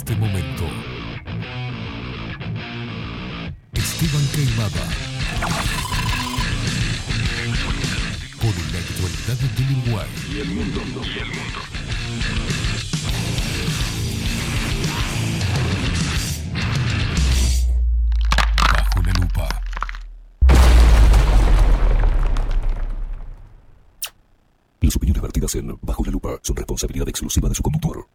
este momento. Esteban Queimada. Con la actualidad del Uruguay y el mundo. Bajo la lupa. Las opiniones vertidas en Bajo la Lupa son responsabilidad exclusiva de su conductor.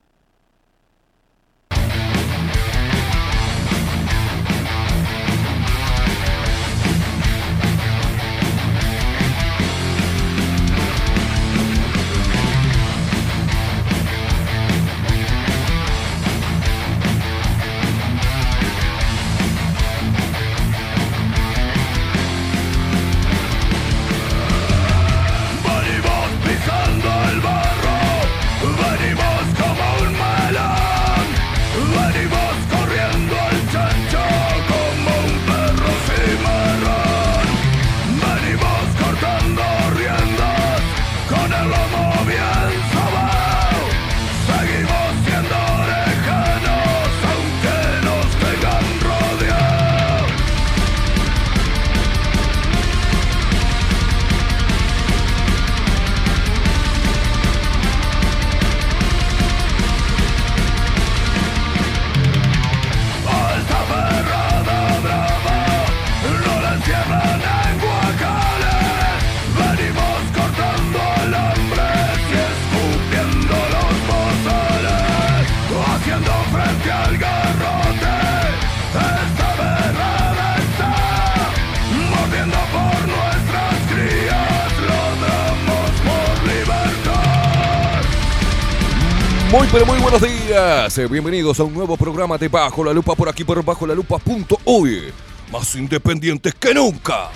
Muy buenos días, bienvenidos a un nuevo programa de Bajo la Lupa por aquí por bajolalupa.uy, más independientes que nunca.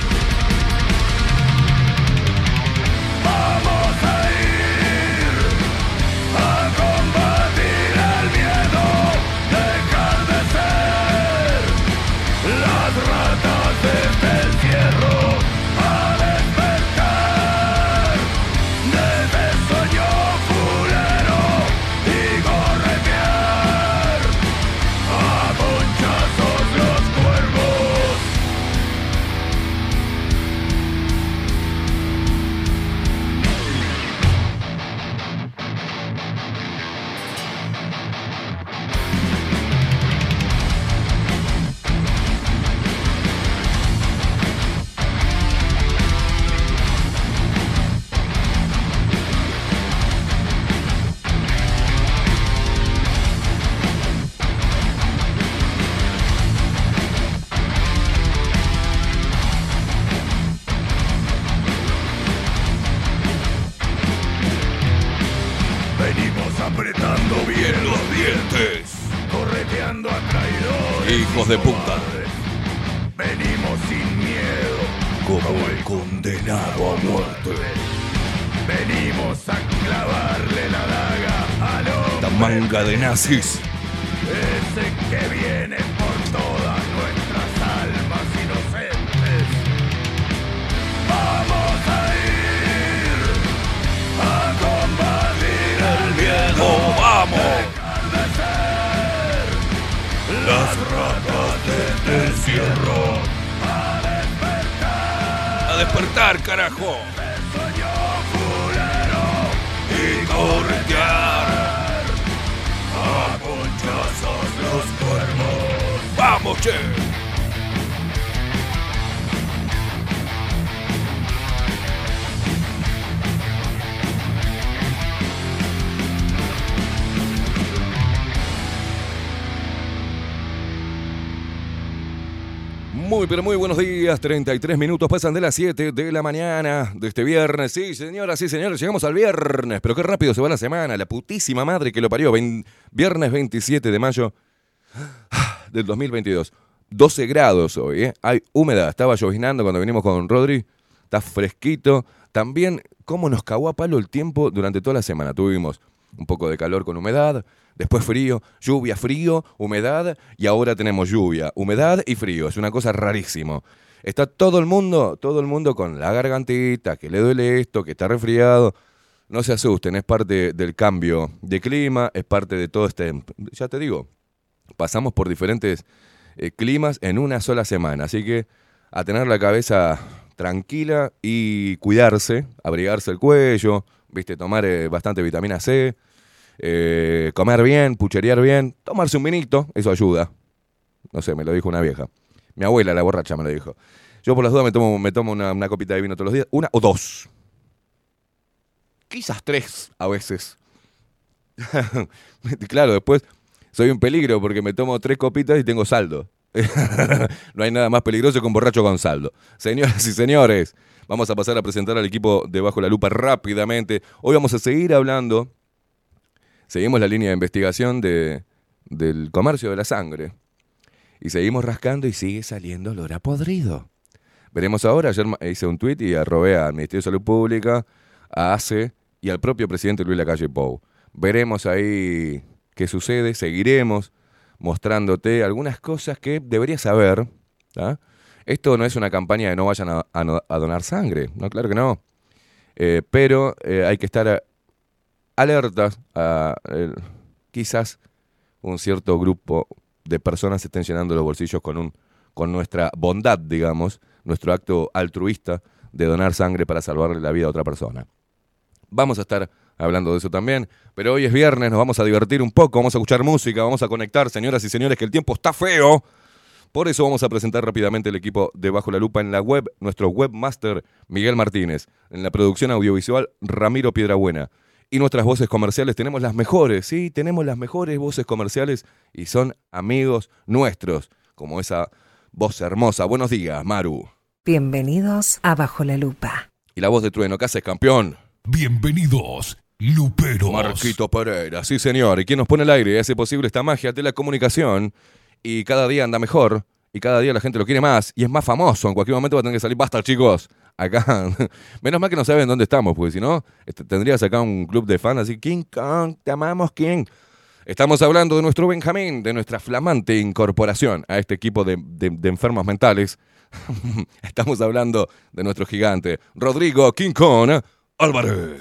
Vamos a ir a combatir el miedo, dejar de ser las ratas de este encierro, a despertar de este sueño fulero y corretear a ponchazos los cuervos. Venimos apretando bien los dientes, correteando a traidores, Hijos de puta. venimos sin miedo, Como el condenado a muerte. venimos a clavarle la daga al Esta hombre, manga de nazis. ese que viene por todas nuestras almas inocentes. Vamos a ir a combatir el miedo, ¡Vamos! dejar de ser las ratas de este encierro, a despertar A despertar, carajo. del sueño fulero y corretear a ponchazos los cuervos. ¡Vamos, che! Muy buenos días, 33 minutos pasan de las 7 de la mañana de este viernes. Sí, señoras y señores, llegamos al viernes, pero qué rápido se va la semana, la putísima madre que lo parió. Viernes 27 de mayo del 2022. 12 grados hoy, ¿eh? Hay humedad, estaba lloviznando cuando vinimos con Rodri, está fresquito. También, cómo nos cagó a palo el tiempo durante toda la semana. Tuvimos un poco de calor con humedad, después frío, lluvia, frío, humedad, y ahora tenemos lluvia, humedad y frío. Es una cosa rarísimo. Está todo el mundo con la gargantita, que le duele esto, que está resfriado. no se asusten, es parte del cambio de clima, es parte de todo ya te digo, pasamos por diferentes climas en una sola semana, así que a tener la cabeza tranquila y cuidarse, abrigarse el cuello, viste, tomar bastante vitamina C, comer bien, pucherear bien, tomarse un vinito, eso ayuda. No sé, me lo dijo una vieja. Mi abuela, la borracha, me lo dijo. Yo por las dudas me tomo una copita de vino todos los días, 1 o 2. Quizás 3 a veces. Claro, después soy un peligro porque me tomo 3 copitas y tengo saldo. No hay nada más peligroso que un borracho con saldo. Señoras y señores, vamos a pasar a presentar al equipo de Bajo la Lupa rápidamente. Hoy vamos a seguir hablando. Seguimos la línea de investigación del comercio de la sangre. Y seguimos rascando y sigue saliendo olor a podrido. Veremos ahora, ayer hice un tuit y arrobé al Ministerio de Salud Pública, a ACE y al propio presidente Luis Lacalle Pou. Veremos ahí qué sucede, seguiremos mostrándote algunas cosas que deberías saber. ¿Ah? Esto no es una campaña de no vayan a donar sangre, no, claro que no. Pero hay que estar alertas a quizás un cierto grupo de personas estén llenando los bolsillos con nuestra bondad, digamos, nuestro acto altruista de donar sangre para salvarle la vida a otra persona. Vamos a estar hablando de eso también, pero hoy es viernes, nos vamos a divertir un poco, vamos a escuchar música, vamos a conectar, señoras y señores, que el tiempo está feo. Por eso vamos a presentar rápidamente el equipo de Bajo la Lupa en la web, nuestro webmaster Miguel Martínez, en la producción audiovisual Ramiro Piedrabuena. Y nuestras voces comerciales tenemos las mejores, sí, tenemos las mejores voces comerciales y son amigos nuestros, como esa voz hermosa. Buenos días, Maru. Bienvenidos a Bajo la Lupa. Y la voz de Trueno, ¿qué haces, campeón? Bienvenidos, Luperos. Marquito Pereira, sí señor. ¿Y quién nos pone al aire y hace posible esta magia de la comunicación? Y cada día anda mejor, y cada día la gente lo quiere más, y es más famoso. En cualquier momento va a tener que salir. Basta, chicos. Acá, menos mal que no saben dónde estamos, porque si no, tendrías acá un club de fans así, King Kong, te amamos, King. Estamos hablando de nuestro Benjamín, de nuestra flamante incorporación a este equipo de enfermos mentales. Estamos hablando de nuestro gigante, Rodrigo King Kong Álvarez.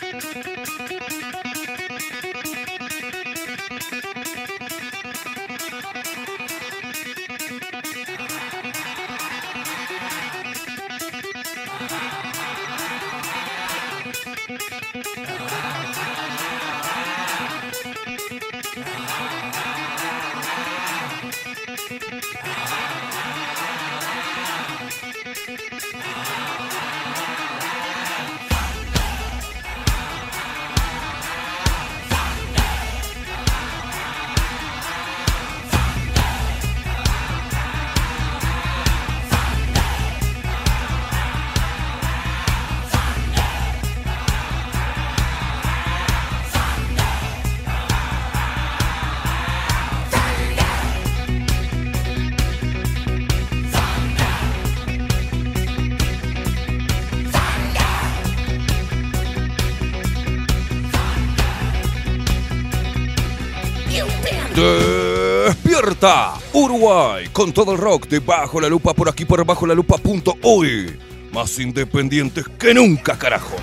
Despierta Uruguay con todo el rock de Bajo la Lupa por aquí por bajolalupa.uy. Más independientes que nunca, carajo.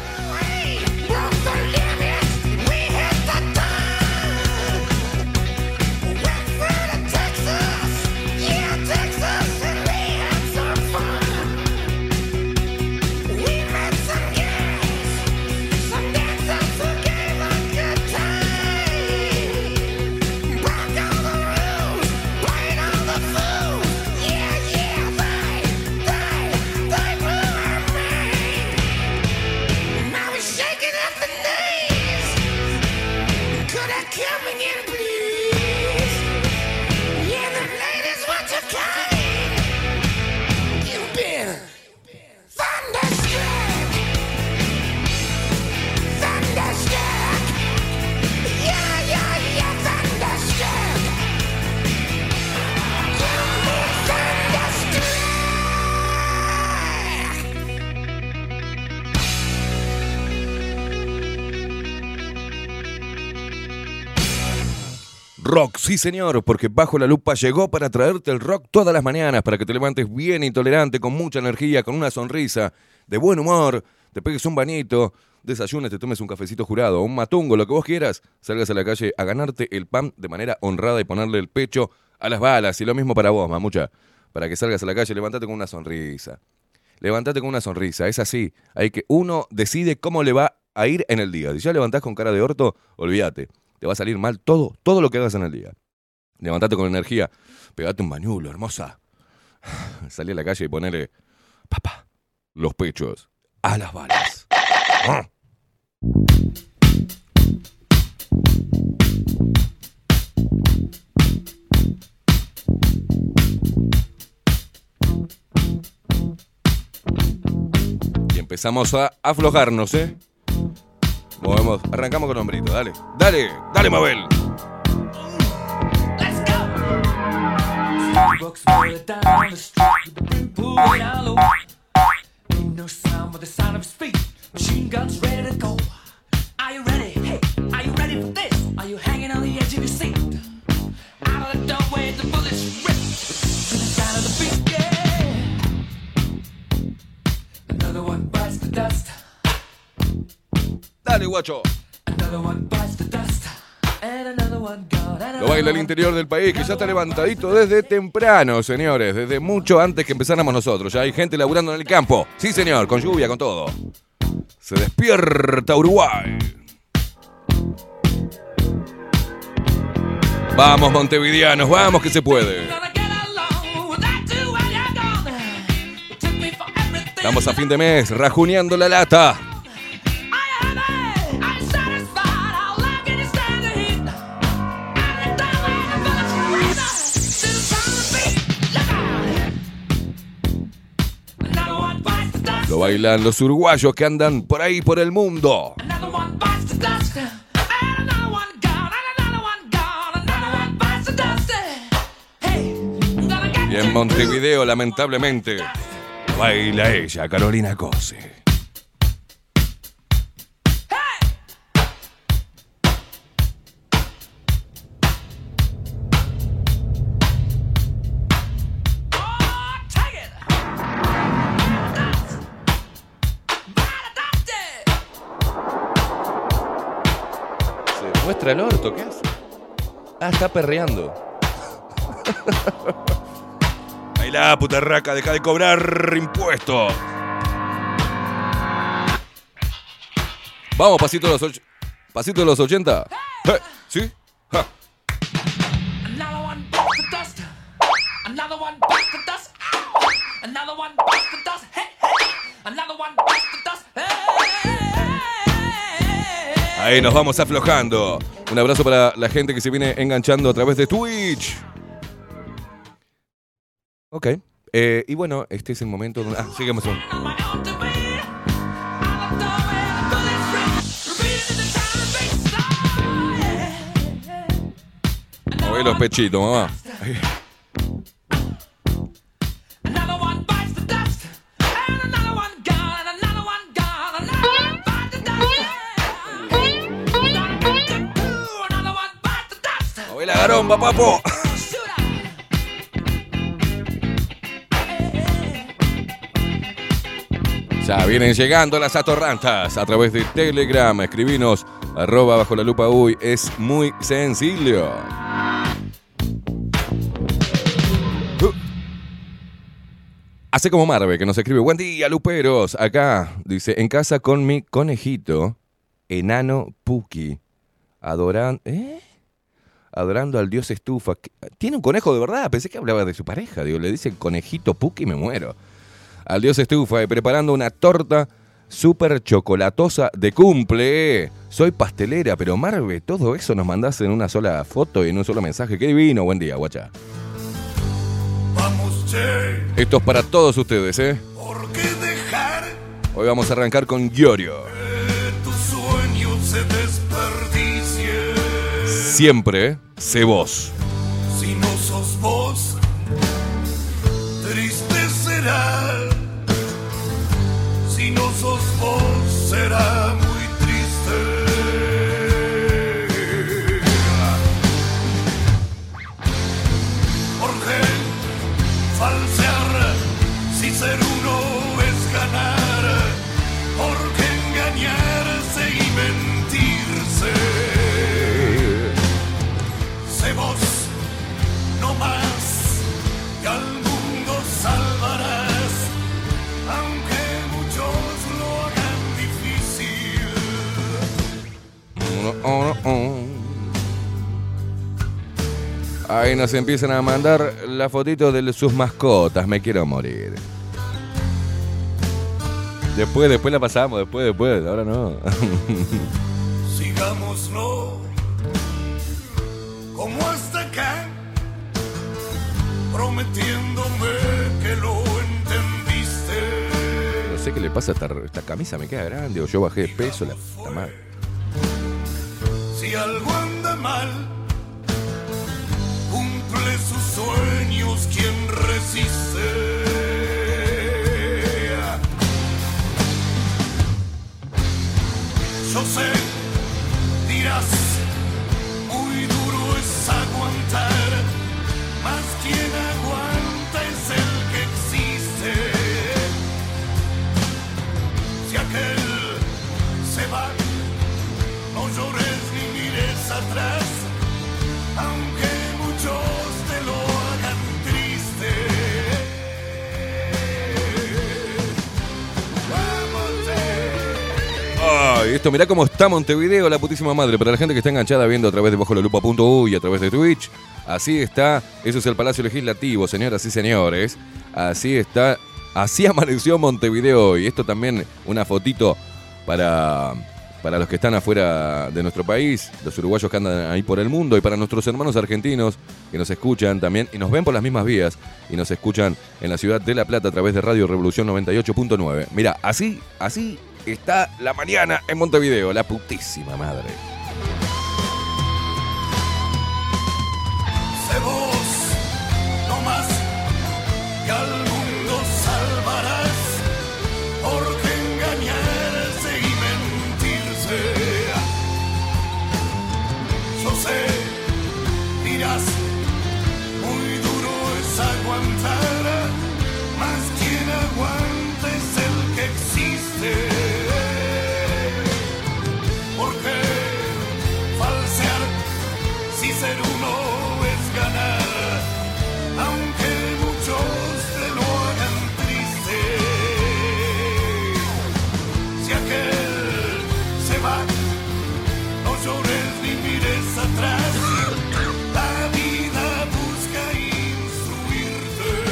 Rock, sí señor, porque Bajo la Lupa llegó para traerte el rock todas las mañanas, para que te levantes bien intolerante, con mucha energía, con una sonrisa, de buen humor, te pegues un bañito, desayunes, te tomes un cafecito jurado, un matungo, lo que vos quieras, salgas a la calle a ganarte el pan de manera honrada y ponerle el pecho a las balas. Y lo mismo para vos, mamucha. Para que salgas a la calle, levántate con una sonrisa. Levántate con una sonrisa, es así. Uno decide cómo le va a ir en el día. Si ya levantás con cara de orto, olvídate. Te va a salir mal todo lo que hagas en el día. Levántate con energía, pegate un bañulo, hermosa. Salí a la calle y ponele, papá, los pechos a las balas. Y empezamos a aflojarnos, Movemos, arrancamos con hombrito, dale, Mabel. Bucks roll down the street with the brim pulled down low. Ain't no sound but the sound of his feet. Machine guns ready to go. Are you ready? Hey, are you ready for this? Are you hanging on the edge of your seat? Out of the doorway, the bullets rip to the sound of the beat. Yeah. Another one bites the dust. Dale, guacho. Another one bites the dust. And another one gone. Lo baila el interior del país, que ya está levantadito desde temprano, señores. Desde mucho antes que empezáramos nosotros. Ya hay gente laburando en el campo. Sí, señor, con lluvia, con todo. Se despierta Uruguay. Vamos, montevideanos, vamos que se puede. Estamos a fin de mes, rajuneando la lata. Lo bailan los uruguayos que andan por ahí por el mundo. Y en Montevideo, lamentablemente, baila ella, Carolina Cose. Muestra el orto, ¿qué hace? Ah, está perreando. Bailá, putarraca, deja de cobrar impuestos. Vamos, pasito de los 80. ¿Sí? Ja. Ahí nos vamos aflojando. Un abrazo para la gente que se viene enganchando a través de Twitch. Ok. Y bueno, este es el momento donde... sigamos. Moví los pechitos, mamá. La garomba, papo. Ya vienen llegando las atorrantas a través de Telegram. Escribinos @BajoLaLupaUy. Es muy sencillo. Hace como Marve, que nos escribe: buen día, luperos. Acá, dice, en casa con mi conejito, enano Puki. Adorando al dios estufa. ¿Tiene un conejo de verdad? Pensé que hablaba de su pareja. Digo, le dice conejito Puki y me muero. Al dios estufa, preparando una torta súper chocolatosa de cumple. Soy pastelera, pero Marve, todo eso nos mandás en una sola foto y en un solo mensaje. Qué divino. Buen día, guacha. Vamos, che. Esto es para todos ustedes, ¿Por qué dejar Hoy vamos a arrancar con Giorgio. que tu sueño se desperdicie? Siempre sé vos. Si no sos vos, triste será. Si no sos vos, será muy triste. Porque falsear, si ser uno es ganar, porque engañar Ahí nos empiezan a mandar la fotito de sus mascotas. Me quiero morir. Después la pasamos, después. Ahora no. Sigamos, no. Como hasta acá. Prometiéndome que lo entendiste. No sé qué le pasa a esta camisa, me queda grande. O yo bajé de peso, la puta madre. Si algo anda mal, cumple sus sueños quien resiste. Yo sé, dirás, muy duro es aguantar, más quien aguanta es el que existe. Si aquel se va, no llores ni mires atrás, aunque muchos te lo hagan triste. Ay, esto, mirá cómo está Montevideo, la putísima madre. Para la gente que está enganchada viendo a través de bajolalupa.uy y a través de Twitch, así está. Eso es el Palacio Legislativo, señoras y señores. Así está. Así amaneció Montevideo hoy. Esto también una fotito para los que están afuera de nuestro país, los uruguayos que andan ahí por el mundo, y para nuestros hermanos argentinos que nos escuchan también y nos ven por las mismas vías y nos escuchan en la ciudad de La Plata a través de Radio Revolución 98.9. Mirá, así está la mañana en Montevideo, la putísima madre. Sé vos, no más, que al mundo salvarás, porque engañarse y mentirse. Yo sé, dirás, muy duro es aguantar, más quien aguanta es el que existe. Porque falsear, si ser uno es ganar, aunque muchos te lo hagan triste. Si aquel se va, no llores ni mires atrás, la vida busca instruirte.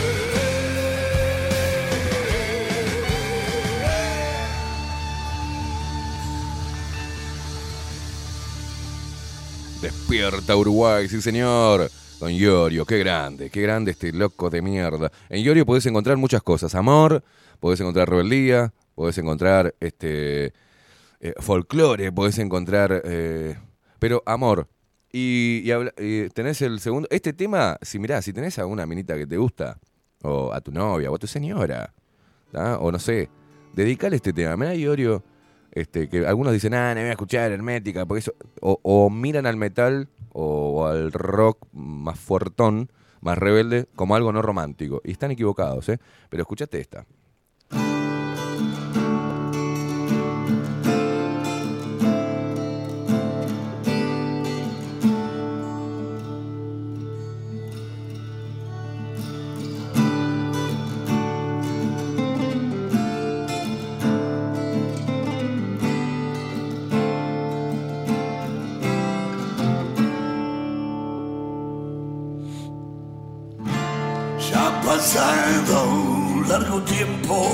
Despierta Uruguay, sí señor. Con Iorio, qué grande este loco de mierda. En Iorio podés encontrar muchas cosas. Amor, podés encontrar rebeldía, podés encontrar folclore, podés encontrar... pero amor. Y tenés el segundo... Este tema, si tenés a una minita que te gusta, o a tu novia, o a tu señora, ¿tá? O no sé, dedicale este tema. Mirá, Iorio, que algunos dicen, no voy a escuchar Hermética, porque eso... O miran al metal o al rock más fuertón, más rebelde, como algo no romántico. Y están equivocados, ¿eh? Pero escuchate esta. Pasado un largo tiempo,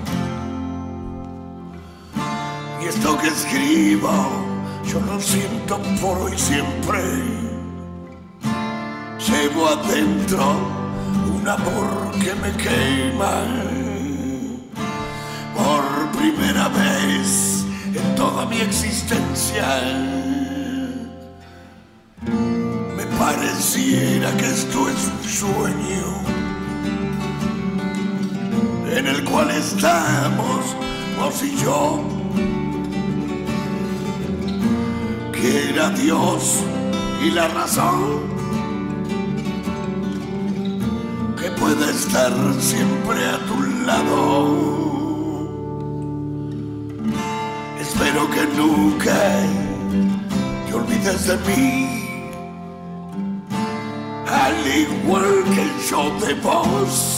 y esto que escribo yo lo siento por hoy siempre. Llevo adentro un amor que me quema. Por primera vez en toda mi existencia me pareciera que esto es un sueño en el cual estamos vos y yo, que era Dios y la razón, que puede estar siempre a tu lado. Espero que nunca te olvides de mí, al igual que yo de vos.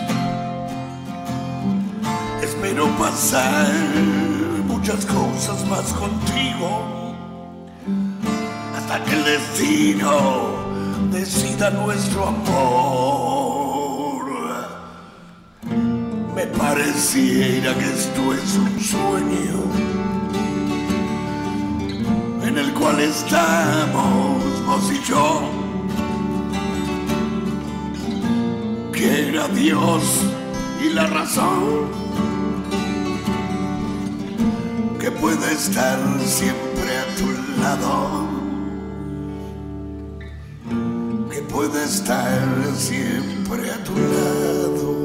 Espero pasar muchas cosas más contigo, hasta que el destino decida nuestro amor. Me pareciera que esto es un sueño en el cual estamos vos y yo. Quiera Dios y la razón que pueda estar siempre a tu lado, que pueda estar siempre a tu lado.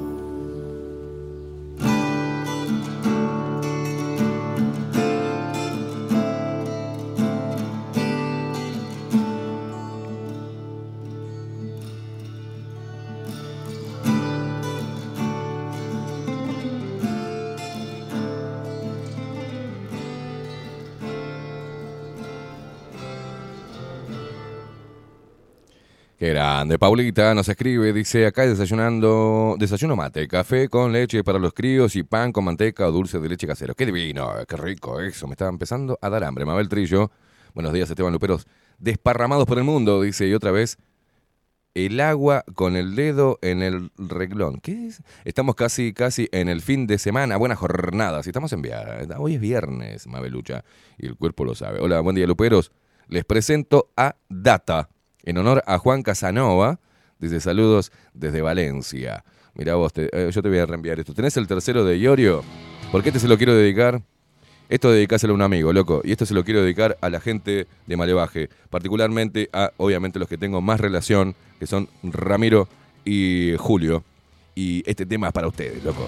Qué grande. Paulita nos escribe, dice, acá desayuno mate, café con leche para los críos y pan con manteca o dulce de leche casero. Qué divino, qué rico eso. Me estaba empezando a dar hambre. Mabel Trillo, buenos días Esteban Luperos. Desparramados por el mundo, dice, y otra vez, el agua con el dedo en el reglón. ¿Qué es? Estamos casi en el fin de semana. Buenas jornadas. Estamos en viaje. Hoy es viernes, Mabelucha, y el cuerpo lo sabe. Hola, buen día Luperos. Les presento a Data. En honor a Juan Casanova, dice saludos desde Valencia. Mirá vos, yo te voy a reenviar esto. ¿Tenés el tercero de Iorio? ¿Por qué se lo quiero dedicar? Esto dedicáselo a un amigo, loco. Y esto se lo quiero dedicar a la gente de Malevaje. Particularmente a, obviamente, los que tengo más relación, que son Ramiro y Julio. Y este tema es para ustedes, loco.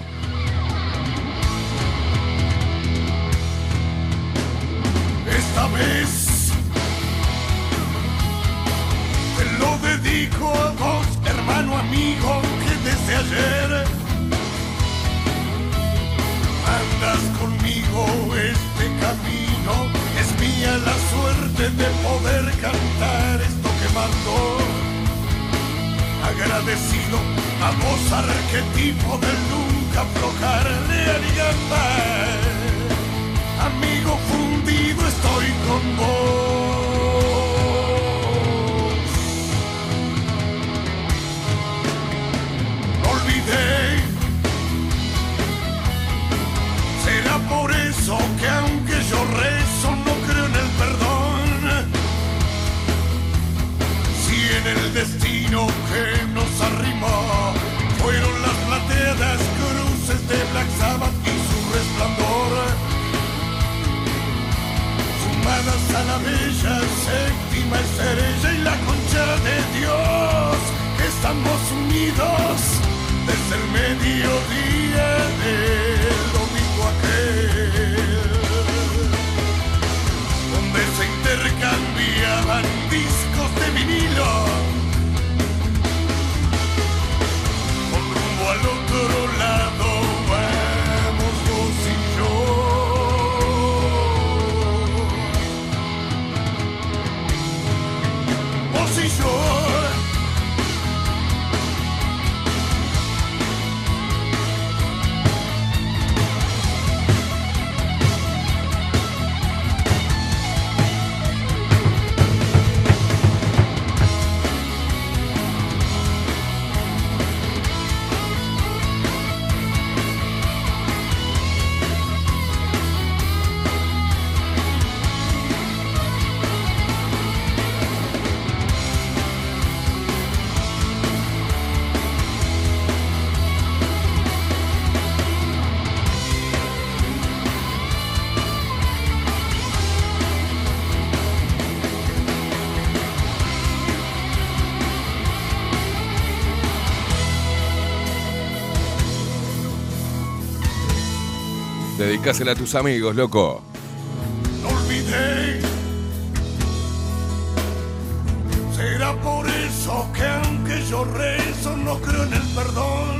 Esta vez te lo dedico a vos, hermano amigo, que desde ayer andas conmigo este camino. Es mía la suerte de poder cantar esto que mando. Agradecido a vos, arquetipo del nunca aflojar, realidad. Amigo fundido, estoy con vos. Será por eso que aunque yo rezo no creo en el perdón. Si en el destino que nos arrimó fueron las plateadas cruces de Black Sabbath y su resplandor, sumadas a la bella séptima estrella y la concha de Dios, que estamos unidos desde el mediodía del domingo aquel, donde se intercambiaban discos de vinilo, con rumbo al otro lado vamos vos y yo, vos y yo. Dedicásela a tus amigos, loco. No olvidé. Será por eso que aunque yo rezo no creo en el perdón.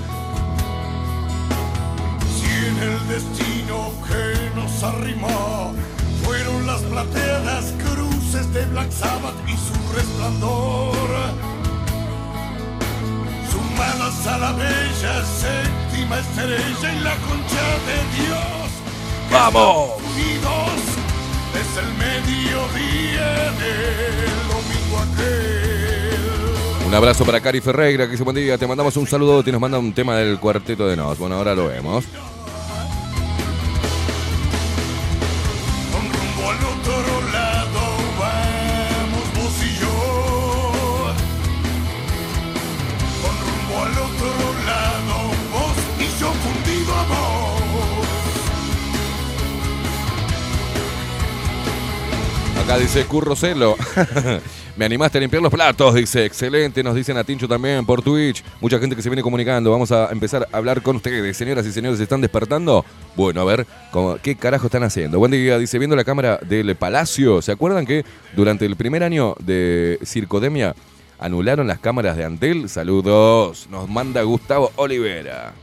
Si en el destino que nos arrimó fueron las plateadas cruces de Black Sabbath y su resplandor, sumadas a la bella séptima estrella y la concha de Dios. ¡Vamos! Unidos desde el mediodía del domingo aquel. Un abrazo para Cari Ferreira, que dice buen día, te mandamos un saludo y nos manda un tema del Cuarteto de Nos. Bueno, ahora lo vemos. Con rumbo al otro lado vamos vos y yo. Con rumbo al otro lado vos y yo fundido a vos. Acá dice Curro Celo. Me animaste a limpiar los platos, dice. Excelente, nos dicen a Tincho también por Twitch. Mucha gente que se viene comunicando. Vamos a empezar a hablar con ustedes. Señoras y señores, ¿se están despertando? Bueno, a ver, ¿qué carajo están haciendo? Buen día, dice, viendo la cámara del Palacio. ¿Se acuerdan que durante el primer año de Circodemia anularon las cámaras de Antel? Saludos, nos manda Gustavo Olivera.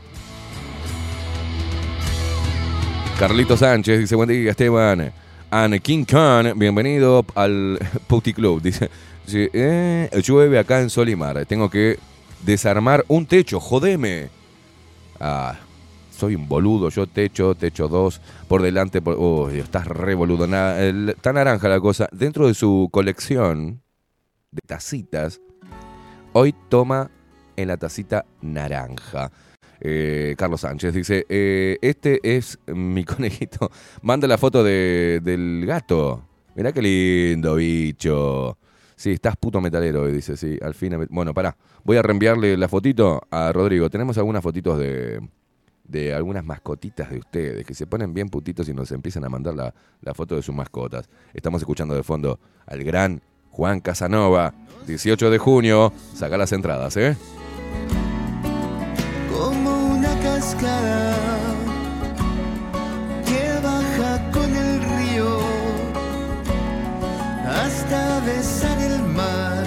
Carlito Sánchez dice, buen día, Esteban. And King Khan, bienvenido al Puti Club. Dice, llueve acá en Solimar. Tengo que desarmar un techo, jodeme. Ah, soy un boludo. Yo techo 2 por delante. Dios, estás re boludo. Está naranja la cosa. Dentro de su colección de tacitas, hoy toma en la tacita naranja. Carlos Sánchez dice, este es mi conejito. Manda la foto del gato. Mirá qué lindo, bicho. Sí, estás puto metalero, dice, sí, al fin. Bueno, pará, voy a reenviarle la fotito a Rodrigo. Tenemos algunas fotitos de algunas mascotitas de ustedes, que se ponen bien putitos y nos empiezan a mandar la foto de sus mascotas. Estamos escuchando de fondo al gran Juan Casanova. 18 de junio, saca las entradas, Como una cascada que baja con el río hasta besar el mar.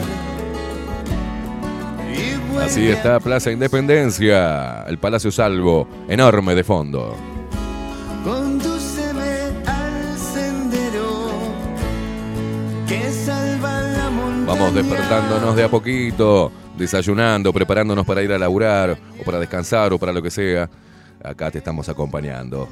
Así está Plaza Independencia, el Palacio Salvo, enorme de fondo. Condúceme al sendero que salva la montaña. Vamos despertándonos de a poquito, desayunando, preparándonos para ir a laburar, o para descansar, o para lo que sea. Acá te estamos acompañando.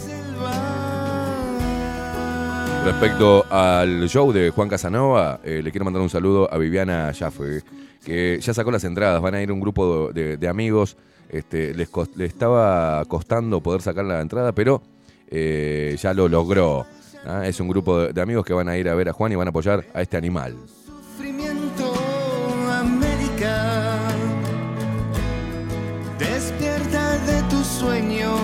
Respecto al show de Juan Casanova, le quiero mandar un saludo a Viviana Jaffe, que ya sacó las entradas. Van a ir un grupo de amigos. Les estaba costando poder sacar la entrada, pero ya lo logró. Es un grupo de amigos que van a ir a ver a Juan y van a apoyar a este animal. Sufrimiento, América, despierta de tu sueño,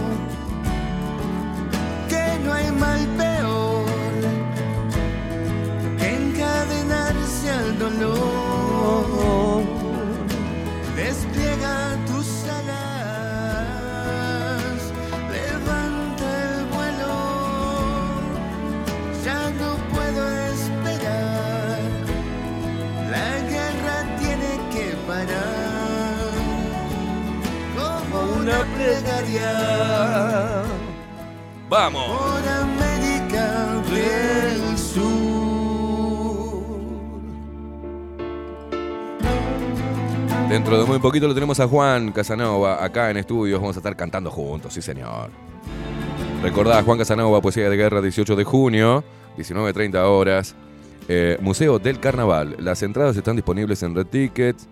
que no hay mal peor que encadenarse al dolor. Despliega tus alas, levanta el vuelo, ya no puedo esperar, la guerra tiene que parar, como una plegaria. ¡Vamos! Por América del Sur. Dentro de muy poquito lo tenemos a Juan Casanova acá en estudios. Vamos a estar cantando juntos, sí señor. Recordá, Juan Casanova, Poesía de Guerra, 18 de junio, 19:30 horas. Museo del Carnaval. Las entradas están disponibles en Red Tickets.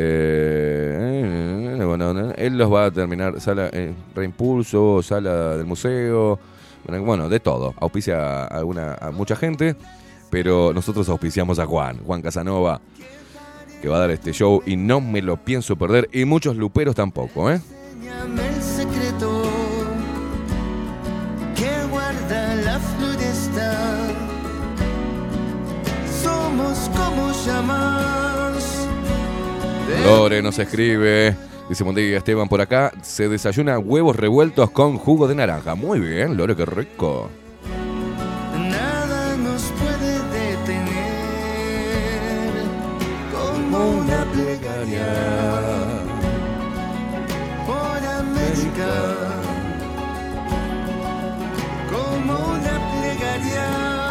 Bueno, él los va a terminar. Sala Reimpulso, sala del museo. Bueno, de todo. Auspicia a mucha gente, pero nosotros auspiciamos a Juan Casanova, que va a dar este show y no me lo pienso perder. Y muchos luperos tampoco, Enséñame el secreto que guarda la floresta. Somos como llamas. Lore nos escribe, dice buen día Esteban por acá, se desayuna huevos revueltos con jugo de naranja. Muy bien, Lore, qué rico. Nada nos puede detener, como una plegaria por América, como una plegaria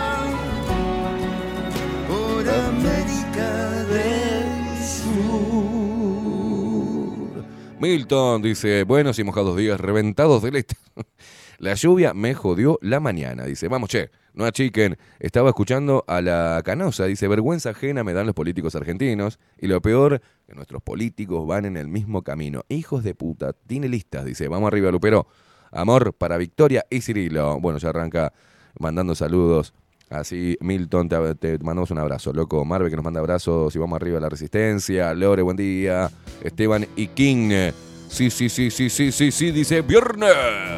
por América del Sur. Milton dice, buenos y mojados días, reventados del este. La lluvia me jodió la mañana. Dice, vamos, che, no achiquen. Estaba escuchando a la Canosa. Dice, vergüenza ajena me dan los políticos argentinos. Y lo peor, que nuestros políticos van en el mismo camino. Hijos de puta, tiene listas. Dice, vamos arriba, Lupero. Amor para Victoria y Cirilo. Bueno, ya arranca mandando saludos. Así, Milton, te mandamos un abrazo, loco. Marve, que nos manda abrazos y vamos arriba a la Resistencia. Lore, buen día. Esteban y King. Sí, dice viernes.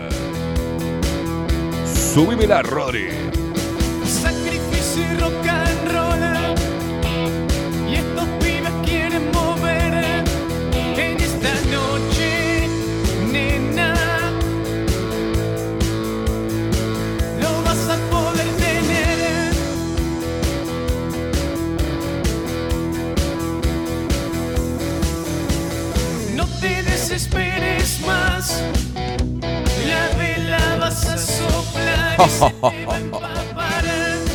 Subímela, Rodri. Sacrificio y rock and roll. Y estos pibes quieren mover en esta noche, nena. Lo vas a poder tener. No te desesperes más. La vela vas a soplar y se te va a empapar.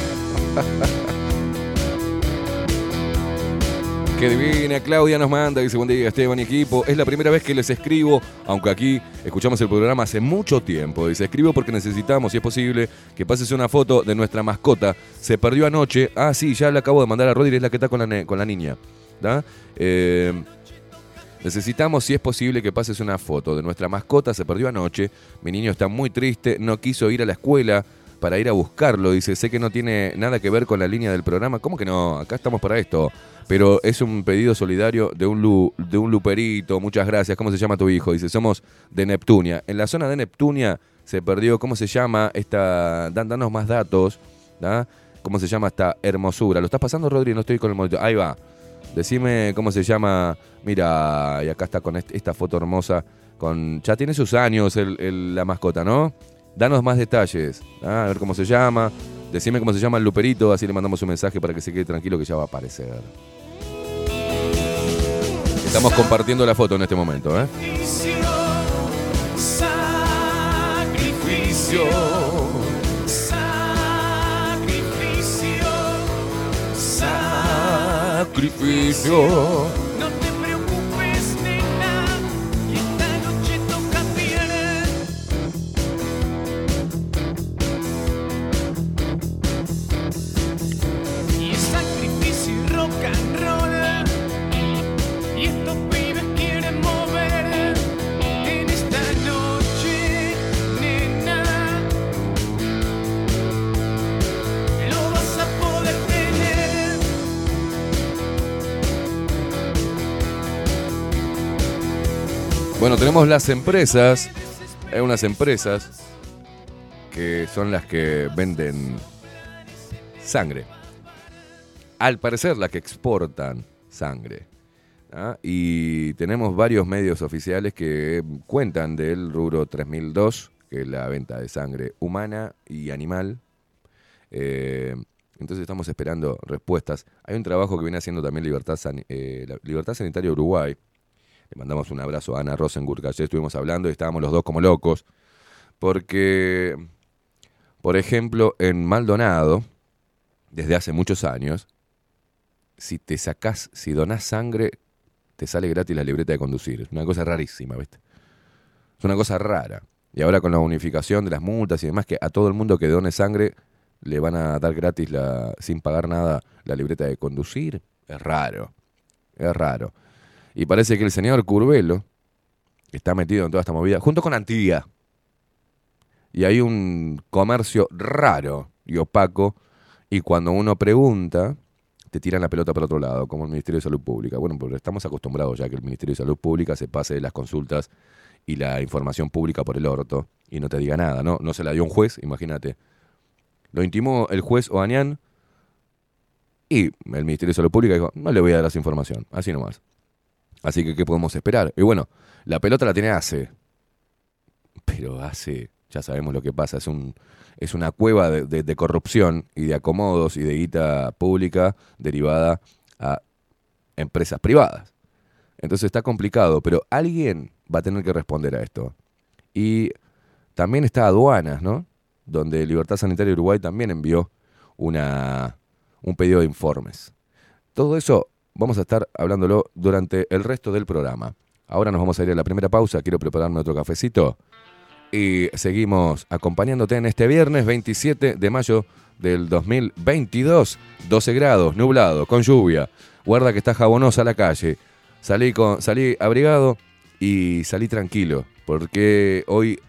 Qué divina, Claudia nos manda, dice buen día Esteban y equipo, es la primera vez que les escribo, aunque aquí escuchamos el programa hace mucho tiempo, dice, escribo porque necesitamos, si es posible, que pases una foto de nuestra mascota, se perdió anoche, sí, ya la acabo de mandar a Rodri, es la que está con la niña, ¿da? Necesitamos, si es posible, que pases una foto de nuestra mascota, se perdió anoche, mi niño está muy triste, no quiso ir a la escuela para ir a buscarlo, dice, sé que no tiene nada que ver con la línea del programa, ¿cómo que no? Acá estamos para esto, pero es un pedido solidario de un luperito, muchas gracias, ¿cómo se llama tu hijo? Dice, somos de Neptunia, en la zona de Neptunia se perdió, ¿cómo se llama esta? Danos más datos, ¿da? ¿Cómo se llama esta hermosura? ¿Lo estás pasando, Rodri? No estoy con el monitor, ahí va. Decime cómo se llama. Mira, y acá está con esta foto hermosa. Ya tiene sus años la mascota, ¿no? Danos más detalles. A ver cómo se llama. Decime cómo se llama el luperito. Así le mandamos un mensaje para que se quede tranquilo que ya va a aparecer. Estamos compartiendo la foto en este momento, ¿eh? Sacrificio. No te preocupes, nena, y esta noche toca pierder. Y es sacrificio y rock and roll. Y estos pibes quieren mover en esta noche, nena. Lo vas a poder tener. Bueno, tenemos las empresas. Hay unas empresas que son las que venden sangre. Al parecer, las que exportan sangre. ¿Ah? Y tenemos varios medios oficiales que cuentan del rubro 3002, que es la venta de sangre humana y animal. Entonces estamos esperando respuestas. Hay un trabajo que viene haciendo también Libertad Sanitaria Uruguay. Le mandamos un abrazo a Ana Rosenburg, ayer estuvimos hablando y estábamos los dos como locos, porque, por ejemplo, en Maldonado, desde hace muchos años, si donás sangre, te sale gratis la libreta de conducir. Es una cosa rarísima, ¿viste? Es una cosa rara. Y ahora con la unificación de las multas y demás, que a todo el mundo que done sangre le van a dar gratis, sin pagar nada, la libreta de conducir. Es raro. Es raro. Y parece que el señor Curvelo está metido en toda esta movida, junto con Antía. Y hay un comercio raro y opaco, y cuando uno pregunta, te tiran la pelota para otro lado, como el Ministerio de Salud Pública. Bueno, porque estamos acostumbrados ya que el Ministerio de Salud Pública se pase las consultas y la información pública por el orto, y no te diga nada, ¿no? No se la dio un juez, imagínate. Lo intimó el juez Oanian, y el Ministerio de Salud Pública dijo, no le voy a dar esa información, así nomás. Así que, ¿qué podemos esperar? Y bueno, la pelota la tiene ACE. Pero ACE, ya sabemos lo que pasa. Es una cueva de corrupción y de acomodos y de guita pública derivada a empresas privadas. Entonces está complicado, pero alguien va a tener que responder a esto. Y también está aduanas, ¿no? Donde Libertad Sanitaria Uruguay también envió un pedido de informes. Todo eso vamos a estar hablándolo durante el resto del programa. Ahora nos vamos a ir a la primera pausa. Quiero prepararme otro cafecito. Y seguimos acompañándote en este viernes 27 de mayo del 2022. 12 grados, nublado, con lluvia. Guarda que está jabonosa la calle. Salí abrigado y salí tranquilo. Porque hoy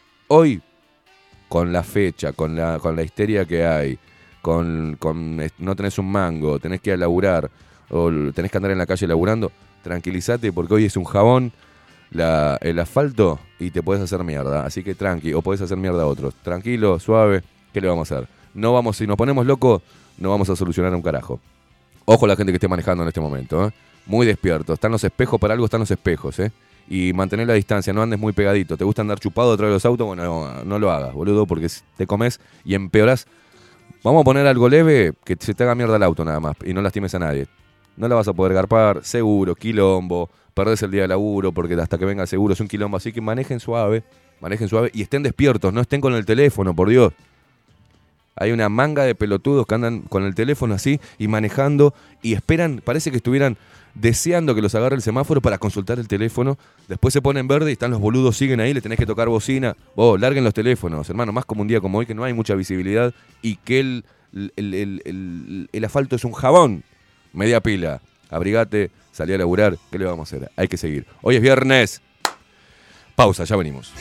con la fecha, con la histeria que hay, con no tenés un mango, tenés que ir a laburar o tenés que andar en la calle laburando, tranquilízate porque hoy es un jabón el asfalto y te puedes hacer mierda. Así que tranqui, o podés hacer mierda a otros. Tranquilo, suave, ¿qué le vamos a hacer? Si nos ponemos locos, no vamos a solucionar un carajo. Ojo a la gente que esté manejando en este momento, ¿eh? Muy despierto. Están los espejos, para algo están los espejos, ¿eh? Y mantener la distancia, no andes muy pegadito. ¿Te gusta andar chupado detrás de los autos? Bueno, no lo hagas, boludo, porque te comes y empeorás. Vamos a poner algo leve que se te haga mierda el auto nada más y no lastimes a nadie. No la vas a poder garpar, seguro, quilombo, perdés el día de laburo porque hasta que venga el seguro es un quilombo. Así que manejen suave y estén despiertos, no estén con el teléfono, por Dios. Hay una manga de pelotudos que andan con el teléfono así y manejando y esperan, parece que estuvieran deseando que los agarre el semáforo para consultar el teléfono. Después se ponen verde y están los boludos, siguen ahí, le tenés que tocar bocina. Vos, larguen los teléfonos, hermano, más como un día como hoy que no hay mucha visibilidad y que el asfalto es un jabón. Media pila, abrigate, salí a laburar, ¿qué le vamos a hacer? Hay que seguir. Hoy es viernes. Pausa, ya venimos.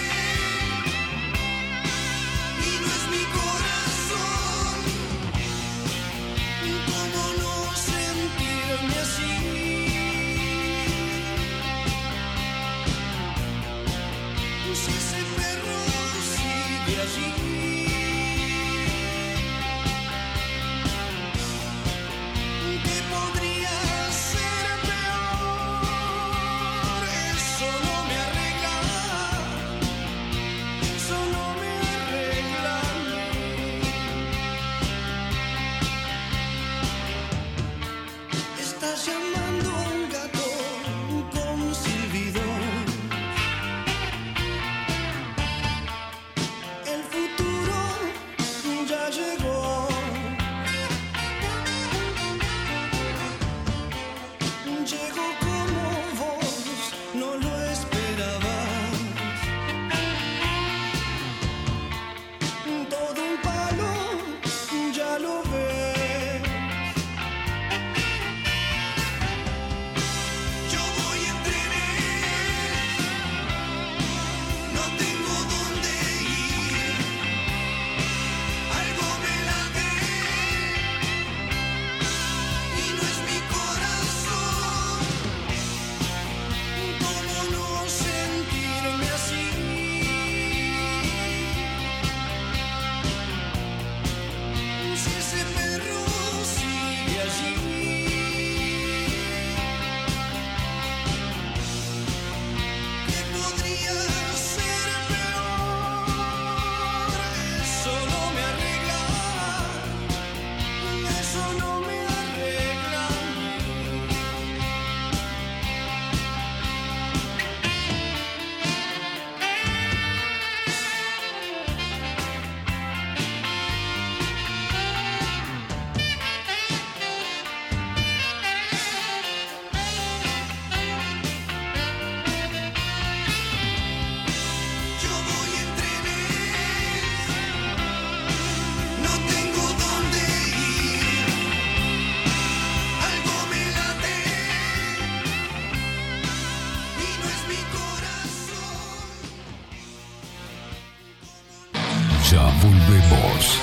Ya volvemos.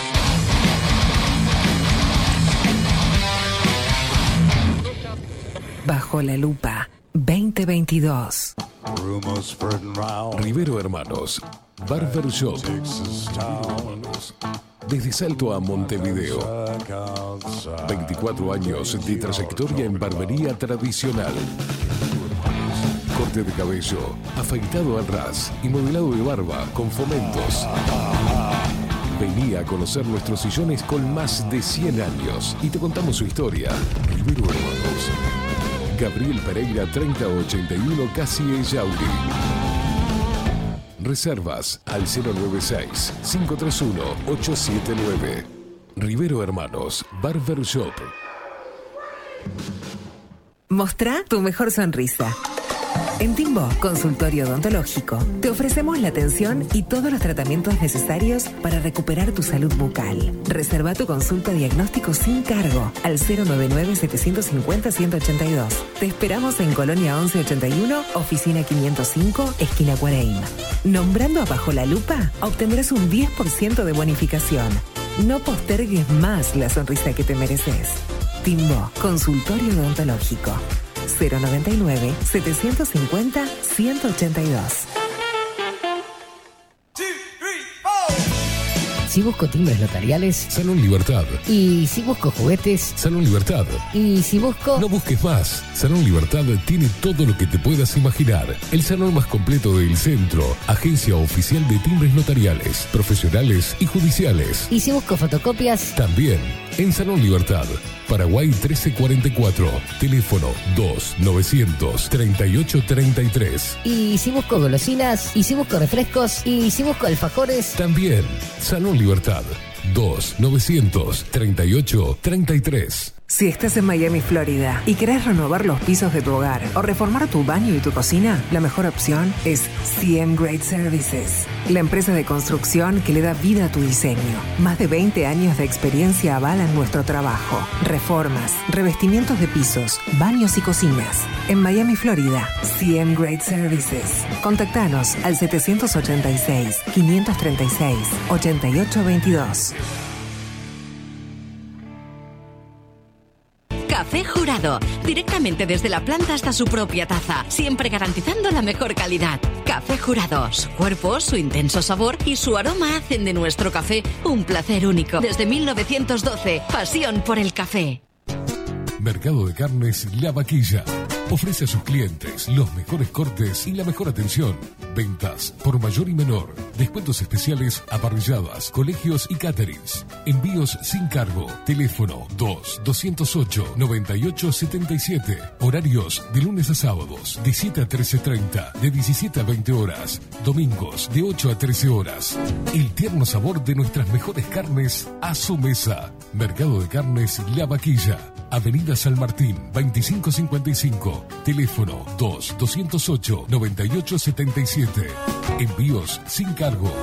Bajo la Lupa 2022. Rivero Hermanos, Barber Shop. Desde Salto a Montevideo. 24 años de trayectoria en barbería tradicional. Corte de cabello, afeitado al ras y modelado de barba con fomentos. Vení a conocer nuestros sillones con más de 100 años y te contamos su historia. Rivero Hermanos. Gabriel Pereira 3081 Casie Yauri. Reservas al 096-531-879. Rivero Hermanos, Barber Shop. Mostrá tu mejor sonrisa. En Timbo, consultorio odontológico, te ofrecemos la atención y todos los tratamientos necesarios para recuperar tu salud bucal. Reserva tu consulta diagnóstico sin cargo al 099-750-182. Te esperamos en Colonia 1181, oficina 505, esquina Cuareim. Nombrando a Bajo la Lupa, obtendrás un 10% de bonificación. No postergues más la sonrisa que te mereces. Timbo, consultorio odontológico. 099-750-182. Si busco timbres notariales, Salón Libertad. y si busco juguetes, Salón Libertad. y si busco... No busques más. Salón Libertad tiene todo lo que te puedas imaginar. El salón más completo del centro. Agencia oficial de timbres notariales, profesionales y judiciales. Y si busco fotocopias, También en Salón Libertad. Paraguay 1344. Teléfono 2900-3833. y si busco golosinas, y si busco refrescos, y si busco alfajores... También Salón Libertad. 2900-3833. Si estás en Miami, Florida, y querés renovar los pisos de tu hogar o reformar tu baño y tu cocina, la mejor opción es CM Great Services, la empresa de construcción que le da vida a tu diseño. Más de 20 años de experiencia avalan nuestro trabajo. Reformas, revestimientos de pisos, baños y cocinas. En Miami, Florida, CM Great Services. Contactanos al 786-536-8822. Café Jurado, directamente desde la planta hasta su propia taza, siempre garantizando la mejor calidad. Café Jurado, su cuerpo, su intenso sabor y su aroma hacen de nuestro café un placer único. Desde 1912, pasión por el café. Mercado de Carnes La Vaquilla. Ofrece a sus clientes los mejores cortes y la mejor atención. Ventas por mayor y menor. Descuentos especiales a parrilladas, colegios y caterings. Envíos sin cargo. Teléfono 2-208-9877. Horarios de lunes a sábados de 7 a 13:30, de 17 a 20 horas. Domingos de 8 a 13 horas. El tierno sabor de nuestras mejores carnes a su mesa. Mercado de Carnes La Vaquilla. Avenida San Martín, 2555. Teléfono 2-208-9877. Envíos sin cargo.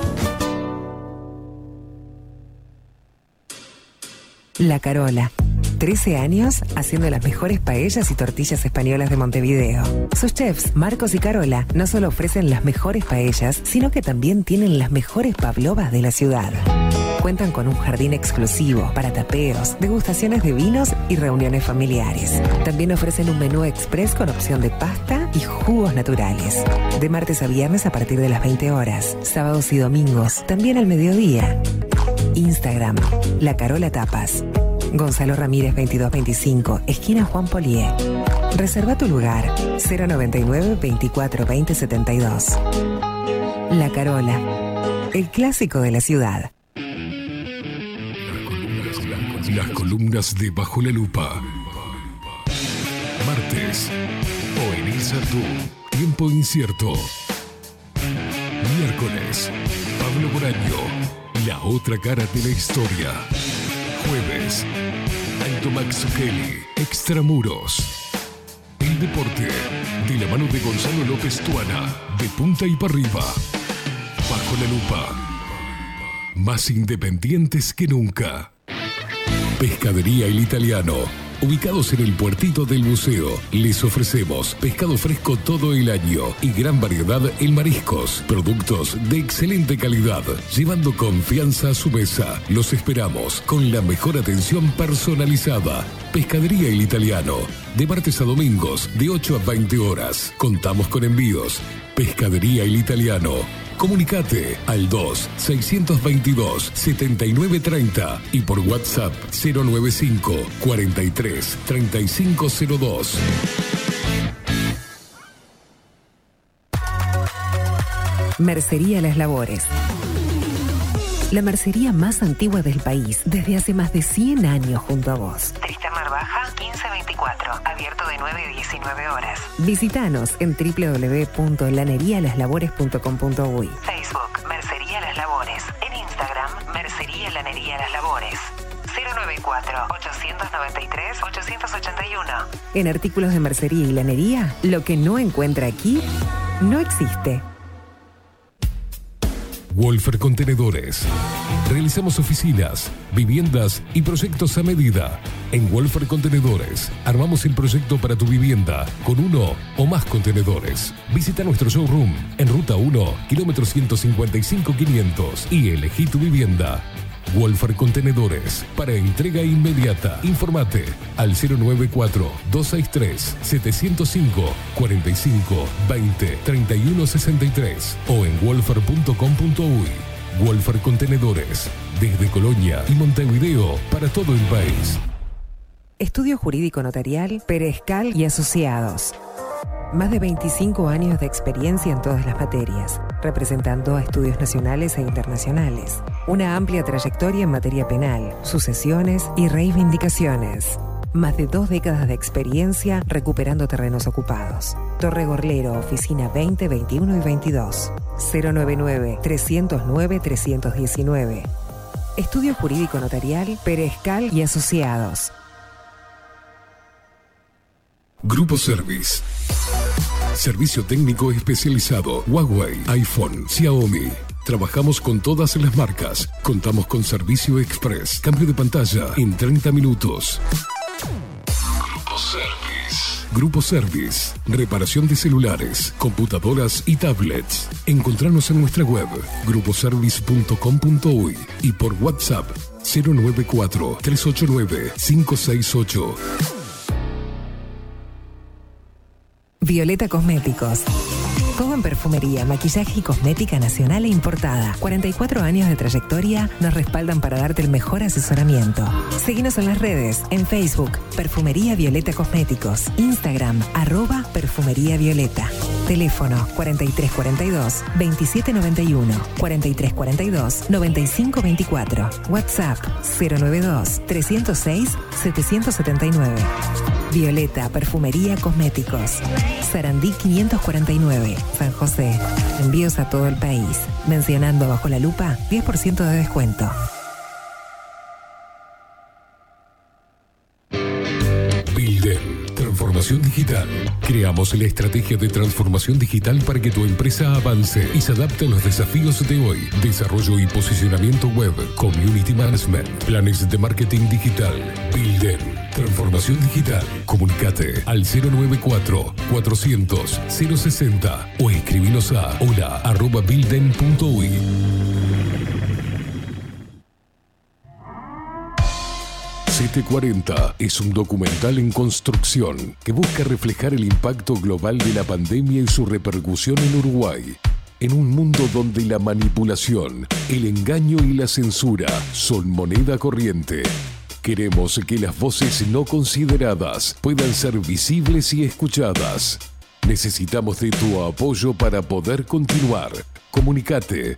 La Carola. 13 años haciendo las mejores paellas y tortillas españolas de Montevideo. Sus chefs, Marcos y Carola, no solo ofrecen las mejores paellas, sino que también tienen las mejores pavlovas de la ciudad. Cuentan con un jardín exclusivo para tapeos, degustaciones de vinos y reuniones familiares. También ofrecen un menú express con opción de pasta y jugos naturales. De martes a viernes a partir de las 20 horas. Sábados y domingos, también al mediodía. Instagram, La Carola Tapas. Gonzalo Ramírez 2225, esquina Juan Polié. Reserva tu lugar, 099 24 20 72. La Carola, el clásico de la ciudad. Las columnas de Bajo la Lupa. Martes. Oenisa Tú. Tiempo incierto. Miércoles. Pablo Boraño. La otra cara de la historia. Jueves. Alto Max Kelly. Extramuros. El deporte. De la mano de Gonzalo López Tuana. De punta y para arriba. Bajo la Lupa. Más independientes que nunca. Pescadería El Italiano. Ubicados en el puertito del buceo, les ofrecemos pescado fresco todo el año y gran variedad en mariscos, productos de excelente calidad, llevando confianza a su mesa. Los esperamos con la mejor atención personalizada. Pescadería El Italiano, de martes a domingos, de 8 a 20 horas. Contamos con envíos. Pescadería El Italiano. Comunicate al 2-622-7930 y por WhatsApp 095 43 3502. Mercería Las Labores. La mercería más antigua del país, desde hace más de 100 años junto a vos. Tristán Narvaja, 1524, abierto de 9 a 19 horas. Visítanos en www.lanerialaslabores.com.uy. Facebook, Mercería Las Labores. En Instagram, Mercería Lanería Las Labores. 094-893-881. En artículos de mercería y lanería, lo que no encuentra aquí no existe. Wolfer Contenedores. Realizamos oficinas, viviendas y proyectos a medida. En Wolfer Contenedores armamos el proyecto para tu vivienda con uno o más contenedores. Visita nuestro showroom en Ruta 1, kilómetro 155-500 y elegí tu vivienda. Wolfer Contenedores, para entrega inmediata. Informate al 094-263-705-45-20-3163 o en wolfer.com.uy. Wolfer Contenedores, desde Colonia y Montevideo para todo el país. Estudio Jurídico Notarial, Perezcal y Asociados. Más de 25 años de experiencia en todas las materias, representando a estudios nacionales e internacionales. Una amplia trayectoria en materia penal, sucesiones y reivindicaciones. Más de 2 décadas de experiencia recuperando terrenos ocupados. Torre Gorlero, oficina 20, 21 y 22. 099-309-319. Estudio Jurídico Notarial, Perezcal y Asociados. Grupo Service. Servicio técnico especializado. Huawei, iPhone, Xiaomi. Trabajamos con todas las marcas. Contamos con servicio express. Cambio de pantalla en 30 minutos. Grupo Service. Grupo Service. Reparación de celulares, computadoras y tablets. Encontranos en nuestra web gruposervice.com.uy y por WhatsApp 094-389-568. Violeta Cosméticos. Todo en perfumería, maquillaje y cosmética nacional e importada. 44 años de trayectoria nos respaldan para darte el mejor asesoramiento. Seguinos en las redes, en Facebook, Perfumería Violeta Cosméticos, Instagram, @Perfumería Violeta. Teléfono 4342-2791, 4342-9524. WhatsApp 092-306-779. Violeta Perfumería Cosméticos. Sarandí 549, San José. Envíos a todo el país. Mencionando Bajo la Lupa, 10% de descuento. Bilden, transformación digital. Creamos la estrategia de transformación digital para que tu empresa avance y se adapte a los desafíos de hoy. Desarrollo y posicionamiento web, community management, planes de marketing digital. Bilden, transformación digital. Comunicate al 094-400-060 o escribinos a hola@bilden.uy. CT40 es un documental en construcción que busca reflejar el impacto global de la pandemia y su repercusión en Uruguay. En un mundo donde la manipulación, el engaño y la censura son moneda corriente, queremos que las voces no consideradas puedan ser visibles y escuchadas. Necesitamos de tu apoyo para poder continuar. Comunicate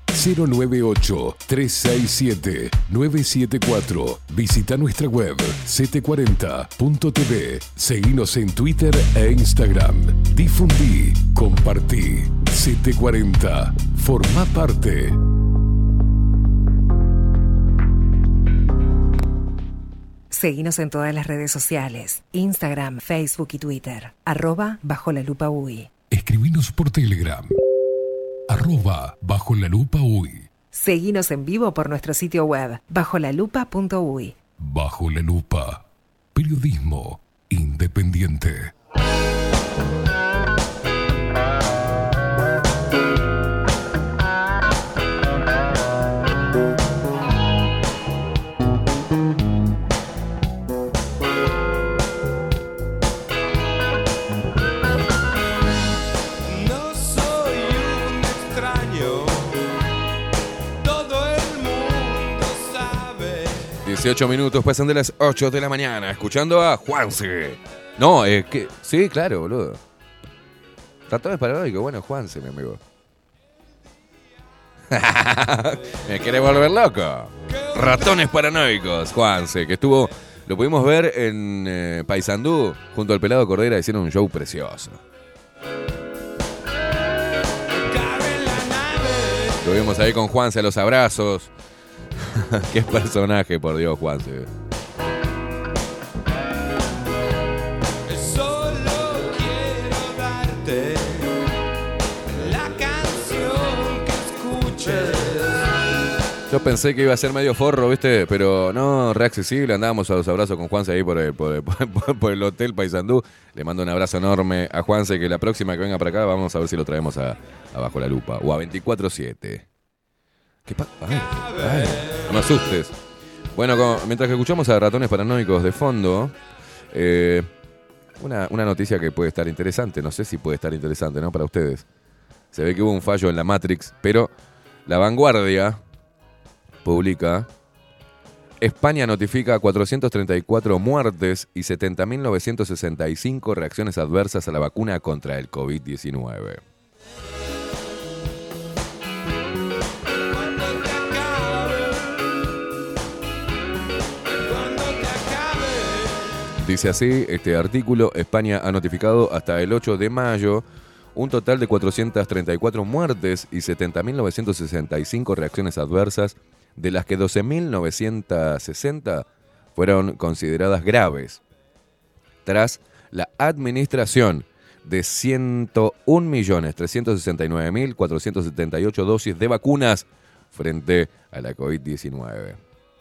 098-367-974. Visita nuestra web ct40.tv. Seguinos en Twitter e Instagram. Difundí, compartí. CT40. Forma parte. Seguinos en todas las redes sociales. Instagram, Facebook y Twitter. @Bajo la Lupa UI. Escribinos por Telegram. @Bajo la Lupa UI. Seguinos en vivo por nuestro sitio web bajolalupa.uy. Bajo la Lupa. Periodismo independiente. No soy un extraño, todo el mundo sabe. 18 minutos pasan de las 8 de la mañana, escuchando a Juanse. No, que sí, claro, boludo. Ratones paranoicos, bueno, Juanse, mi amigo. Me quiere volver loco. Ratones paranoicos, Juanse, que estuvo, lo pudimos ver en Paysandú, junto al Pelado Cordera, hicieron un show precioso. Lo vimos ahí con Juanse a los abrazos. Qué personaje, por Dios, Juanse. Yo pensé que iba a ser medio forro, ¿viste? Pero no, re accesible. Andábamos a los abrazos con Juanse ahí por el Hotel Paysandú. Le mando un abrazo enorme a Juanse, que la próxima que venga para acá vamos a ver si lo traemos a Bajo la Lupa. O a 24/7. ¿Qué pasa? Ay, no me asustes. Bueno, mientras que escuchamos a Ratones Paranoicos de fondo, una noticia que puede estar interesante. No sé si puede estar interesante, ¿no? Para ustedes. Se ve que hubo un fallo en la Matrix, pero La Vanguardia publica: España notifica 434 muertes y 70.965 reacciones adversas a la vacuna contra el COVID-19. Dice así este artículo: España ha notificado hasta el 8 de mayo un total de 434 muertes y 70.965 reacciones adversas, de las que 12.960 fueron consideradas graves, tras la administración de 101.369.478 dosis de vacunas frente a la COVID-19.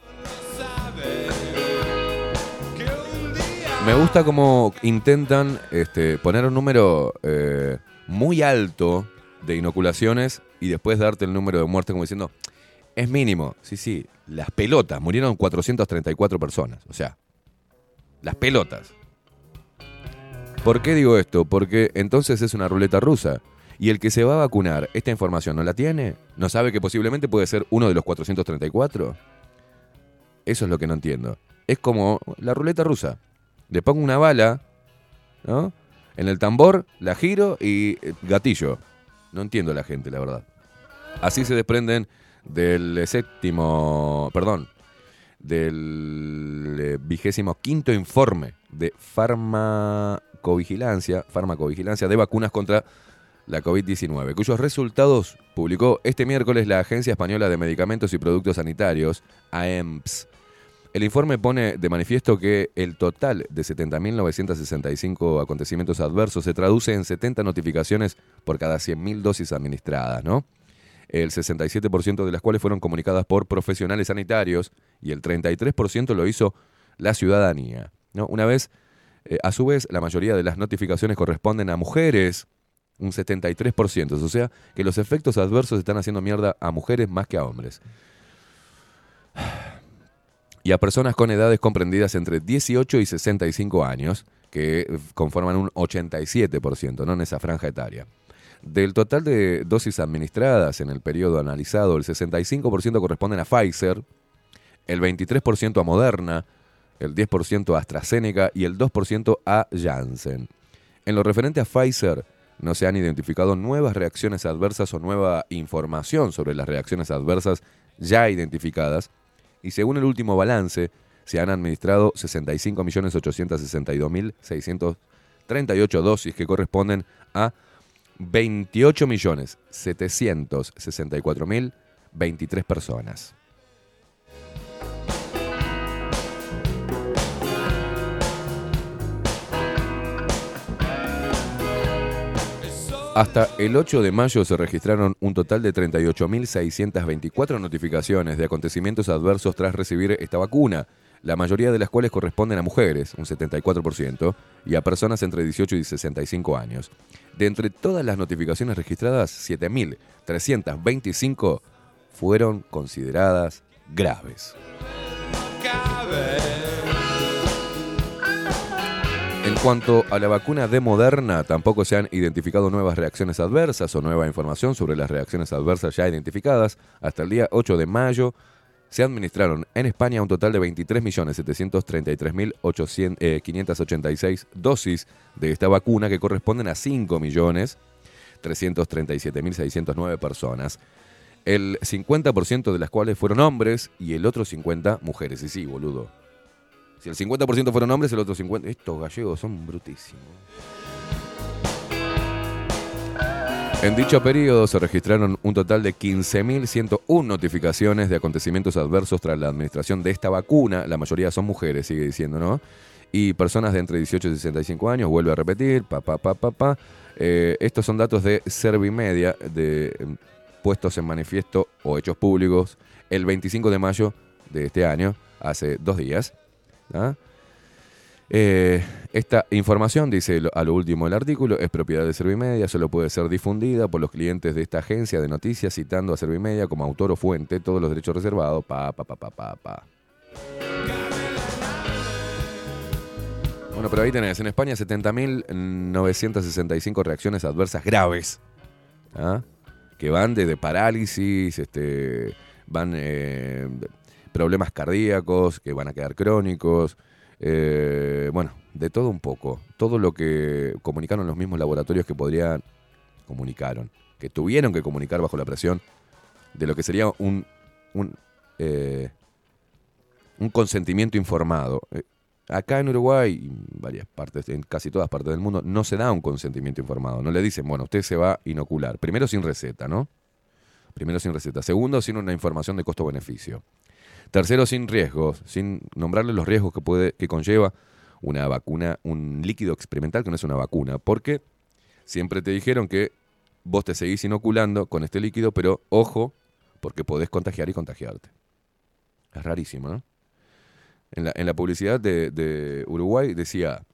Me gusta cómo intentan poner un número muy alto de inoculaciones y después darte el número de muertes como diciendo, es mínimo. Sí, las pelotas, murieron 434 personas. O sea, las pelotas. ¿Por qué digo esto? Porque entonces es una ruleta rusa. Y el que se va a vacunar, ¿esta información no la tiene? ¿No sabe que posiblemente puede ser uno de los 434? Eso es lo que no entiendo. Es como la ruleta rusa. Le pongo una bala, ¿no? En el tambor, la giro y gatillo. No entiendo a la gente, la verdad. Así se desprenden del 25º informe de farmacovigilancia de vacunas contra la COVID-19, cuyos resultados publicó este miércoles la Agencia Española de Medicamentos y Productos Sanitarios, AEMPS. El informe pone de manifiesto que el total de 70.965 acontecimientos adversos se traduce en 70 notificaciones por cada 100.000 dosis administradas, ¿no? El 67% de las cuales fueron comunicadas por profesionales sanitarios y el 33% lo hizo la ciudadanía, ¿no? A su vez, la mayoría de las notificaciones corresponden a mujeres, un 73%, o sea que los efectos adversos están haciendo mierda a mujeres más que a hombres. Y a personas con edades comprendidas entre 18 y 65 años, que conforman un 87%, ¿no? En esa franja etaria. Del total de dosis administradas en el periodo analizado, el 65% corresponden a Pfizer, el 23% a Moderna, el 10% a AstraZeneca y el 2% a Janssen. En lo referente a Pfizer, no se han identificado nuevas reacciones adversas o nueva información sobre las reacciones adversas ya identificadas, y según el último balance, se han administrado 65.862.638 dosis que corresponden a 28.764.023 personas. Hasta el 8 de mayo se registraron un total de 38.624 notificaciones de acontecimientos adversos tras recibir esta vacuna, la mayoría de las cuales corresponden a mujeres, un 74%, y a personas entre 18 y 65 años. De entre todas las notificaciones registradas, 7.325 fueron consideradas graves. En cuanto a la vacuna de Moderna, tampoco se han identificado nuevas reacciones adversas o nueva información sobre las reacciones adversas ya identificadas. Hasta el día 8 de mayo se administraron en España un total de 23.733.586 dosis de esta vacuna, que corresponden a 5.337.609 personas. El 50% de las cuales fueron hombres y el otro 50% mujeres. Y sí, boludo. Si el 50% fueron hombres, el otro 50%... Estos gallegos son brutísimos. En dicho periodo se registraron un total de 15.101 notificaciones de acontecimientos adversos tras la administración de esta vacuna. La mayoría son mujeres, sigue diciendo, ¿no? Y personas de entre 18 y 65 años, vuelve a repetir, estos son datos de Servimedia, de puestos en manifiesto o hechos públicos el 25 de mayo de este año, hace 2 días. ¿Ah? Esta información, dice a lo último del artículo, es propiedad de Servimedia, solo puede ser difundida por los clientes de esta agencia de noticias, citando a Servimedia como autor o fuente, todos los derechos reservados. Bueno, pero ahí tenés, en España 70.965 reacciones adversas graves, ¿ah? Que van desde parálisis, van problemas cardíacos, que van a quedar crónicos, bueno, de todo un poco. Todo lo que comunicaron los mismos laboratorios que que tuvieron que comunicar bajo la presión de lo que sería un consentimiento informado. Acá en Uruguay, y en varias partes, en casi todas partes del mundo, no se da un consentimiento informado. No le dicen, bueno, usted se va a inocular. Primero, sin receta, ¿no? Segundo, sin una información de costo-beneficio. Tercero, sin riesgos, sin nombrarle los riesgos que conlleva una vacuna, un líquido experimental que no es una vacuna. Porque siempre te dijeron que vos te seguís inoculando con este líquido, pero ojo, porque podés contagiar y contagiarte. Es rarísimo, ¿no? En la publicidad de Uruguay decía,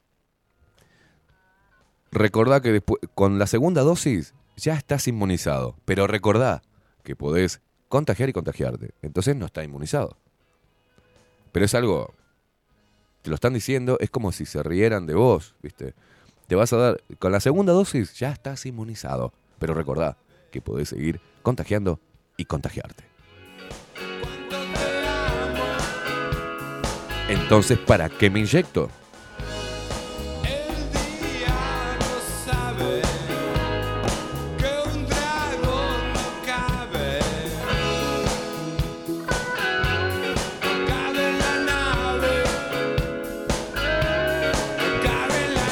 recordá que después, con la segunda dosis ya estás inmunizado, pero recordá que podés contagiar y contagiarte. Entonces no está inmunizado. Pero es algo, te lo están diciendo, es como si se rieran de vos, ¿viste? Te vas a dar, con la segunda dosis ya estás inmunizado, pero recordá que podés seguir contagiando y contagiarte. Entonces, ¿para qué me inyecto? El diablo sabe que un dragón no cabe. Cabe en la nave. Cabe en la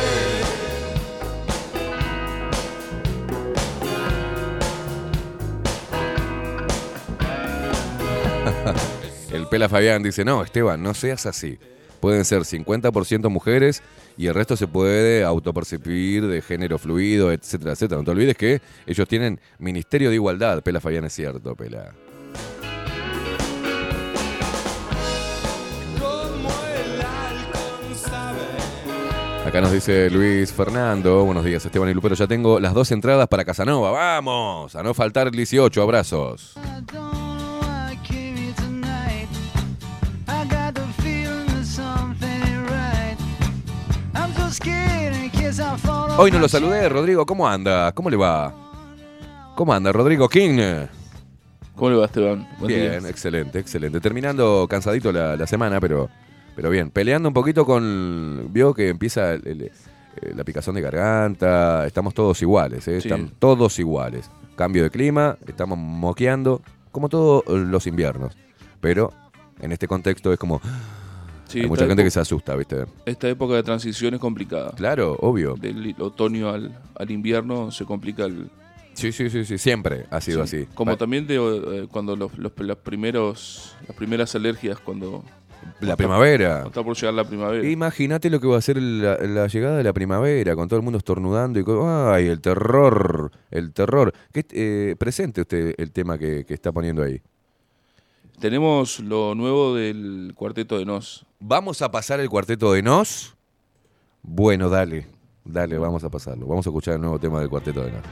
nave. El Pela Fabián dice, no, Esteban, no seas así. Pueden ser 50% mujeres y el resto se puede autopercibir de género fluido, etcétera, etcétera. No te olvides que ellos tienen Ministerio de Igualdad. Pela Fabián, es cierto, Pela. Como el halcón sabe. Acá nos dice Luis Fernando, buenos días Esteban y Lupero, ya tengo las 2 entradas para Casanova. ¡Vamos! A no faltar el 18, abrazos. Hoy no lo saludé, Rodrigo, ¿cómo anda? ¿Cómo le va? ¿Cómo anda, Rodrigo King? ¿Cómo le va, Esteban? Bien, día. Excelente. Terminando cansadito la semana, pero bien. Peleando un poquito con... Vio que empieza la picazón de garganta. Estamos todos iguales, ¿eh? Sí. Están todos iguales. Cambio de clima, estamos moqueando, como todos los inviernos. Pero en este contexto es como... Sí, hay mucha gente que se asusta, ¿viste? Esta época de transición es complicada. Claro, obvio. Del otoño al invierno se complica el... Sí, siempre ha sido así. Como también cuando las primeras alergias, cuando... La primavera. Está por llegar la primavera. Imagínate lo que va a ser la llegada de la primavera, con todo el mundo estornudando y ¡ay, el terror! Presente usted el tema que está poniendo ahí. Tenemos lo nuevo del Cuarteto de Nos. ¿Vamos a pasar el Cuarteto de Nos? Bueno, dale, vamos a pasarlo. Vamos a escuchar el nuevo tema del Cuarteto de Nos.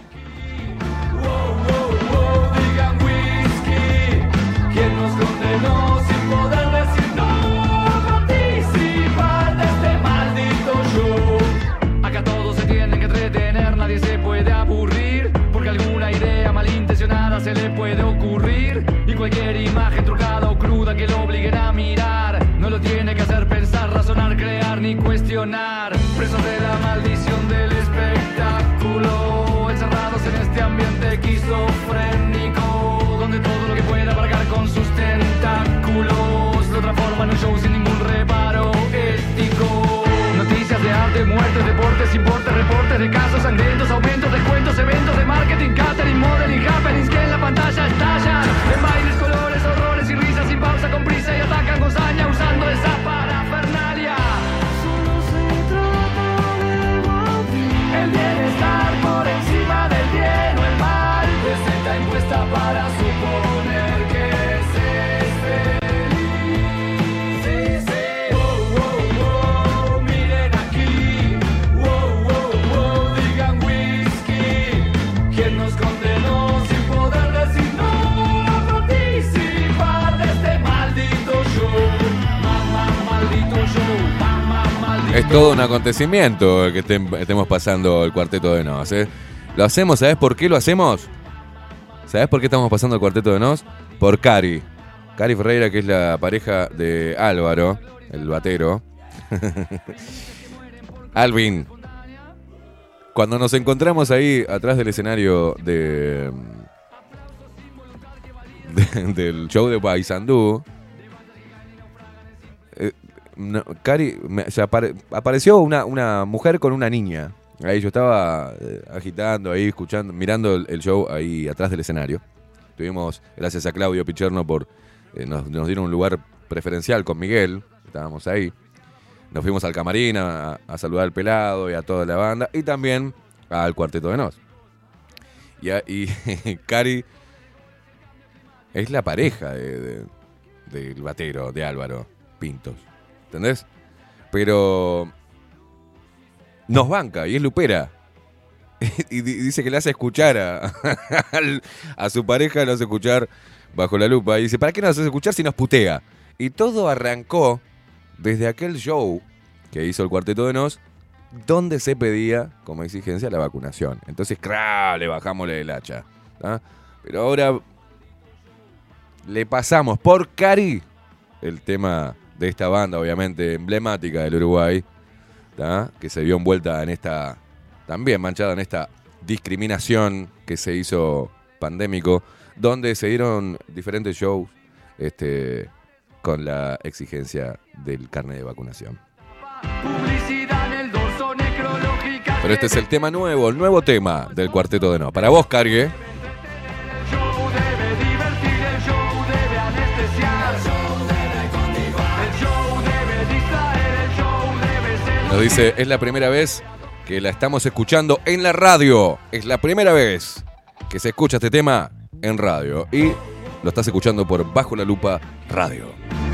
Digan whisky, ¿quién nos condenó sin poder decir no? Participar de este maldito show. Acá todos se tienen que entretener, nadie se puede aburrir, porque alguna idea malintencionada se le puede ocurrir. Y cualquier imagen trucada o cruda que lo obliguen a mirar, no lo tiene que hacer pensar, razonar, crear ni cuestionar. Presos de la maldición del espectáculo, encerrados en este ambiente esquizofrénico, donde todo lo que pueda abarcar con sus tentáculos lo transforma en un show sin ningún reparo ético. Noticias de arte, muertes, deportes, importes, reportes de casos sangrientos, aumentos, descuentos, eventos de marketing, catering, modeling, happenings que en la pantalla estallan en bailes, colores, horrores y risas sin pausa, con prisa y atacan con saña usando esa parafernalia. Solo se trata de el bienestar por encima del bien o el mal, receta impuesta para suponer que se todo un acontecimiento que estemos pasando el Cuarteto de Nos, ¿eh? Lo hacemos, ¿sabes por qué lo hacemos? ¿Sabes por qué estamos pasando el Cuarteto de Nos? Por Cari. Cari Ferreira, que es la pareja de Álvaro, el batero. Alvin. Cuando nos encontramos ahí atrás del escenario del show de Paysandú, Cari, apareció una mujer con una niña. Ahí yo estaba agitando, ahí escuchando, mirando el show ahí atrás del escenario. Tuvimos, gracias a Claudio Picherno, nos dieron un lugar preferencial con Miguel. Estábamos ahí. Nos fuimos al camarín a saludar al pelado y a toda la banda. Y también al Cuarteto de Nos. Y Cari es la pareja del batero, de Álvaro Pintos. ¿Entendés? Pero nos banca y es lupera. Y dice que le hace escuchar a su pareja, le hace escuchar Bajo la Lupa. Y dice, ¿para qué nos hace escuchar si nos putea? Y todo arrancó desde aquel show que hizo el Cuarteto de Nos, donde se pedía como exigencia la vacunación. Entonces, le bajamos el hacha. ¿Ah? Pero ahora le pasamos por Cari el tema de esta banda, obviamente emblemática del Uruguay, ¿tá? Que se vio envuelta en esta, también manchada en esta discriminación que se hizo pandémico, donde se dieron diferentes shows con la exigencia del carnet de vacunación. Pero este es el tema nuevo, el nuevo tema del Cuarteto de Nos. Para vos, Cari, ¿eh? Nos dice, es la primera vez que la estamos escuchando en la radio. Es la primera vez que se escucha este tema en radio. Y lo estás escuchando por Bajo la Lupa Radio.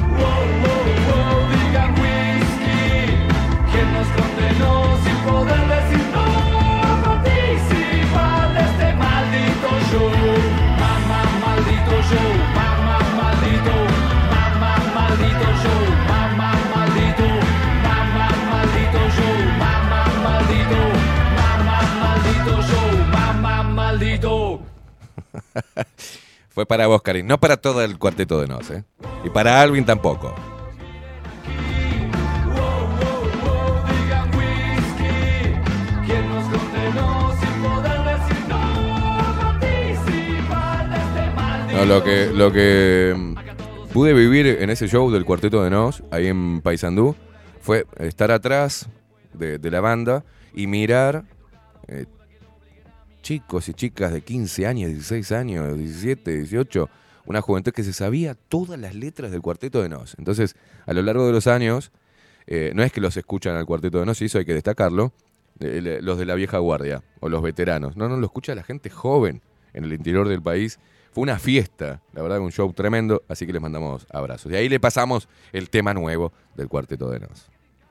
Digan whisky, quien nos condenó sin poder decir no, participar de este maldito show. Mamá, maldito show, mamá, maldito, mamá, maldito show, mamá, maldito, mamá, maldito show, mamá, maldito, mamá, maldito show, mamá, maldito. Fue para vos, Karin, no para todo el Cuarteto de Nos, ¿eh? Y para Alvin tampoco. No, lo que pude vivir en ese show del Cuarteto de Nos, ahí en Paysandú, fue estar atrás de la banda y mirar chicos y chicas de 15 años, 16 años, 17, 18, una juventud que se sabía todas las letras del Cuarteto de Nos. Entonces, a lo largo de los años, no es que los escuchan al Cuarteto de Nos, y eso hay que destacarlo, los de la vieja guardia o los veteranos. No, lo escucha la gente joven en el interior del país. Fue una fiesta, la verdad, un show tremendo, así que les mandamos abrazos. Y ahí le pasamos el tema nuevo del Cuarteto de Nos.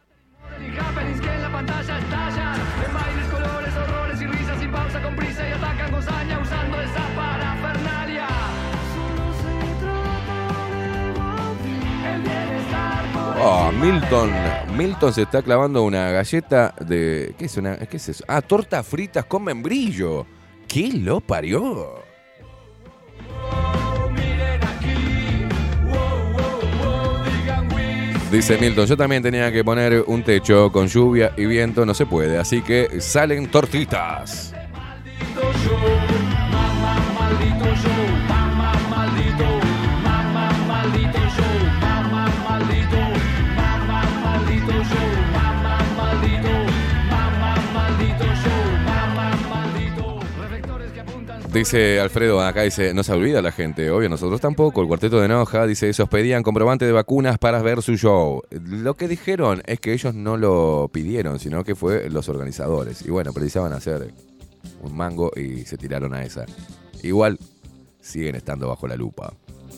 Oh, Milton se está clavando una galleta de... ¿Qué es eso? Ah, tortas fritas con membrillo. ¿Qué lo parió? Dice Milton, yo también tenía que poner un techo con lluvia y viento, no se puede, así que salen tortitas. Dice Alfredo, acá dice, no se olvida la gente, obvio, nosotros tampoco, el Cuarteto de Noja, dice, esos pedían comprobante de vacunas para ver su show. Lo que dijeron es que ellos no lo pidieron, sino que fue los organizadores. Y bueno, precisaban hacer un mango y se tiraron a esa. Igual, siguen estando bajo la lupa.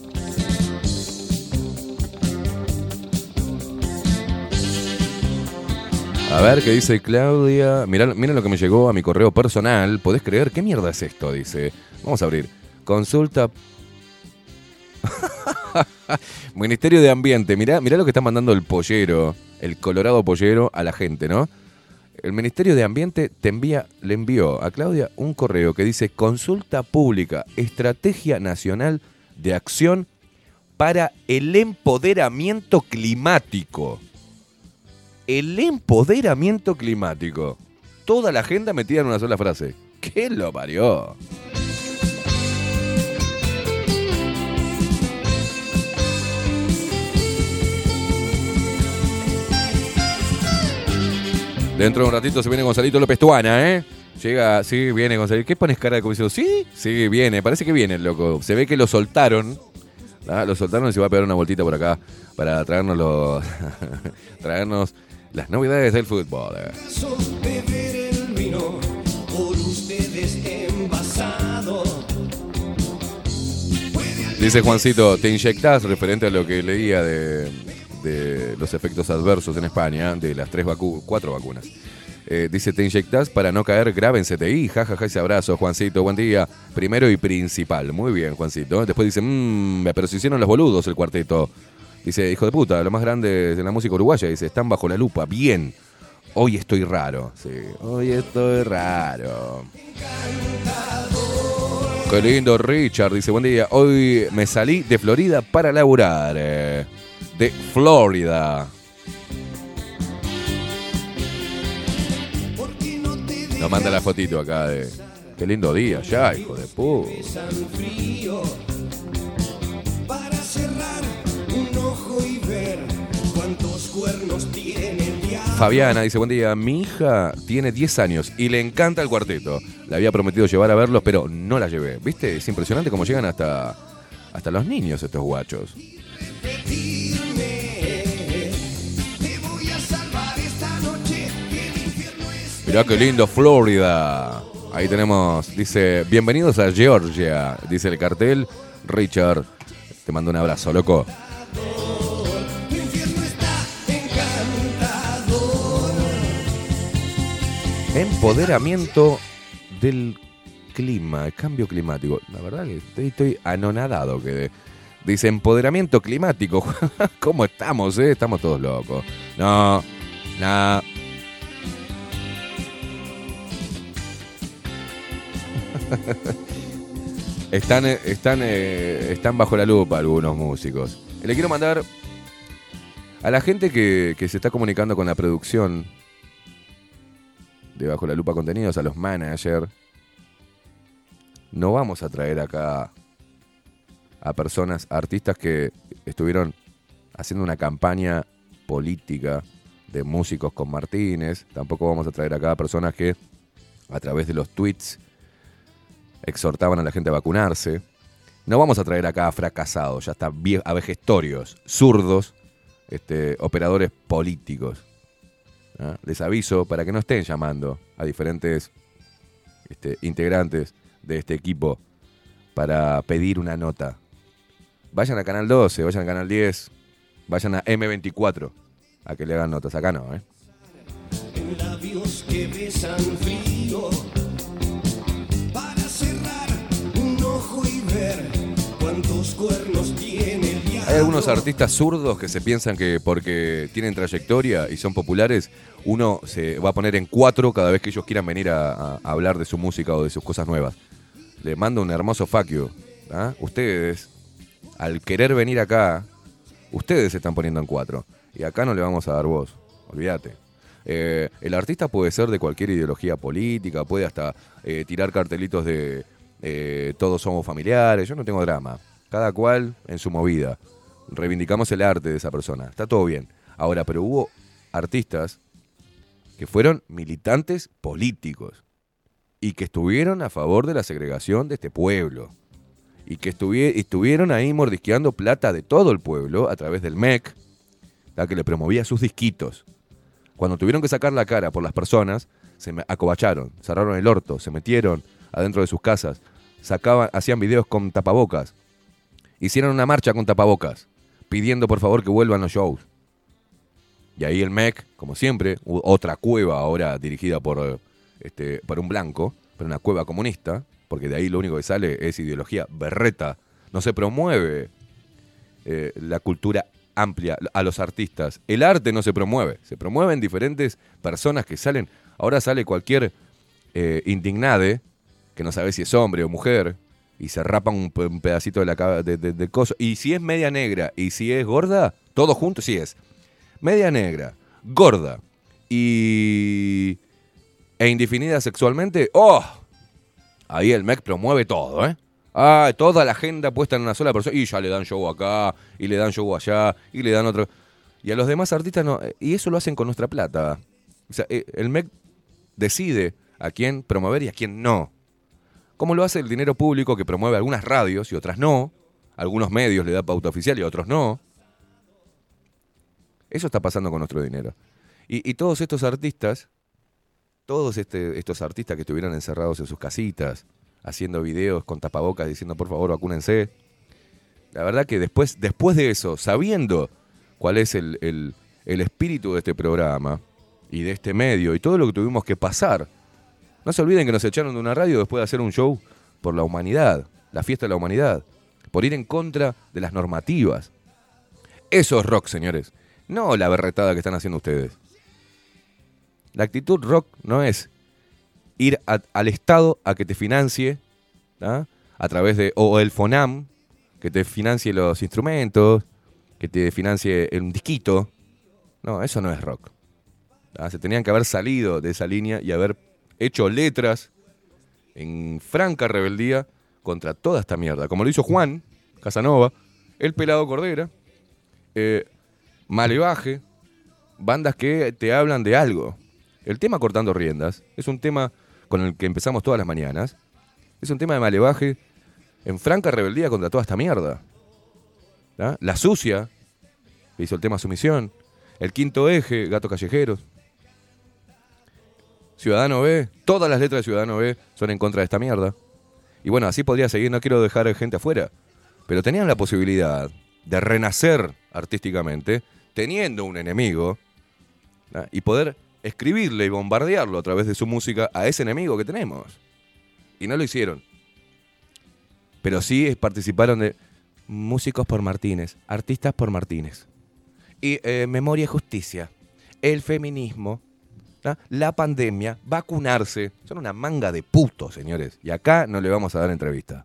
A ver, ¿qué dice Claudia? Mirá lo que me llegó a mi correo personal. ¿Podés creer? ¿Qué mierda es esto? Dice. Vamos a abrir. Consulta. Ministerio de Ambiente. Mirá lo que está mandando el pollero, el colorado pollero a la gente, ¿no? El Ministerio de Ambiente le envió a Claudia un correo que dice: consulta pública, Estrategia Nacional de Acción para el Empoderamiento Climático. El empoderamiento climático. Toda la agenda metida en una sola frase. ¿Qué lo parió? Dentro de un ratito se viene Gonzalito López Tuana, ¿eh? Llega, sí, viene Gonzalito. ¿Qué pones cara de como diciendo? Sí, sí, viene. Parece que viene el loco. Se ve que lo soltaron. ¿Ah? Lo soltaron y se va a pegar una vueltita por acá para traernos traernos las novedades del fútbol. Beber el vino por ustedes envasado. Dice Juancito, te inyectás, referente a lo que leía de los efectos adversos en España, de las 4 vacunas. Dice, te inyectás para no caer grave en CTI. Jajaja, ese abrazo, Juancito. Buen día. Primero y principal. Muy bien, Juancito. Después dice, pero se hicieron los boludos el cuarteto. Dice, hijo de puta, lo más grande de la música uruguaya. Dice, están bajo la lupa. Bien. Hoy estoy raro. Sí, hoy estoy raro. Qué lindo, Richard. Dice, buen día. Hoy me salí de Florida para laburar. De Florida. Nos manda la fotito acá de... Qué lindo día ya, hijo de puta. Para cerrar un ojo y ver cuántos cuernos tiene el diablo. Fabiana dice, buen día, mi hija tiene 10 años y le encanta el cuarteto. Le había prometido llevar a verlos, pero no la llevé. ¿Viste? Es impresionante cómo llegan hasta los niños estos guachos. Mirá qué lindo Florida. Ahí tenemos, dice, bienvenidos a Georgia, dice el cartel. Richard, te mando un abrazo, loco. Empoderamiento del clima, el cambio climático. La verdad que estoy anonadado. Dice empoderamiento climático. ¿Cómo estamos, Estamos todos locos. No. Están bajo la lupa algunos músicos. Le quiero mandar a la gente que se está comunicando con la producción de Bajo la Lupa Contenidos, a los managers. No vamos a traer acá a personas, artistas que estuvieron haciendo una campaña política de músicos con Martínez. Tampoco vamos a traer acá a personas que a través de los tweets exhortaban a la gente a vacunarse. No vamos a traer acá a fracasados, ya está, a vejestorios, zurdos, operadores políticos. ¿Ah? Les aviso para que no estén llamando a diferentes integrantes de este equipo para pedir una nota. Vayan a Canal 12, vayan a Canal 10, vayan a M24 a que le hagan notas. Acá no, En labios que besan frío. Cuernos tiene el diablo. Hay algunos artistas zurdos que se piensan que porque tienen trayectoria y son populares, uno se va a poner en 4 cada vez que ellos quieran venir a hablar de su música o de sus cosas nuevas. Le mando un hermoso fuck you. ¿Ah? Ustedes, al querer venir acá, ustedes se están poniendo en 4. Y acá no le vamos a dar voz. Olvídate. El artista puede ser de cualquier ideología política, puede hasta tirar cartelitos de todos somos familiares. Yo no tengo drama. Cada cual en su movida. Reivindicamos el arte de esa persona. Está todo bien. Ahora, pero hubo artistas que fueron militantes políticos y que estuvieron a favor de la segregación de este pueblo y que estuvieron ahí mordisqueando plata de todo el pueblo a través del MEC, la que le promovía sus disquitos. Cuando tuvieron que sacar la cara por las personas, se acobacharon, cerraron el orto, se metieron adentro de sus casas, hacían videos con tapabocas. Hicieron una marcha con tapabocas, pidiendo por favor que vuelvan los shows. Y ahí el MEC, como siempre, otra cueva ahora dirigida por un blanco, pero una cueva comunista, porque de ahí lo único que sale es ideología berreta. No se promueve la cultura amplia, a los artistas. El arte no se promueve, se promueven diferentes personas que salen. Ahora sale cualquier indignade, que no sabe si es hombre o mujer, y se rapan un pedacito de coso. Y si es media negra y si es gorda, todo junto, sí es. Media negra, gorda e indefinida sexualmente, ¡oh! Ahí el MEC promueve todo, ¿eh? Toda la agenda puesta en una sola persona. Y ya le dan show acá, y le dan show allá, y le dan otro. Y a los demás artistas no. Y eso lo hacen con nuestra plata. O sea, el MEC decide a quién promover y a quién no. Como lo hace el dinero público que promueve algunas radios y otras no. Algunos medios le da pauta oficial y otros no. Eso está pasando con nuestro dinero. Y todos estos artistas, estos artistas que estuvieron encerrados en sus casitas, haciendo videos con tapabocas diciendo por favor vacúnense. La verdad que después de eso, sabiendo cuál es el espíritu de este programa y de este medio y todo lo que tuvimos que pasar, no se olviden que nos echaron de una radio después de hacer un show por la humanidad, la fiesta de la humanidad, por ir en contra de las normativas. Eso es rock, señores, no la berretada que están haciendo ustedes. La actitud rock no es ir al Estado a que te financie, ¿tá? A través de, o el FONAM, que te financie los instrumentos, que te financie un disquito. No, eso no es rock. ¿Tá? Se tenían que haber salido de esa línea y haber hecho letras en franca rebeldía contra toda esta mierda. Como lo hizo Juan Casanova, El Pelado Cordera, Malevaje, bandas que te hablan de algo. El tema Cortando Riendas es un tema con el que empezamos todas las mañanas. Es un tema de Malevaje en franca rebeldía contra toda esta mierda. ¿Tá? La Sucia, que hizo el tema Sumisión. El Quinto Eje, Gatos Callejeros. Ciudadano B, todas las letras de Ciudadano B son en contra de esta mierda. Y bueno, así podría seguir, no quiero dejar gente afuera. Pero tenían la posibilidad de renacer artísticamente, teniendo un enemigo, ¿tá? Y poder escribirle y bombardearlo a través de su música a ese enemigo que tenemos. Y no lo hicieron. Pero sí participaron de Músicos por Martínez, Artistas por Martínez. Y Memoria y Justicia, el feminismo, ¿tá? La pandemia, vacunarse. Son una manga de putos, señores. Y acá no le vamos a dar entrevista.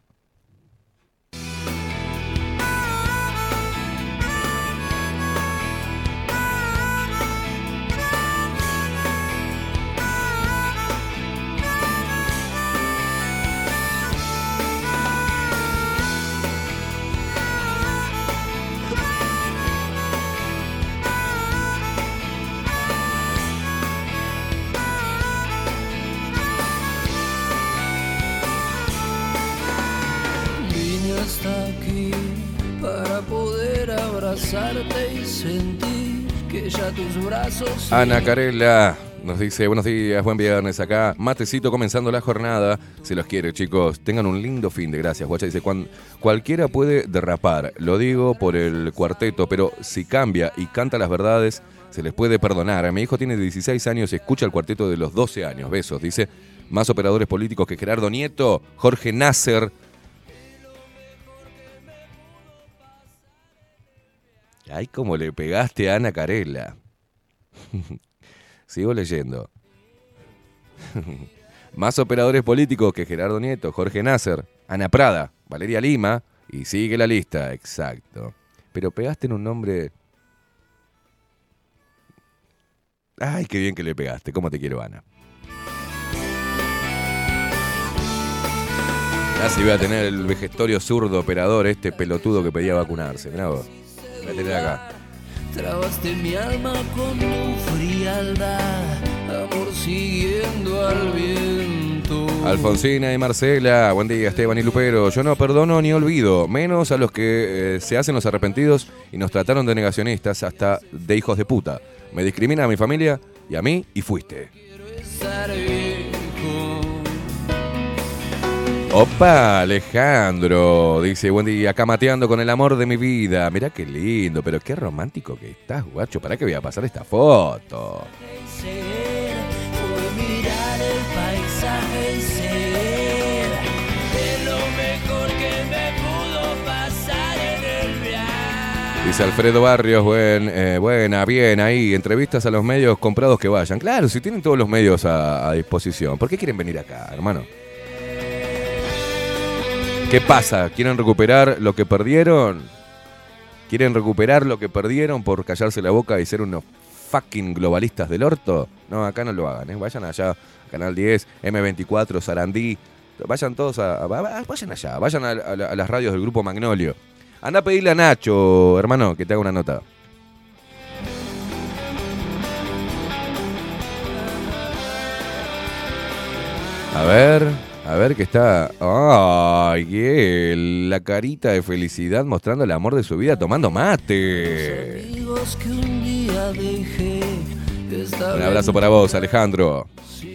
Y sentir que ya tus brazos... Ana Carela nos dice, buenos días, buen viernes acá. Matecito comenzando la jornada. Se los quiere, chicos. Tengan un lindo fin de gracias. Guacha dice, cualquiera puede derrapar. Lo digo por el cuarteto, pero si cambia y canta las verdades, se les puede perdonar. Mi hijo tiene 16 años y escucha el cuarteto de los 12 años. Besos. Dice, más operadores políticos que Gerardo Nieto, Jorge Nasser. Ay, cómo le pegaste a Ana Carela. Sigo leyendo. Más operadores políticos que Gerardo Nieto, Jorge Nasser, Ana Prada, Valeria Lima, y sigue la lista, exacto. Pero pegaste en un nombre... Ay, qué bien que le pegaste, cómo te quiero, Ana. Así voy a tener el vejestorio zurdo operador, este pelotudo que pedía vacunarse, mirá vos. Voy a tener acá. Trabaste mi alma con tu frialdad, amor siguiendo al viento. Alfonsina y Marcela, buen día Esteban y Lupero. Yo no perdono ni olvido, menos a los que se hacen los arrepentidos y nos trataron de negacionistas, hasta de hijos de puta. Me discrimina a mi familia y a mí y fuiste. Opa, Alejandro, dice, buen día, acá mateando con el amor de mi vida. Mirá qué lindo, pero qué romántico que estás, guacho. ¿Para qué voy a pasar esta foto? Fue mirar el paisaje y ser de lo mejor que me pudo pasar en el viaje. Dice Alfredo Barrios, buena, bien, ahí, entrevistas a los medios comprados que vayan. Claro, si tienen todos los medios a disposición, ¿por qué quieren venir acá, hermano? ¿Qué pasa? ¿Quieren recuperar lo que perdieron? ¿Quieren recuperar lo que perdieron por callarse la boca y ser unos fucking globalistas del orto? No, acá no lo hagan, ¿eh? Vayan allá, Canal 10, M24, Sarandí, vayan todos vayan allá, vayan a las radios del Grupo Magnolio. Anda a pedirle a Nacho, hermano, que te haga una nota. A ver que está. ¡Ay, qué! La carita de felicidad mostrando el amor de su vida tomando mate. Un abrazo para vos, Alejandro.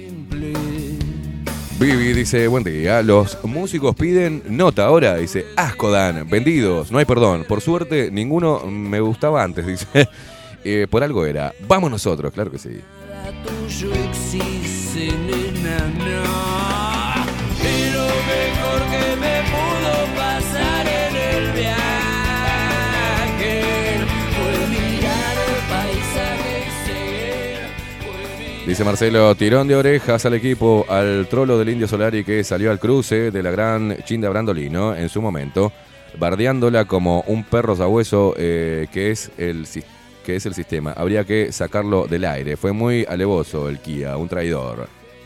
Vivi dice, buen día, los músicos piden nota ahora, dice, asco dan, vendidos, no hay perdón, por suerte ninguno me gustaba antes, dice, por algo era, vamos nosotros, claro que sí. Pero mejor que me pudo pasar en el viaje fue mirar el paisaje y seguir. Dice Marcelo, tirón de orejas al equipo, al trolo del Indio Solari que salió al cruce de la gran Chinda Brandolino en su momento, bardeándola como un perro sabueso que es el sistema. Habría que sacarlo del aire. Fue muy alevoso el Kia, un traidor.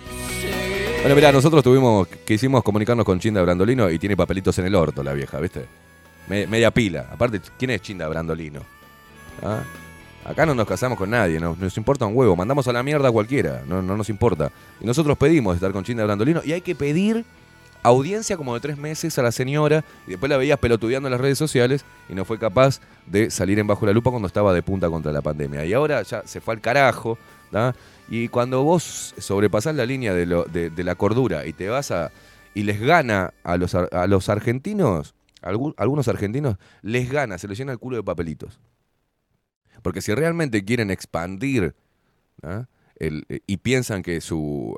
Bueno, mirá, nosotros quisimos comunicarnos con Chinda Brandolino y tiene papelitos en el orto la vieja, ¿viste? Media pila. Aparte, ¿quién es Chinda Brandolino? ¿Ah? Acá no nos casamos con nadie, nos importa un huevo. Mandamos a la mierda a cualquiera, no nos importa. Y nosotros pedimos estar con Chinda Brandolino y hay que pedir audiencia como de 3 meses a la señora y después la veías pelotudeando en las redes sociales y no fue capaz de salir en Bajo la Lupa cuando estaba de punta contra la pandemia. Y ahora ya se fue al carajo, ¿tá? Y cuando vos sobrepasás la línea de la cordura y te vas y les gana a los argentinos, algunos argentinos les gana, se les llena el culo de papelitos. Porque si realmente quieren expandir, ¿ah? Y piensan que su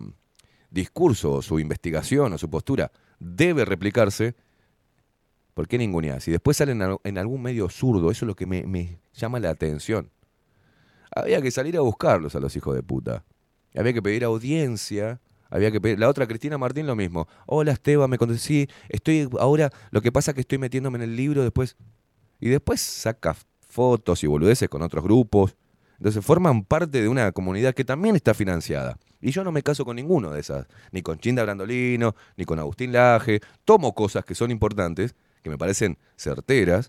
discurso, su investigación o su postura debe replicarse, ¿por qué ninguneás? Si después salen en algún medio zurdo, eso es lo que me llama la atención. Había que salir a buscarlos a los hijos de puta. Había que pedir audiencia. La otra Cristina Martín lo mismo. Hola Esteban, me contestó, sí, estoy ahora, lo que pasa es que estoy metiéndome en el libro después. Y después saca fotos y boludeces con otros grupos. Entonces forman parte de una comunidad que también está financiada. Y yo no me caso con ninguno de esas. Ni con Chinda Brandolino, ni con Agustín Laje. Tomo cosas que son importantes, que me parecen certeras,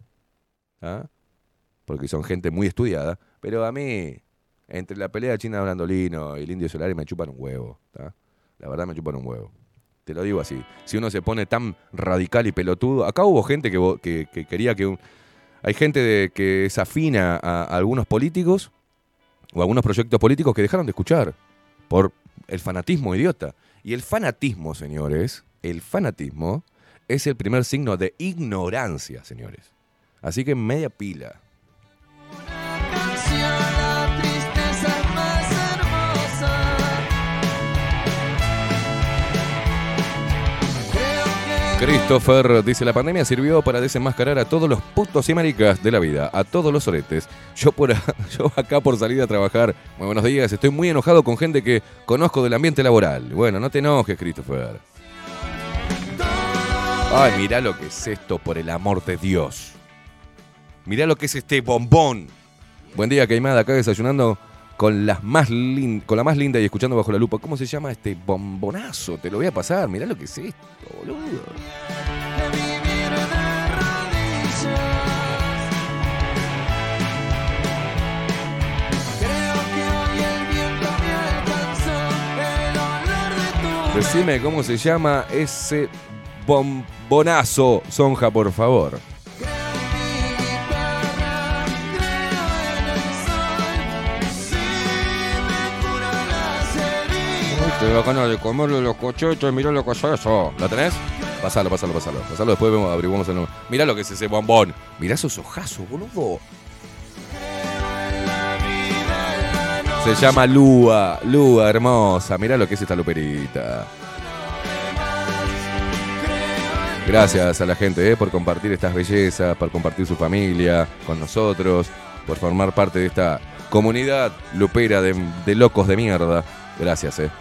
¿ah? Porque son gente muy estudiada. Pero a mí, entre la pelea de Chinda Brandolino y el Indio Solari, me chupan un huevo, ¿tá? La verdad me chupan un huevo. Te lo digo así. Si uno se pone tan radical y pelotudo... Acá hubo gente que quería que... Hay gente que es afina a algunos políticos o a algunos proyectos políticos que dejaron de escuchar por el fanatismo idiota. Y el fanatismo, señores, el fanatismo es el primer signo de ignorancia, señores. Así que media pila. Christopher dice, la pandemia sirvió para desenmascarar a todos los putos y maricas de la vida, a todos los oretes. Yo acá por salir a trabajar, muy buenos días, estoy muy enojado con gente que conozco del ambiente laboral. Bueno, no te enojes, Christopher. Ay, mirá lo que es esto, por el amor de Dios. Mirá lo que es este bombón. Buen día, Caimada, acá desayunando con la más linda y escuchando Bajo la Lupa. ¿Cómo se llama este bombonazo? Te lo voy a pasar. Mirá lo que es esto, boludo. Decime cómo se llama ese bombonazo, Sonja, por favor. Te da ganas de comerle los cochetes, mirá lo que es eso. ¿La tenés? Pasalo. Pasalo, después averiguamos el nombre. Mirá lo que es ese bombón. Mirá esos ojazos, boludo. Se llama Lua hermosa. Mirá lo que es esta luperita. Gracias a la gente por compartir estas bellezas, por compartir su familia con nosotros, por formar parte de esta comunidad lupera de locos de mierda. Gracias, El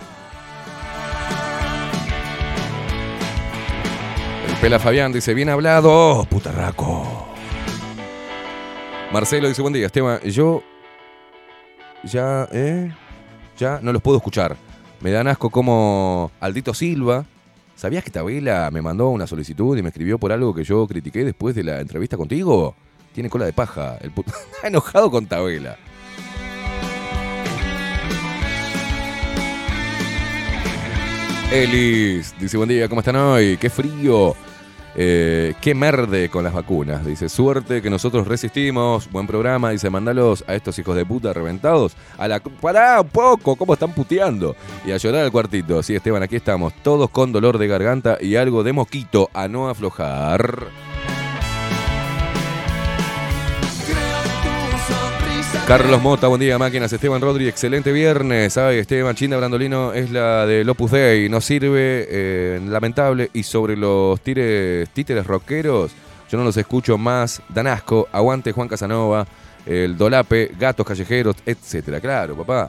Pela Fabián dice, bien hablado, putarraco. Marcelo dice, buen día, Esteban, yo ya no los puedo escuchar. Me dan asco como Aldito Silva. ¿Sabías que Tabela me mandó una solicitud y me escribió por algo que yo critiqué después de la entrevista contigo? Tiene cola de paja. El puto está enojado con Tabela. Elis dice, buen día, ¿cómo están hoy? ¡Qué frío! Qué merde con las vacunas. Dice, suerte que nosotros resistimos. Buen programa. Dice, mandalos a estos hijos de puta reventados. Pará un poco, ¿cómo están puteando? Y a llorar al cuartito. Sí, Esteban, aquí estamos. Todos con dolor de garganta y algo de mosquito a no aflojar. Carlos Mota, buen día, máquinas. Esteban Rodri, excelente viernes. Ay, Esteban, Chinda Brandolino es la del Opus Dei. No sirve, lamentable. Y sobre los títeres rockeros, yo no los escucho más. Dan asco, aguante Juan Casanova, el Dolape, Gatos Callejeros, etcétera. Claro, papá.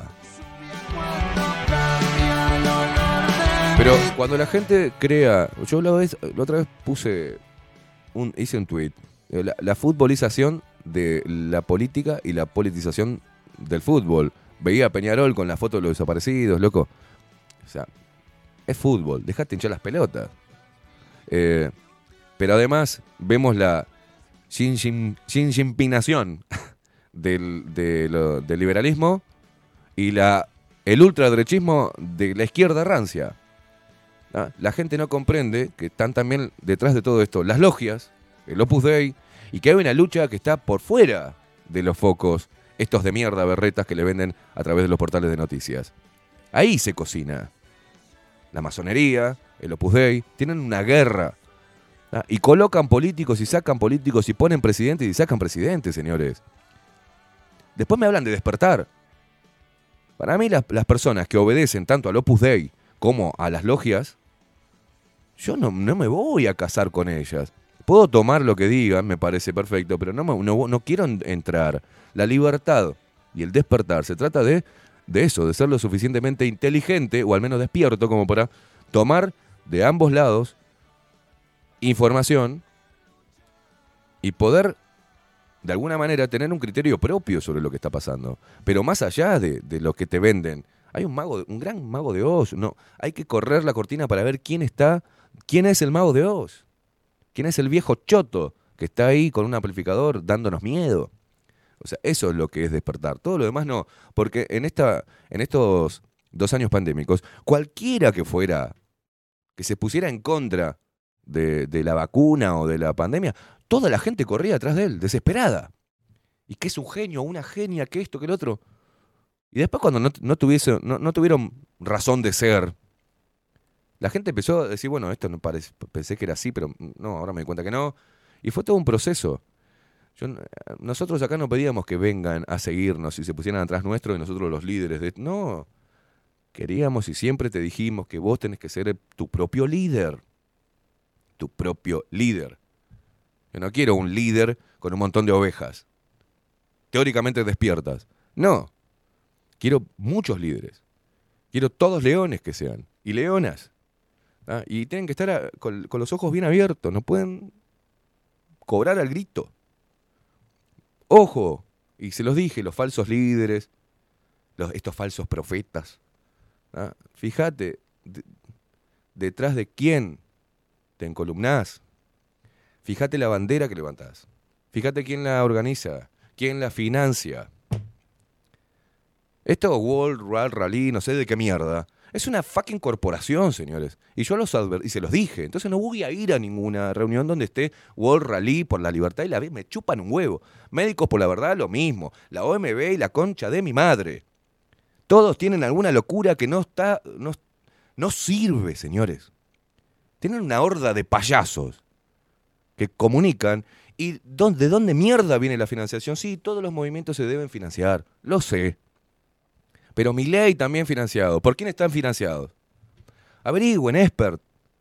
Pero cuando la gente crea... Yo la otra vez hice un tweet. La futbolización de la política y la politización del fútbol. Veía a Peñarol con la foto de los desaparecidos, loco. O sea, es fútbol, dejate hinchar las pelotas. Pero además vemos la Xinpinación del liberalismo y el ultraderechismo de la izquierda rancia. ¿Ah? La gente no comprende que están también detrás de todo esto las logias, el Opus Dei, y que hay una lucha que está por fuera de los focos, estos de mierda berretas que le venden a través de los portales de noticias. Ahí se cocina. La masonería, el Opus Dei, tienen una guerra. ¿Ah? Y colocan políticos y sacan políticos y ponen presidentes y sacan presidentes, señores. Después me hablan de despertar. Para mí las personas que obedecen tanto al Opus Dei como a las logias, yo no me voy a casar con ellas. Puedo tomar lo que digan, me parece perfecto, pero no quiero entrar. La libertad y el despertar se trata de eso, de ser lo suficientemente inteligente o al menos despierto como para tomar de ambos lados información y poder de alguna manera tener un criterio propio sobre lo que está pasando. Pero más allá de lo que te venden, hay un gran mago de Oz. No, hay que correr la cortina para ver quién es el mago de Oz. ¿Quién es el viejo choto que está ahí con un amplificador dándonos miedo? O sea, eso es lo que es despertar. Todo lo demás no. Porque en estos 2 años pandémicos, cualquiera que se pusiera en contra de la vacuna o de la pandemia, toda la gente corría atrás de él, desesperada. Y que es un genio, una genia, que esto, que el otro. Y después cuando no tuvieron razón de ser, la gente empezó a decir, bueno, esto no parece, pensé que era así, pero no, ahora me doy cuenta que no. Y fue todo un proceso. Nosotros acá no pedíamos que vengan a seguirnos y se pusieran atrás nuestro y nosotros los líderes. No, queríamos y siempre te dijimos que vos tenés que ser tu propio líder. Tu propio líder. Yo no quiero un líder con un montón de ovejas, teóricamente despiertas. No, quiero muchos líderes. Quiero todos leones que sean, y leonas. ¿Ah? Y tienen que estar con los ojos bien abiertos, no pueden cobrar al grito. Ojo, y se los dije, los falsos líderes, estos falsos profetas. ¿Ah? Fíjate detrás de quién te encolumnás. Fíjate la bandera que levantás. Fíjate quién la organiza, quién la financia. Esto World Rally, no sé de qué mierda. Es una fucking corporación, señores. Y yo y se los dije. Entonces no voy a ir a ninguna reunión donde esté World Rally por la libertad y la vida. Me chupan un huevo. Médicos por la verdad, lo mismo. La OMB y la concha de mi madre. Todos tienen alguna locura que no sirve, señores. Tienen una horda de payasos que comunican. ¿Y de dónde mierda viene la financiación? Sí, todos los movimientos se deben financiar. Lo sé. Pero Milei también financiado. ¿Por quién están financiados? Averigüen, expert.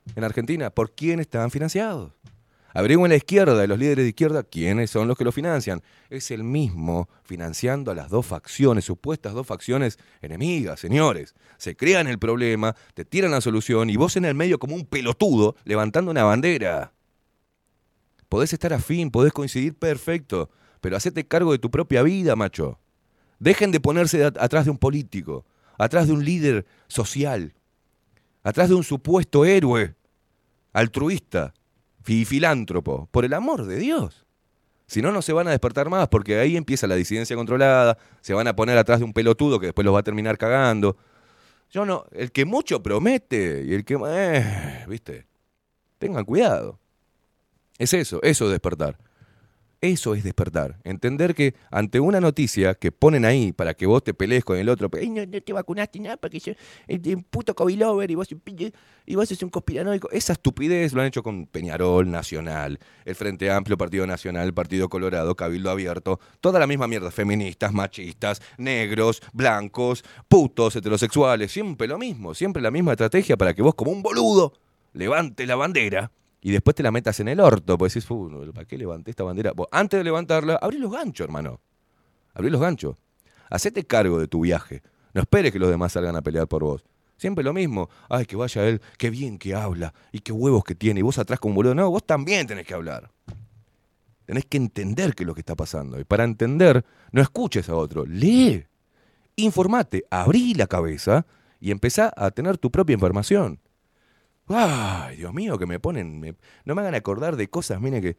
en Argentina? ¿Por quién están financiados? Averigüen la izquierda, de los líderes de izquierda, quiénes son los que lo financian. Es el mismo financiando a las dos facciones, supuestas dos facciones enemigas, señores. Se crean el problema, te tiran la solución y vos en el medio como un pelotudo levantando una bandera. Podés estar afín, podés coincidir, perfecto, pero hacete cargo de tu propia vida, macho. Dejen de ponerse atrás de un político, atrás de un líder social, atrás de un supuesto héroe, altruista, filántropo, por el amor de Dios. Si no, no se van a despertar más, porque ahí empieza la disidencia controlada, se van a poner atrás de un pelotudo que después los va a terminar cagando. Yo no, el que mucho promete y el que... ¿viste? Tengan cuidado. Es eso es despertar. Eso es despertar. Entender que ante una noticia que ponen ahí para que vos te pelees con el otro, no te vacunaste nada porque yo, un puto COVID lover y vos sos un conspiranoico. Esa estupidez lo han hecho con Peñarol, Nacional, el Frente Amplio, Partido Nacional, Partido Colorado, Cabildo Abierto, toda la misma mierda. Feministas, machistas, negros, blancos, putos, heterosexuales. Siempre lo mismo, siempre la misma estrategia para que vos como un boludo levantes la bandera y después te la metas en el orto, pues decís, ¿para qué levanté esta bandera? Vos, antes de levantarla, abrí los ganchos, hermano. Abrí los ganchos. Hacete cargo de tu viaje. No esperes que los demás salgan a pelear por vos. Siempre lo mismo. Ay, que vaya él, qué bien que habla, y qué huevos que tiene, y vos atrás como un boludo. No, vos también tenés que hablar. Tenés que entender qué es lo que está pasando. Y para entender, no escuches a otro. Lee. Informate. Abrí la cabeza y empezá a tener tu propia información. Ay, Dios mío, que me ponen... no me hagan acordar de cosas, miren que...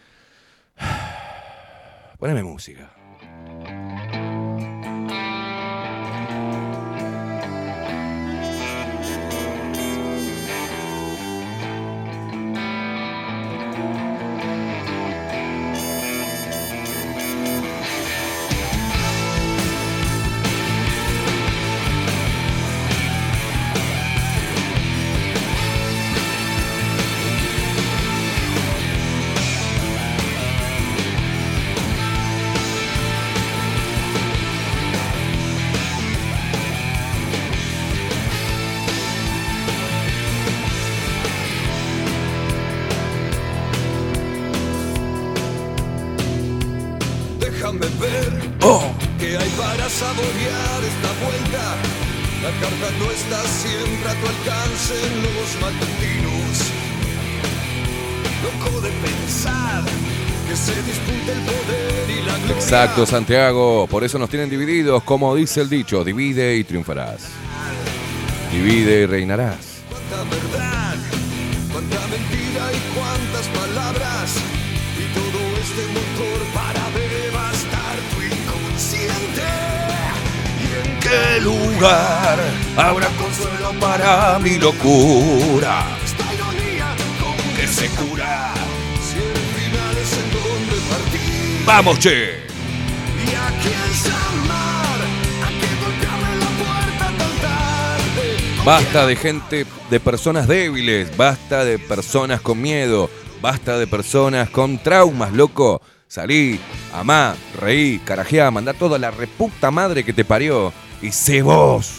Poneme música. Déjame ver qué hay para saborear esta vuelta. La carta no está siempre a tu alcance en los matutinos. Loco de pensar que se dispute el poder y la gloria. Exacto, Santiago. Por eso nos tienen divididos, como dice el dicho: divide y triunfarás. Divide y reinarás. Cuánta verdad, cuánta mentira y cuántas palabras. Y todo este motor para devastar tu inconsciente. ¿Y en qué lugar habrá consuelo para mi locura? Esta ironía con que se cura. Si el final es en donde partir. ¡Vamos, che! ¿Y a quién llamar? ¿A qué golpearle la puerta tan tarde? Basta de gente, de personas débiles. Basta de personas con miedo. Basta de personas con traumas, loco. Salí, amá, reí, carajeá, mandá toda la reputa madre que te parió. Y sé vos.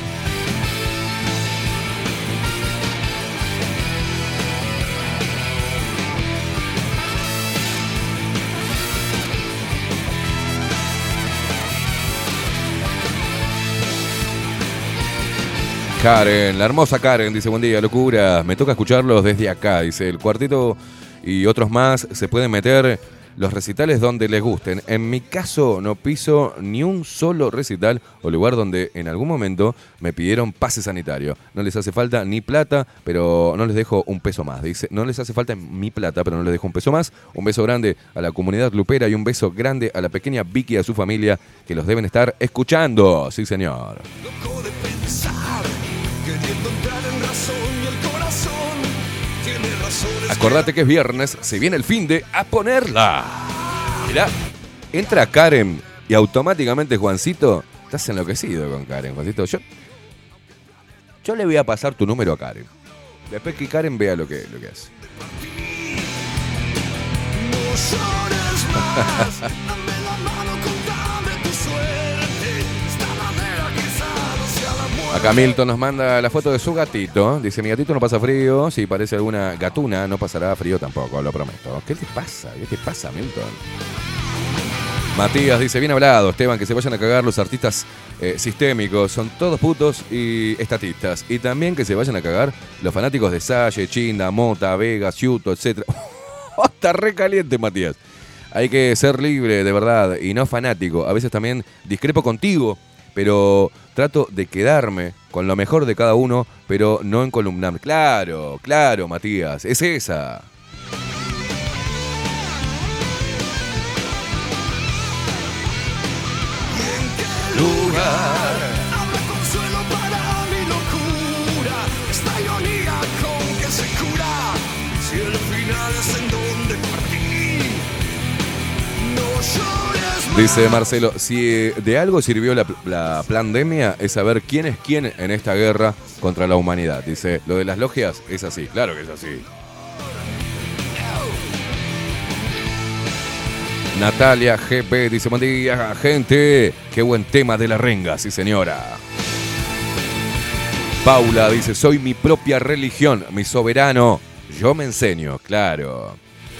Karen, la hermosa Karen, dice: buen día, locura. Me toca escucharlos desde acá, dice. El cuarteto y otros más se pueden meter los recitales donde les gusten. En mi caso no piso ni un solo recital o lugar donde en algún momento me pidieron pase sanitario. No les hace falta ni plata, pero no les dejo un peso más. Dice, no les hace falta mi plata, pero no les dejo un peso más. Un beso grande a la comunidad lupera y un beso grande a la pequeña Vicky y a su familia que los deben estar escuchando. Sí, señor. Loco de pensar, queriendo entrar en razón y el corazón tiene razones. Acordate que es viernes, se viene el fin de a ponerla. Mirá, entra Karen y automáticamente Juancito, estás enloquecido con Karen, Juancito. Yo le voy a pasar tu número a Karen. Después que Karen vea lo que hace. No llores más, dame la mano, contame tu suerte. Esta manera quizá no sea la muerte. Acá Milton nos manda la foto de su gatito. Dice, mi gatito no pasa frío. Si parece alguna gatuna, no pasará frío tampoco, lo prometo. ¿Qué te pasa? ¿Qué te pasa, Milton? Matías dice, bien hablado, Esteban, que se vayan a cagar los artistas sistémicos. Son todos putos y estatistas. Y también que se vayan a cagar los fanáticos de Salle, Chinda, Mota, Vega, Ciuto, etc. Está re caliente, Matías. Hay que ser libre, de verdad, y no fanático. A veces también discrepo contigo, pero trato de quedarme con lo mejor de cada uno, pero no encolumnarme. Claro, claro, Matías, es esa. Lugar, habla consuelo para mi locura. Esta ironía con que se cura. Si el final es en donde partí, no llores más. Dice Marcelo, si de algo sirvió la pandemia es saber quién es quién en esta guerra contra la humanidad. Dice, lo de las logias es así, claro que es así. Natalia GP dice, buen día, gente. Qué buen tema de la renga, sí señora. Paula dice, soy mi propia religión, mi soberano. Yo me enseño, claro.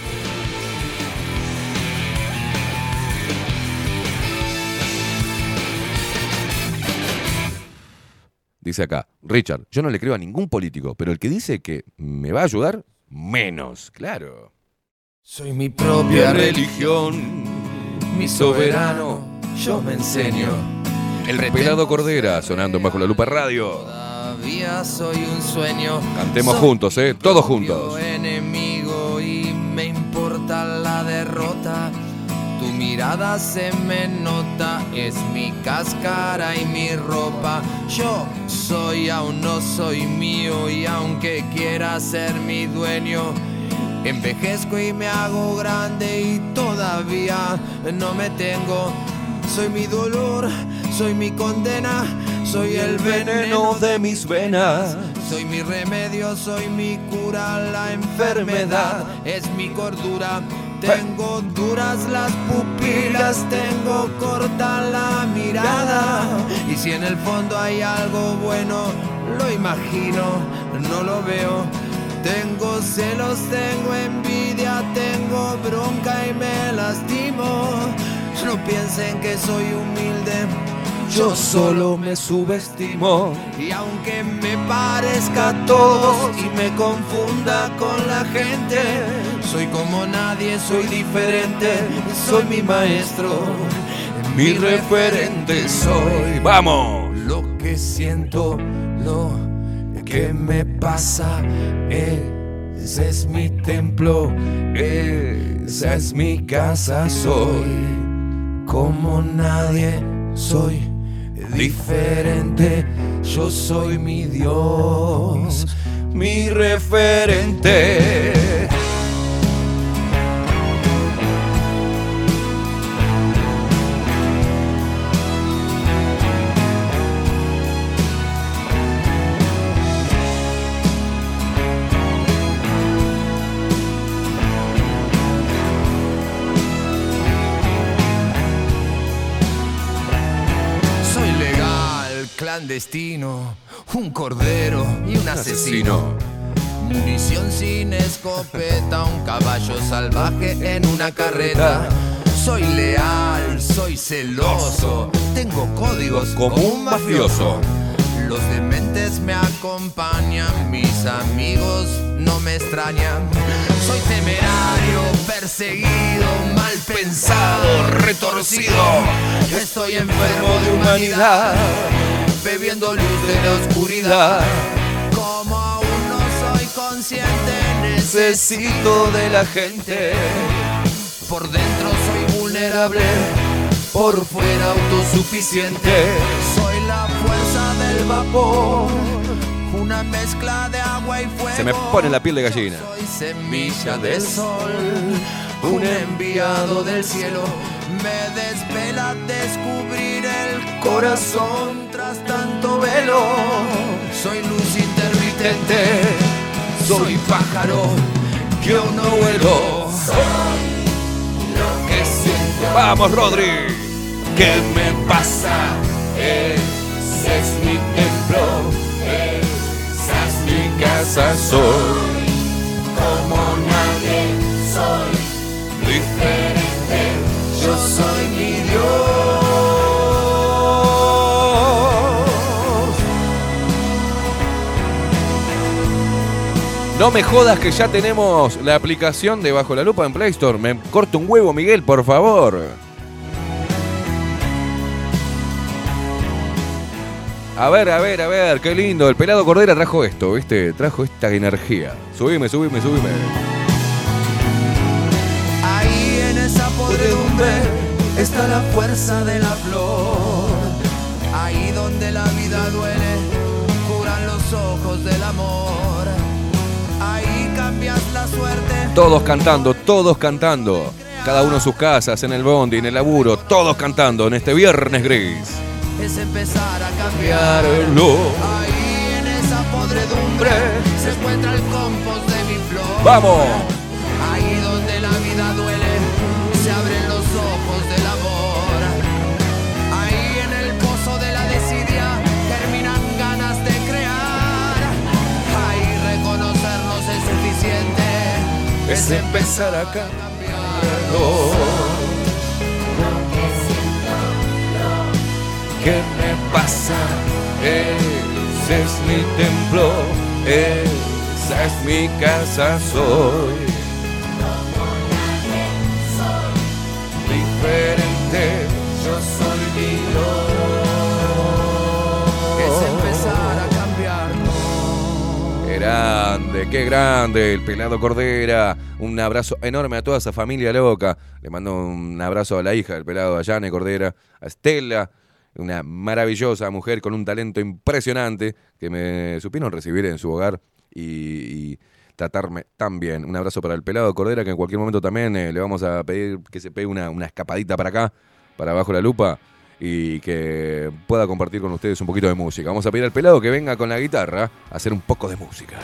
Dice acá, Richard, yo no le creo a ningún político, pero el que dice que me va a ayudar, menos, claro. Soy mi propia religión, mi soberano, yo me enseño. El Pelado Cordera, sonando en Bajo la Lupa Radio. Todavía soy un sueño. Cantemos juntos, todos juntos. Enemigo y me importa la derrota. Tu mirada se me nota, es mi cáscara y mi ropa. Yo soy, aún no soy mío y aunque quiera ser mi dueño, envejezco y me hago grande y todavía no me tengo. Soy mi dolor, soy mi condena, soy el veneno de mis venas. Soy mi remedio, soy mi cura, la enfermedad es mi cordura. Tengo duras las pupilas, tengo corta la mirada. Y si en el fondo hay algo bueno, lo imagino, no lo veo. Tengo celos, tengo envidia, tengo bronca y me lastimo. No piensen que soy humilde, yo solo me subestimo. Y aunque me parezca a todos y me confunda con la gente, soy como nadie, soy diferente, soy mi maestro, mi referente soy. ¡Vamos! Lo que siento, lo que me pasa, ese es mi templo, esa es mi casa, soy como nadie, soy diferente, yo soy mi Dios, mi referente. Clandestino, un cordero y un asesino. Munición sin escopeta, un caballo salvaje en una carreta. Soy leal, soy celoso, tengo códigos como un mafioso. Los dementes me acompañan, mis amigos no me extrañan. Soy temerario, perseguido, mal pensado, retorcido. Estoy enfermo de humanidad, bebiendo luz de la oscuridad. Como aún no soy consciente, necesito de la gente. Por dentro soy vulnerable, por fuera autosuficiente. Soy la fuerza del vapor, una mezcla de agua y fuego. Se me pone la piel de gallina. Soy semilla del sol, un enviado del cielo. Me desvela descubrir el corazón tras tanto velo. Soy luz intermitente, soy pájaro, yo no vuelo. Soy lo que siento. ¡Vamos, Rodri! ¿Qué me pasa? Es ese es mi templo, esa es mi casa, soy como nadie, soy diferente, yo soy mi Dios. No me jodas que ya tenemos la aplicación de Bajo la Lupa en Play Store. Me corto un huevo, Miguel, por favor. A ver, qué lindo. El pelado Cordera trajo esto, ¿viste? Trajo esta energía. Subime. Ahí en esa podredumbre está la fuerza de la flor. Ahí donde la vida duele, curan los ojos del amor. Ahí cambias la suerte. Todos cantando. Cada uno en sus casas, en el bondi, en el laburo. Todos cantando en este viernes gris. Es empezar a cambiarlo. Ahí en esa podredumbre se encuentra el compost de mi flor. ¡Vamos! Ahí donde la vida duele, se abren los ojos del amor. Ahí en el pozo de la desidia terminan ganas de crear. Ahí reconocernos es suficiente. Es empezar a cambiarlo. ¿Qué me pasa? Ese es mi templo, esa es mi casa, soy diferente, yo soy Dios. Es empezar a cambiarnos. Qué grande, el pelado Cordera. Un abrazo enorme a toda esa familia loca. Le mando un abrazo a la hija del pelado, a Yane Cordera, a Estela. Una maravillosa mujer con un talento impresionante que me supieron recibir en su hogar y tratarme tan bien. Un abrazo para el pelado Cordera, que en cualquier momento también le vamos a pedir que se pegue una escapadita para acá, para Bajo la Lupa, y que pueda compartir con ustedes un poquito de música. Vamos a pedir al pelado que venga con la guitarra a hacer un poco de música.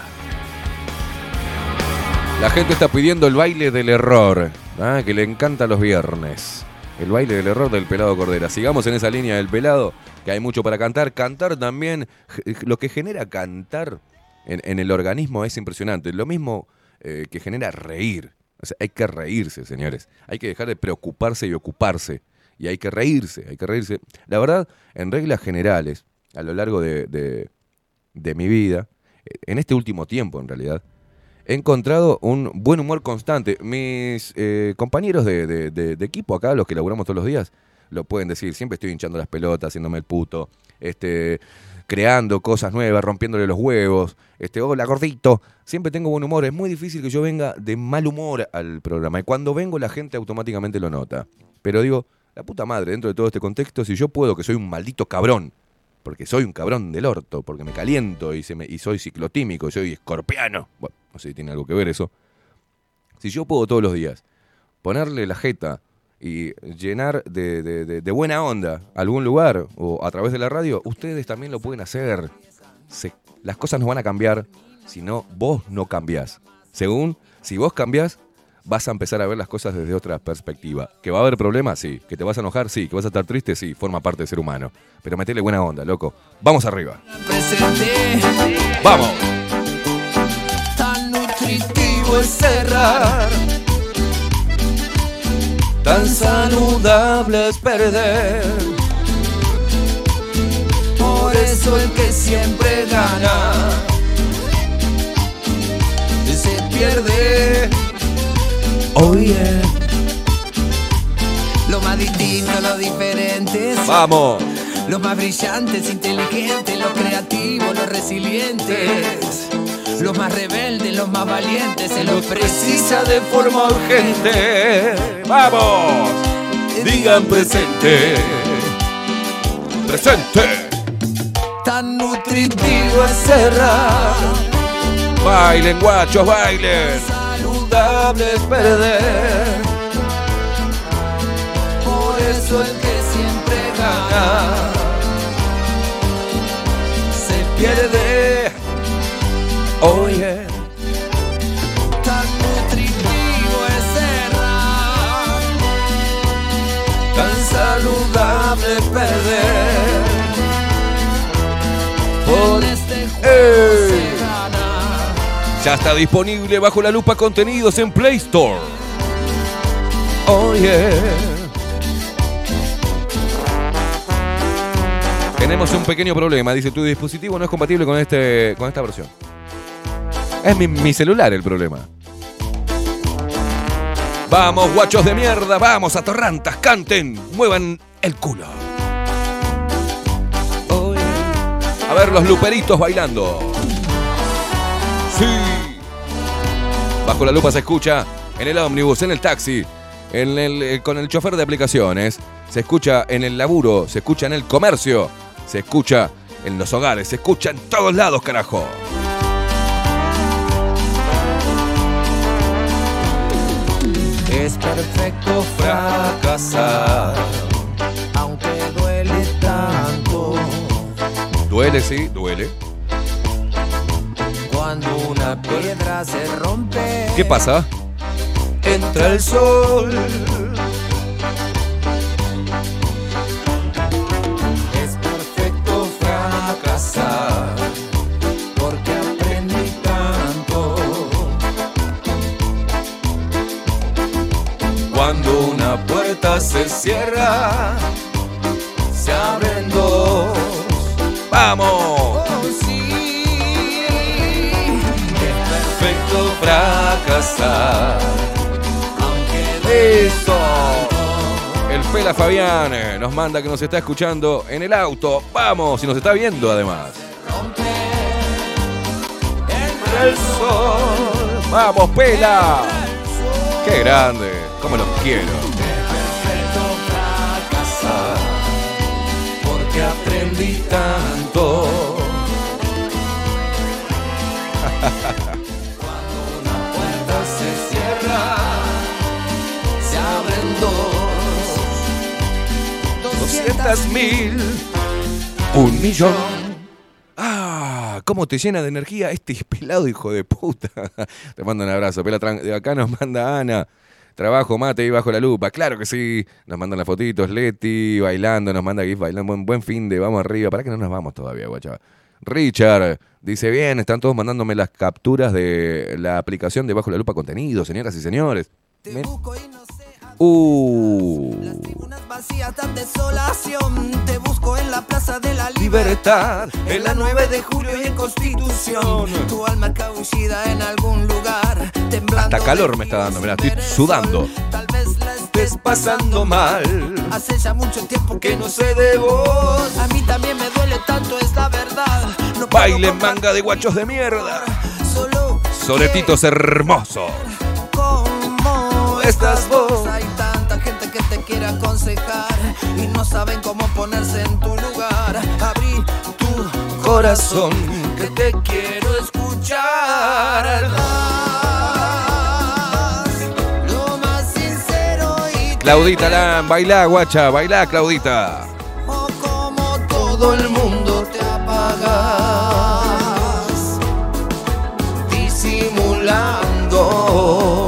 La gente está pidiendo el baile del error, que le encanta los viernes. El baile del error del pelado Cordera. Sigamos en esa línea del pelado, que hay mucho para cantar. Cantar también, lo que genera cantar en el organismo es impresionante. Lo mismo que genera reír. O sea, hay que reírse, señores. Hay que dejar de preocuparse y ocuparse. Y hay que reírse. La verdad, en reglas generales, a lo largo de mi vida, en este último tiempo en realidad, he encontrado un buen humor constante. Mis compañeros de equipo acá, los que laburamos todos los días, lo pueden decir. Siempre estoy hinchando las pelotas, haciéndome el puto, creando cosas nuevas, rompiéndole los huevos. Hola, gordito. Siempre tengo buen humor. Es muy difícil que yo venga de mal humor al programa. Y cuando vengo, la gente automáticamente lo nota. Pero digo, la puta madre, dentro de todo este contexto, si yo puedo, que soy un maldito cabrón, porque soy un cabrón del orto, porque me caliento y soy ciclotímico, soy escorpiano. Bueno, no sé si tiene algo que ver eso. Si yo puedo todos los días ponerle la jeta y llenar de buena onda algún lugar o a través de la radio, ustedes también lo pueden hacer. Las cosas no van a cambiar si no vos no cambiás. Si vos cambiás, vas a empezar a ver las cosas desde otra perspectiva. ¿Que va a haber problemas? Sí. ¿Que te vas a enojar? Sí. ¿Que vas a estar triste? Sí. Forma parte del ser humano. Pero metele buena onda, loco. Vamos arriba. ¡Vamos! Tan nutritivo es cerrar, tan saludable es perder. Por eso el que siempre gana se pierde. Oh yeah. Lo más distinto, lo diferente. ¡Vamos! Los más brillantes, inteligentes, los creativos, los resilientes. Los más rebeldes, los más valientes. Se los precisa de forma urgente. ¡Vamos! Digan presente. ¡Presente! Tan nutritivo es cerrar. Bailen, guachos, bailen. Saludable es perder. Por eso el que siempre gana se pierde. Oh yeah. Tan nutritivo es cerrar, tan saludable es perder. por... En este juego se gana. Ya está disponible Bajo la Lupa Contenidos en Play Store. Oh yeah. Tenemos un pequeño problema. Dice, tu dispositivo no es compatible con esta versión. Es mi celular el problema. Vamos, guachos de mierda. Vamos, atorrantas. Canten. Muevan el culo. Oh yeah. A ver los luperitos bailando. Sí. Bajo la Lupa se escucha en el ómnibus, en el taxi, con el chofer de aplicaciones. Se escucha en el laburo, se escucha en el comercio, se escucha en los hogares, se escucha en todos lados, carajo. Es perfecto fracasar, aunque duele tanto. Duele, sí, duele. Cuando una piedra se rompe, ¿Qué pasa? entra el sol. Es perfecto fracasar, porque aprendí tanto. Cuando una puerta se cierra, se abren dos. ¡Vamos! Oh, sí. Es perfecto fracasar, aunque ¡Eso! El Pela Fabián nos manda que nos está escuchando en el auto. ¡Vamos! Y nos está viendo además. entra el sol. ¡Vamos, Pela! ¡Qué grande! ¡Cómo los quiero! Perfecto fracasar, porque aprendí tanto. Cuando una puerta se cierra, se abren dos. 200.000. 1.000.000. ¡Ah! ¿Cómo te llena de energía este pelado hijo de puta? Te mando un abrazo. Pela, de acá nos manda Ana. Trabajo, mate y Bajo la Lupa. Claro que sí. Nos mandan las fotitos. Leti bailando. Nos manda GIF bailando. Buen fin de. Vamos arriba. ¿Para que no nos vamos todavía, guacha? Richard dice, bien, están todos mandándome las capturas de la aplicación de Bajo la Lupa Contenido, señoras y señores. Las tribunas vacías dan desolación. Te busco en la Plaza de la Libertad, en la 9 de julio y en Constitución. Tu alma cabullida en algún lugar, temblando. Hasta calor me está dando, mirá, estoy sudando. Tal vez la estés pasando mal. Hace ya mucho tiempo que no sé de vos. A mí también me duele tanto, es la verdad. No Bailen manga de guachos de mierda. Solo Soretitos hermosos. ¿Cómo estás vos? Hay tanta gente que te quiere aconsejar y no saben cómo ponerse en tu lugar. Abrí tu corazón, que te quiero escuchar. Lo más sincero y Claudita Lam, bailá, guacha, bailá, Claudita. o como todo el mundo te apagas, disimulando.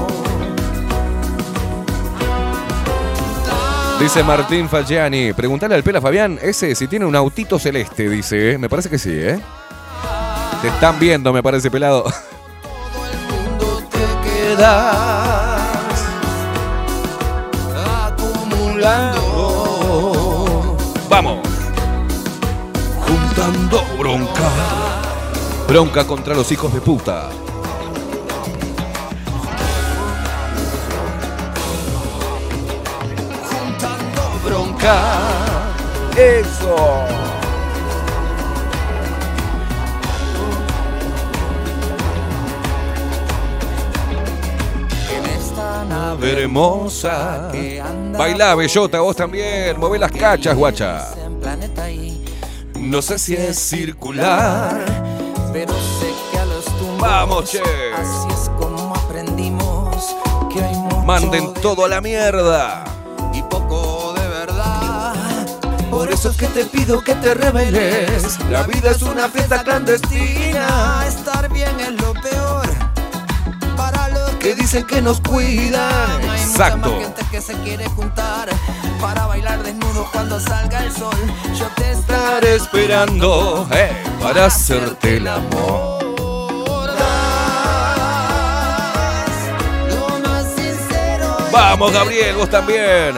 Dice Martín Falciani, preguntale al Pela Fabián, ese si tiene un autito celeste, dice, me parece que sí, ¿eh? Te están viendo, me parece, pelado. Todo el mundo te quedas acumulando. Vamos. Juntando bronca. Bronca contra los hijos de puta. Bronca. Eso. En esta nave Hermosa. que anda Bailá, bellota, vos también. Mové las cachas, guacha. en planeta y No sé si es circular. pero sé que a los tumbos Vamos, che. así es como aprendimos que hay mucho Manden de todo a la mierda. y poco de verdad. Por eso es que te pido que te reveles. La vida es una fiesta clandestina. Estar bien es lo peor para los que dicen que nos cuidan. Exacto. Hay mucha más gente que se quiere juntar para bailar desnudo cuando salga el sol. Yo te estaré esperando para hacerte el amor. Lo más sincero. Vamos, Gabriel, vos también.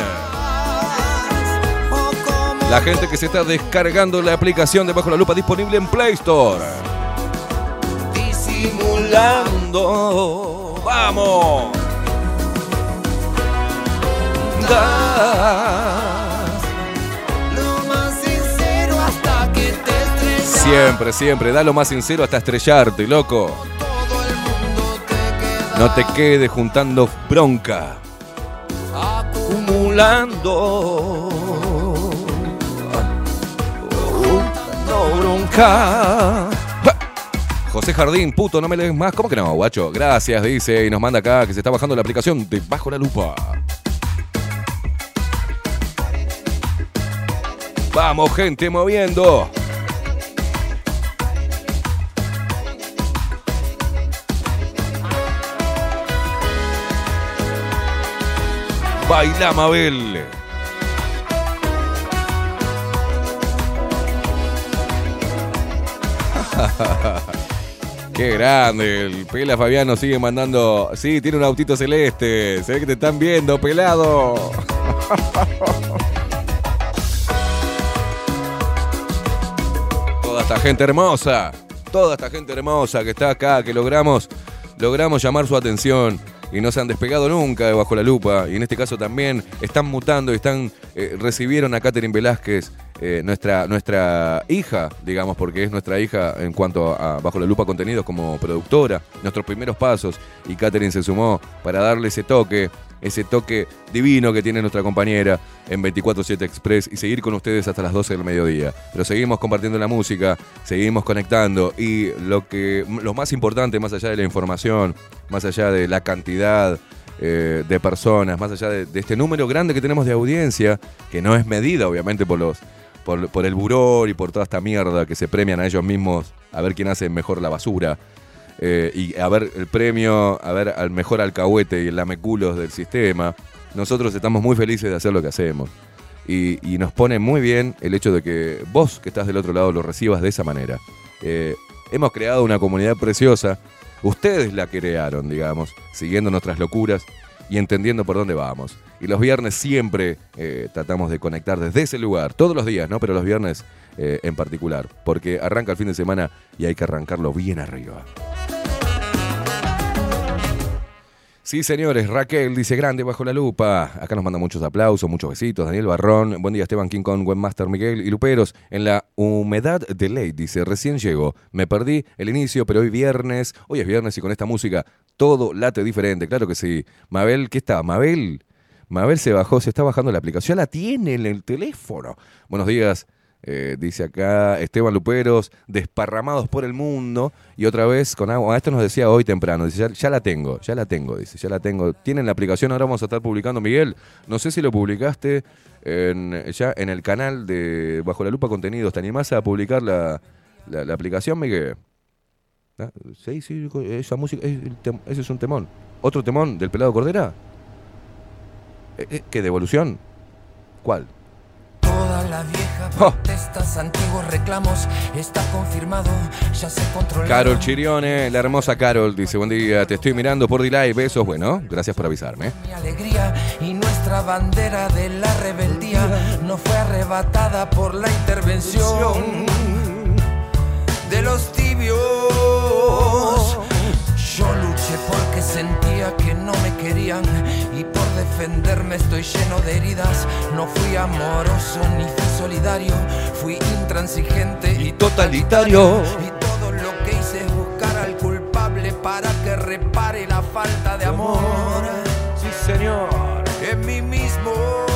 La gente que se está descargando la aplicación de Bajo la Lupa disponible en Play Store. Disimulando. ¡Vamos! Das lo más sincero hasta que te estrellas. Siempre, siempre, da lo más sincero hasta estrellarte, loco. Todo el mundo te queda No te quedes juntando bronca. Acumulando. No bronca. José Jardín, puto, no me lees más. ¿Cómo que no, guacho? Gracias, dice, y nos manda acá que se está bajando la aplicación de Bajo la Lupa. Vamos, gente, moviendo. Baila, Mabel. Qué grande, el Pela Fabiano sigue mandando. Sí, tiene un autito celeste. Se ve que te están viendo, pelado. Toda esta gente hermosa que está acá, que logramos llamar su atención y no se han despegado nunca de Bajo la Lupa. Y en este caso también están mutando y recibieron a Catherine Velázquez, nuestra hija, digamos, porque es nuestra hija en cuanto a Bajo la Lupa Contenidos como productora, nuestros primeros pasos, y Catherine se sumó para darle ese toque divino que tiene nuestra compañera en 24/7 Express y seguir con ustedes hasta las 12 del mediodía. Pero seguimos compartiendo la música, seguimos conectando y lo más importante, más allá de la información, más allá de la cantidad de personas, más allá de este número grande que tenemos de audiencia, que no es medida obviamente por el buró y por toda esta mierda que se premian a ellos mismos a ver quién hace mejor la basura. Y a ver el premio, a ver al mejor alcahuete y el lameculos del sistema. Nosotros estamos muy felices de hacer lo que hacemos. Y nos pone muy bien el hecho de que vos, que estás del otro lado, lo recibas de esa manera. Hemos creado una comunidad preciosa. Ustedes la crearon, digamos, siguiendo nuestras locuras y entendiendo por dónde vamos. Y los viernes siempre tratamos de conectar desde ese lugar, todos los días, ¿no? Pero los viernes en particular, porque arranca el fin de semana y hay que arrancarlo bien arriba. Sí, señores, Raquel dice grande Bajo la Lupa. Acá nos manda muchos aplausos, muchos besitos. Daniel Barrón, buen día Esteban King Kong, Webmaster Miguel y Luperos. En la humedad de ley, dice, recién llego. Me perdí el inicio, pero hoy es viernes y con esta música todo late diferente. Claro que sí. Mabel, ¿qué está? Mabel se está bajando la aplicación, ya la tiene en el teléfono. Buenos días. Dice acá Esteban Luperos, desparramados por el mundo y otra vez con agua. Esto nos decía hoy temprano, dice, ya la tengo, dice, ya la tengo. Tienen la aplicación, ahora vamos a estar publicando, Miguel, no sé si lo publicaste ya en el canal de Bajo la Lupa Contenidos. ¿Te animás a publicar la aplicación, Miguel? ¿Ah? Sí, esa música, ese es un temón. ¿Otro temón del Pelado Cordera? ¿Qué, devolución? ¿Cuál? Toda la vieja protestas, antiguos reclamos, está confirmado, ya se controla. Carol Chirione, la hermosa Carol, dice, buen día, te estoy mirando por delay, besos, bueno, gracias por avisarme. Mi alegría y nuestra bandera de la rebeldía no fue arrebatada por la intervención de los tibios. Yo luché porque sentía que no me querían y por defenderme estoy lleno de heridas. No fui amoroso ni fui solidario, fui intransigente y totalitario. Y todo lo que hice es buscar al culpable para que repare la falta de amor. Sí, señor. En mí mismo.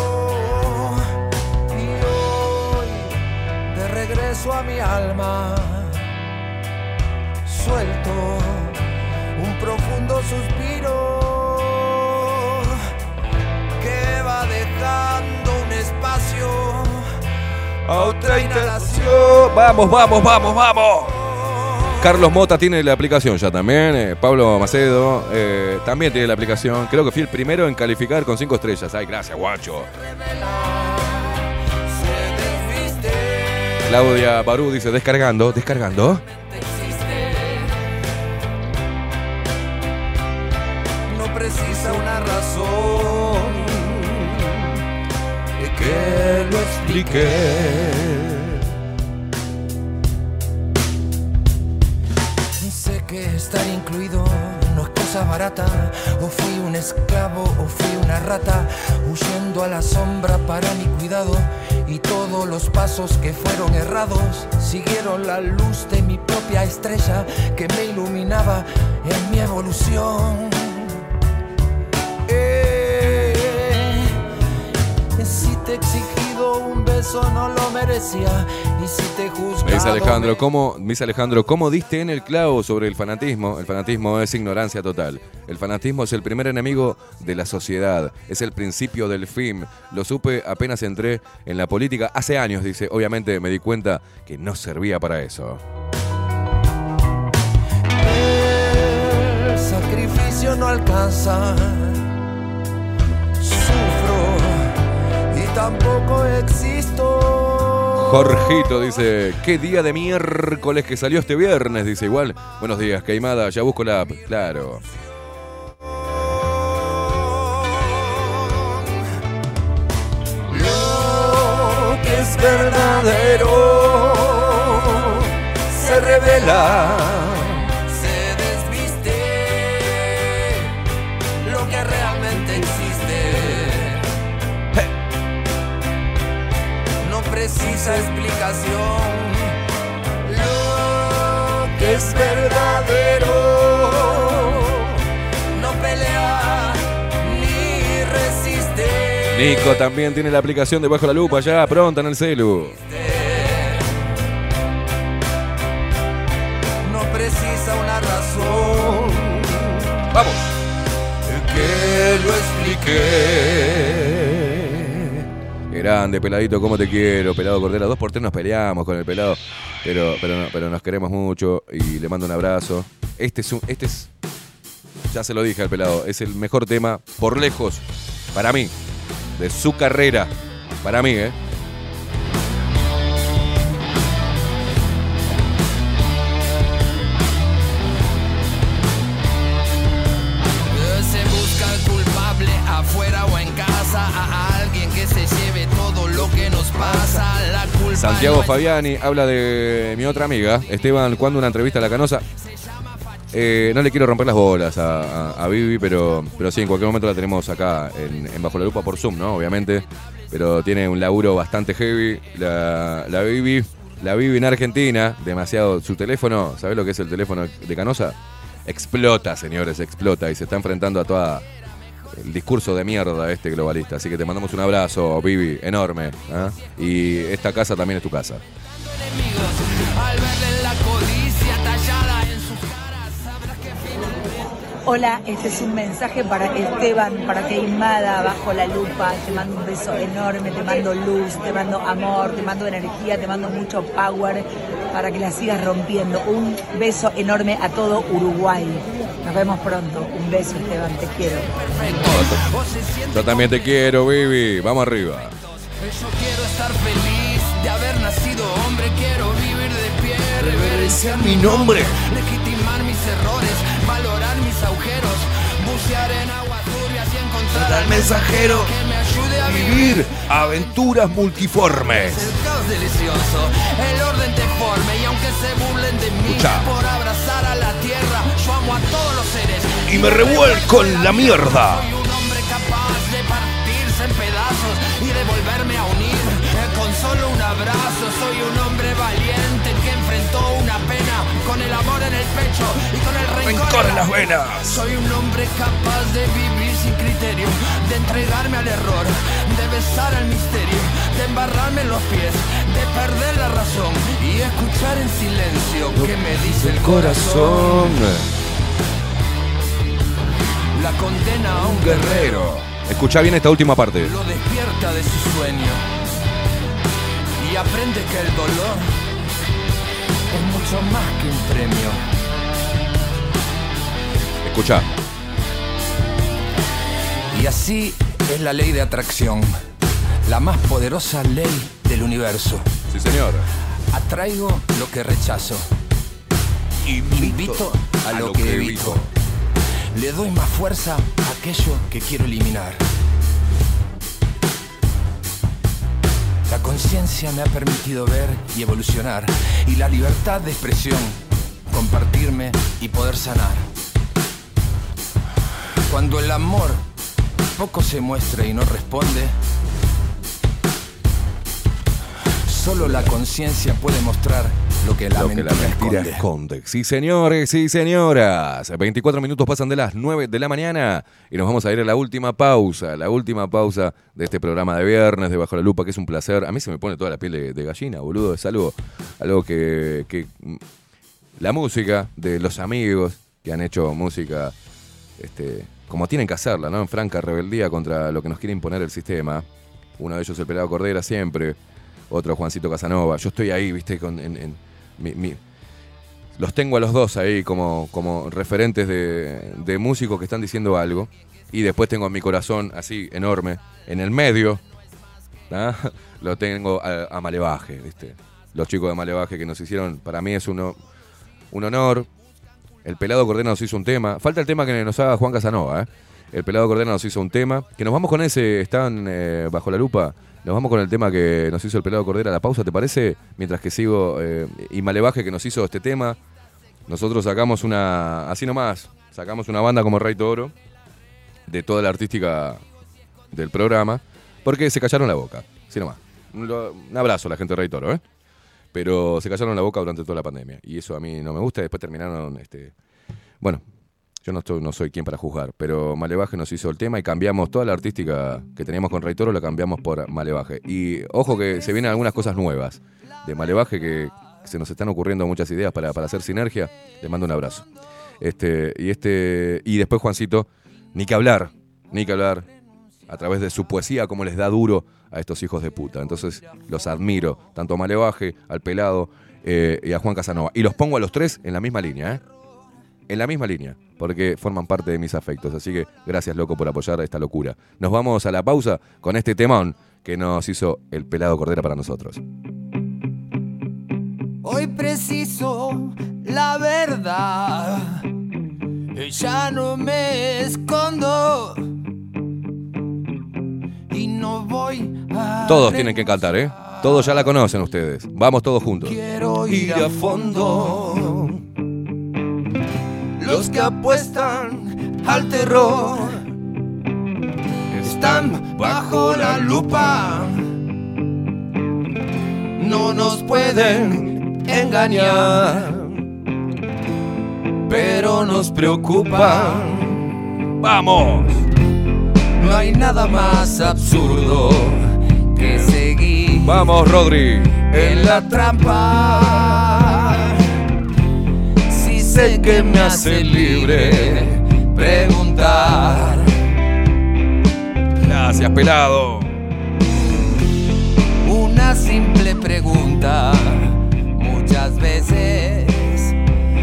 Y hoy, de regreso a mi alma, suelto un profundo suspiro que va dejando un espacio a otra inhalación. Vamos. Carlos Mota tiene la aplicación ya también. Pablo Macedo también tiene la aplicación. Creo que fui el primero en calificar con 5 estrellas. Ay, gracias, guacho. Claudia Barú dice, descargando. No precisa una razón que lo explique. Sé que estar incluido no es cosa barata. O fui un esclavo o fui una rata, huyendo a la sombra para mi cuidado. Y todos los pasos que fueron errados siguieron la luz de mi propia estrella que me iluminaba en mi evolución. Si te he exigido un beso no lo merecía. Y si te he juzgado... Me dice Alejandro, ¿cómo diste en el clavo sobre el fanatismo? El fanatismo es ignorancia total. El fanatismo es el primer enemigo de la sociedad. Es el principio del fin. Lo supe apenas entré en la política. Hace años, dice. Obviamente me di cuenta que no servía para eso. El sacrificio no alcanza. Sufro y tampoco existo. Jorgito dice, ¿qué día de miércoles que salió este viernes? Dice igual. Buenos días, Queimada, ya busco la app. Claro. Lo que es verdadero se revela. Se desviste lo que realmente existe. No precisa explicación. Lo que es verdadero no pelea ni resiste. Nico también tiene la aplicación de Bajo la Lupa ya pronta en el celu. No precisa una razón. Vamos. Que lo explique. Grande, peladito, cómo te quiero, pelado Cordera. 2 por 3 nos peleamos con el pelado, pero nos queremos mucho y le mando un abrazo. Este es, ya se lo dije al pelado, es el mejor tema por lejos, para mí, de su carrera, para mí, Se busca al culpable afuera o en casa, a alguien que se lleve todo lo que nos pasa. La culpa Santiago no es... Fabiani habla de mi otra amiga, Esteban, cuando una entrevista a La Canosa. No le quiero romper las bolas a Vivi, pero sí, en cualquier momento la tenemos acá en Bajo la Lupa por Zoom, ¿no? Obviamente, pero tiene un laburo bastante heavy. La Vivi en Argentina, demasiado. Su teléfono, ¿sabés lo que es el teléfono de Canosa? Explota, señores, explota y se está enfrentando a toda el discurso de mierda este globalista. Así que te mandamos un abrazo, Vivi, enorme. Y esta casa también es tu casa. Al verle la codicia tallada en sus caras, sabrás que Hola, este es un mensaje para Esteban, para Queimada, Bajo la Lupa. Te mando un beso enorme, te mando luz, te mando amor, te mando energía, te mando mucho power para que la sigas rompiendo. Un beso enorme a todo Uruguay. Nos vemos pronto. Un beso, Esteban, te quiero. Yo también te quiero, Vivi. Vamos arriba. Yo quiero estar feliz de haber nacido hombre, quiero vivir de pie, reverenciar mi nombre, legitimar mis errores, valorar mis agujeros, bucear en aguas turbias y encontrar al mensajero que me ayude a vivir aventuras multiformes. El caos delicioso, el orden deforme, y aunque se burlen de mí por abrazar a la tierra, yo amo a todos los seres y me revuelco en la mierda. Soy un hombre capaz de partirse en pedazos y de volverme a unir con solo un abrazo. Soy un hombre valiente que enfrentó una pena con el amor en el pecho y con el rencor en las venas. Soy un hombre capaz de vivir sin criterio, de entregarme al error, de besar al misterio, de embarrarme en los pies, de perder la razón y escuchar en silencio que me dice el corazón. La condena a un guerrero. Escuchá bien esta última parte. Lo despierta de su sueño y aprende que el dolor es mucho más que un premio. Escuchá. Y así es la ley de atracción, la más poderosa ley del universo. Sí, señor. Atraigo lo que rechazo. Invito a lo que evito. Le doy más fuerza a aquello que quiero eliminar. La conciencia me ha permitido ver y evolucionar, y la libertad de expresión, compartirme y poder sanar. Cuando el amor poco se muestra y no responde, solo la conciencia puede mostrar lo que la mentira esconde. Sí, señores, sí, señoras. 24 minutos pasan de las 9 de la mañana y nos vamos a ir a la última pausa de este programa de viernes de Bajo la Lupa, que es un placer. A mí se me pone toda la piel de gallina, boludo. Es algo que la música de los amigos que han hecho música como tienen que hacerla, ¿no? En franca rebeldía contra lo que nos quiere imponer el sistema. Uno de ellos, el Pelado Cordera, siempre. Otro, Juancito Casanova. Yo estoy ahí, viste, los tengo a los dos ahí como referentes de músicos que están diciendo algo. Y después tengo en mi corazón, así, enorme, en el medio, ¿no? Lo tengo a Malevaje, ¿viste? Los chicos de Malevaje que nos hicieron, para mí es un honor. El Pelado Cordera nos hizo un tema. Falta el tema que nos haga Juan Casanova, ¿eh? El Pelado Cordera nos hizo un tema. Que nos vamos con ese, están Bajo la Lupa. Nos vamos con el tema que nos hizo el Pelado Cordera. La pausa, ¿te parece? Mientras que sigo. Y Malevaje que nos hizo este tema. Nosotros sacamos así nomás, sacamos una banda como Rey Toro. De toda la artística del programa. Porque se callaron la boca. Así nomás. Un abrazo a la gente de Rey Toro, ¿eh? Pero se callaron la boca durante toda la pandemia. Y eso a mí no me gusta. Después terminaron, bueno, yo no soy quien para juzgar, pero Malevaje nos hizo el tema y cambiamos toda la artística que teníamos con Rey Toro, la cambiamos por Malevaje. Y ojo que se vienen algunas cosas nuevas de Malevaje que se nos están ocurriendo muchas ideas para hacer sinergia. Les mando un abrazo. Y después Juancito, ni que hablar, a través de su poesía, cómo les da duro a estos hijos de puta. Entonces los admiro, tanto a Malevaje, al Pelado y a Juan Casanova. Y los pongo a los tres en la misma línea, en la misma línea, porque forman parte de mis afectos. Así que gracias, loco, por apoyar a esta locura. Nos vamos a la pausa con este temón que nos hizo el Pelado Cordera para nosotros. Hoy preciso la verdad, ya no me escondo y no voy a... Todos tienen que cantar, ¿eh? Todos ya la conocen ustedes. Vamos todos juntos. Quiero ir a fondo. Los que apuestan al terror están bajo la lupa. No nos pueden engañar, pero nos preocupa. ¡Vamos! No hay nada más absurdo que seguir. ¡Vamos, Rodri! En la trampa. Si sé que me hace libre preguntar. Gracias, Pelado. Una simple pregunta muchas veces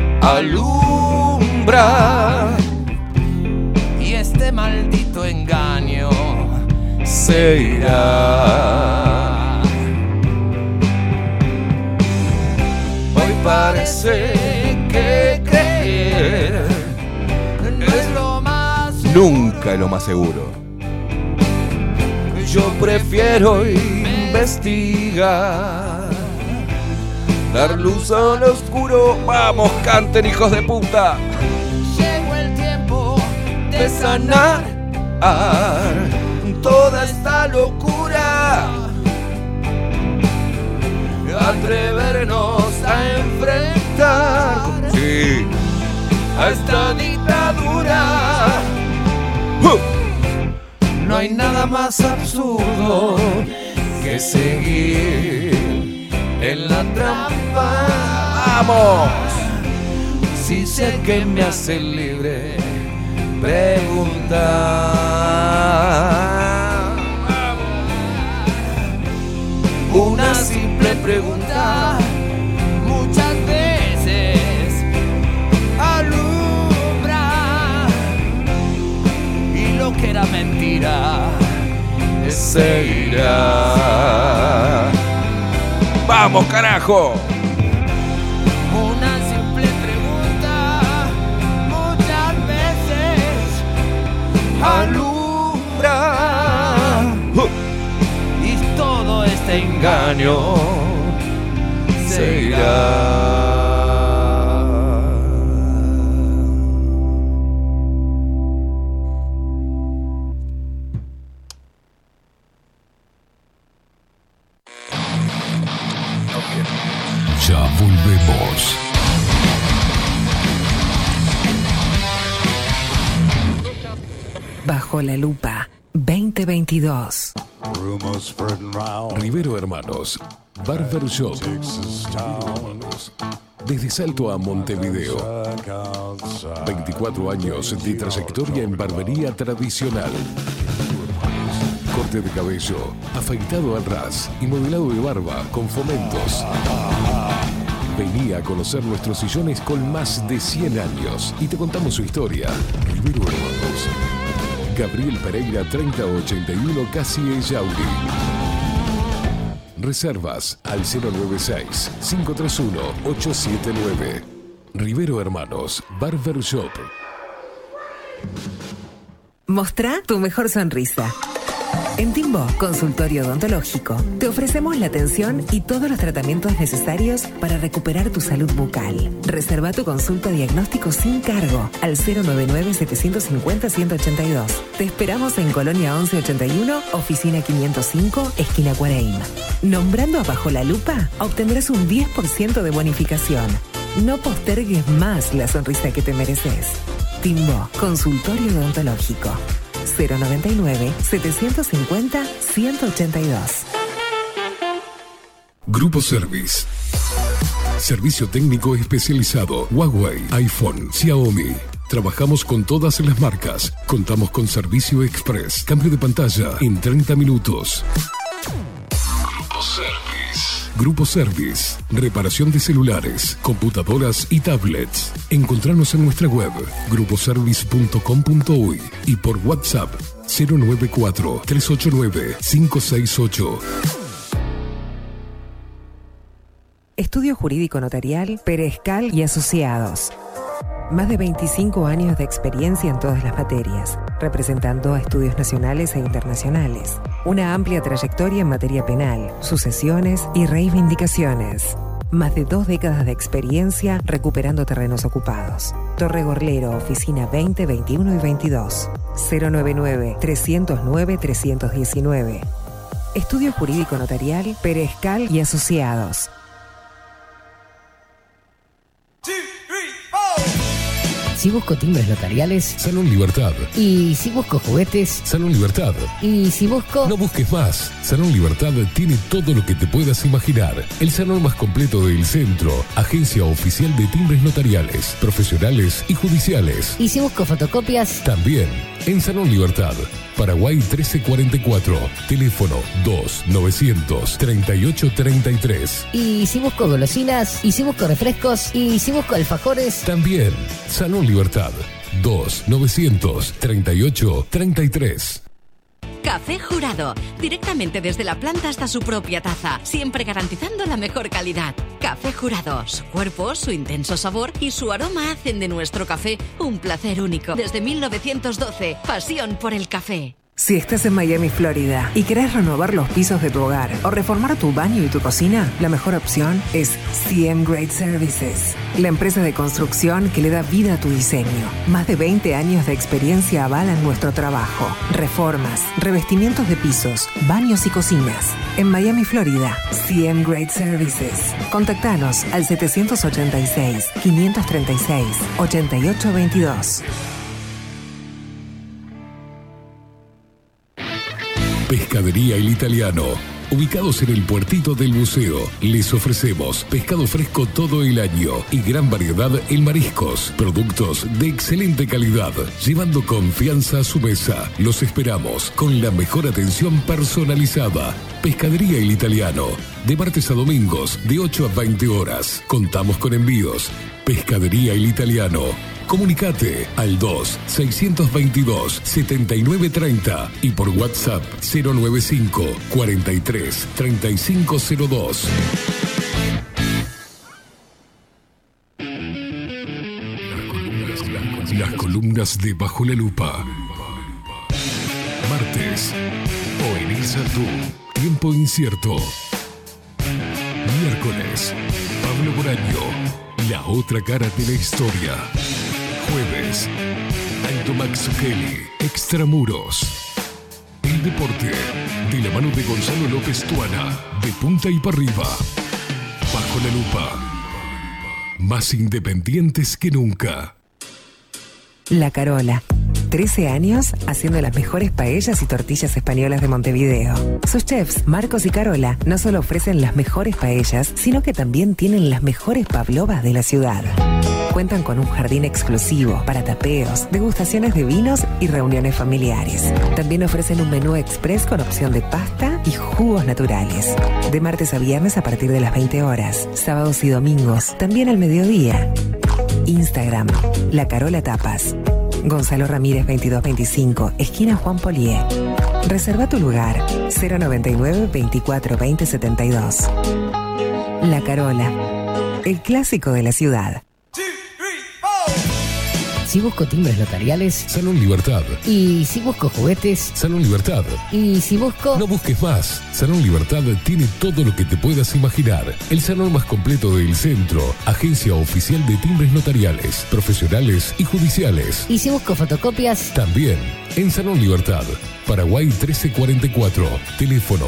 alumbra, y este maldito engaño se irá. Hoy parece que creer no es lo más seguro. Nunca es lo más seguro. Yo prefiero investigar, dar luz al oscuro. Vamos, canten, hijos de puta. Llegó el tiempo de sanar toda esta locura, atrevernos a enfrentar a esta dictadura. No hay nada más absurdo que seguir en la trampa. ¡Vamos! Si sé que me hace libre preguntar. Una simple pregunta muchas veces que era mentira seguirá. ¡Vamos, carajo! Una simple pregunta muchas veces alumbra y todo este engaño seguirá. Ya volvemos. Bajo la lupa 2022. Rivero Hermanos, Barber Shop. Desde Salto a Montevideo. 24 años de trayectoria en barbería tradicional. Corte de cabello, afeitado al ras y modelado de barba con fomentos. Vení a conocer nuestros sillones con más de 100 años y te contamos su historia. Rivero Hermanos. Gabriel Pereira 3081 Casie Yauri. Reservas al 096-531-879. Rivero Hermanos, Barber Shop. Mostrá tu mejor sonrisa. En Timbo, consultorio odontológico, te ofrecemos la atención y todos los tratamientos necesarios para recuperar tu salud bucal. Reserva tu consulta diagnóstico sin cargo al 099-750-182. Te esperamos en Colonia 1181, oficina 505, esquina Cuareim. Nombrando a Bajo la Lupa, obtendrás un 10% de bonificación. No postergues más la sonrisa que te mereces. Timbo, consultorio odontológico. 099-750-182. Grupo Service. Servicio técnico especializado. Huawei, iPhone, Xiaomi. Trabajamos con todas las marcas. Contamos con servicio express. Cambio de pantalla en 30 minutos. Grupo Service. Grupo Service. Reparación de celulares, computadoras y tablets. Encontranos en nuestra web gruposervice.com.uy y por WhatsApp 094-389-568. Estudio Jurídico Notarial, Perezcal y Asociados. Más de 25 años de experiencia en todas las materias, representando a estudios nacionales e internacionales. Una amplia trayectoria en materia penal, sucesiones y reivindicaciones. Más de 2 décadas de experiencia recuperando terrenos ocupados. Torre Gorlero, oficina 20, 21 y 22. 099-309-319. Estudio Jurídico Notarial, Perezcal y Asociados. Si busco timbres notariales, Salón Libertad. y si busco juguetes, Salón Libertad. y si busco... No busques más. Salón Libertad tiene todo lo que te puedas imaginar. El salón más completo del centro. Agencia oficial de timbres notariales, profesionales y judiciales. Y si busco fotocopias, También en Salón Libertad. Paraguay 1344. Teléfono 2-900-3833. y si busco golosinas, y si busco refrescos, y si busco alfajores... También Salón Libertad. 2-900-3833. Café Jurado. Directamente desde la planta hasta su propia taza. Siempre garantizando la mejor calidad. Café Jurado. Su cuerpo, su intenso sabor y su aroma hacen de nuestro café un placer único. Desde 1912. Pasión por el café. Si estás en Miami, Florida, y querés renovar los pisos de tu hogar o reformar tu baño y tu cocina, la mejor opción es CM Great Services, la empresa de construcción que le da vida a tu diseño. Más de 20 años de experiencia avalan nuestro trabajo. Reformas, revestimientos de pisos, baños y cocinas. En Miami, Florida, CM Great Services. Contactanos al 786-536-8822. Pescadería El Italiano. Ubicados en el puertito del buceo, les ofrecemos pescado fresco todo el año y gran variedad en mariscos, productos de excelente calidad, llevando confianza a su mesa. Los esperamos con la mejor atención personalizada. Pescadería El Italiano, de martes a domingos, de 8 a 20 horas. Contamos con envíos. Pescadería El Italiano. Comunicate al 2-622-7930 y por WhatsApp 095 43 3502. Las columnas de Bajo la Lupa. Martes, Oenir Sardú, Tiempo Incierto. Miércoles, Pablo Boraño, La Otra Cara de la Historia. Jueves, Aldo Maxuchelli, Extramuros. El deporte, de la mano de Gonzalo López Tuana, de punta y para arriba. Bajo la Lupa. Más independientes que nunca. La Carola. 13 años haciendo las mejores paellas y tortillas españolas de Montevideo. Sus chefs, Marcos y Carola, no solo ofrecen las mejores paellas, sino que también tienen las mejores pavlovas de la ciudad. Cuentan con un jardín exclusivo para tapeos, degustaciones de vinos y reuniones familiares. También ofrecen un menú express con opción de pasta y jugos naturales. De martes a viernes a partir de las 20 horas. Sábados y domingos, también al mediodía. Instagram, La Carola Tapas. Gonzalo Ramírez 2225, esquina Juan Polié. Reserva tu lugar, 099 24 20 72. La Carola, el clásico de la ciudad. Si busco timbres notariales, Salón Libertad. y si busco juguetes, Salón Libertad. y si busco... No busques más. Salón Libertad tiene todo lo que te puedas imaginar. El salón más completo del centro. Agencia oficial de timbres notariales, profesionales y judiciales. Y si busco fotocopias, También en Salón Libertad. Paraguay 1344. Teléfono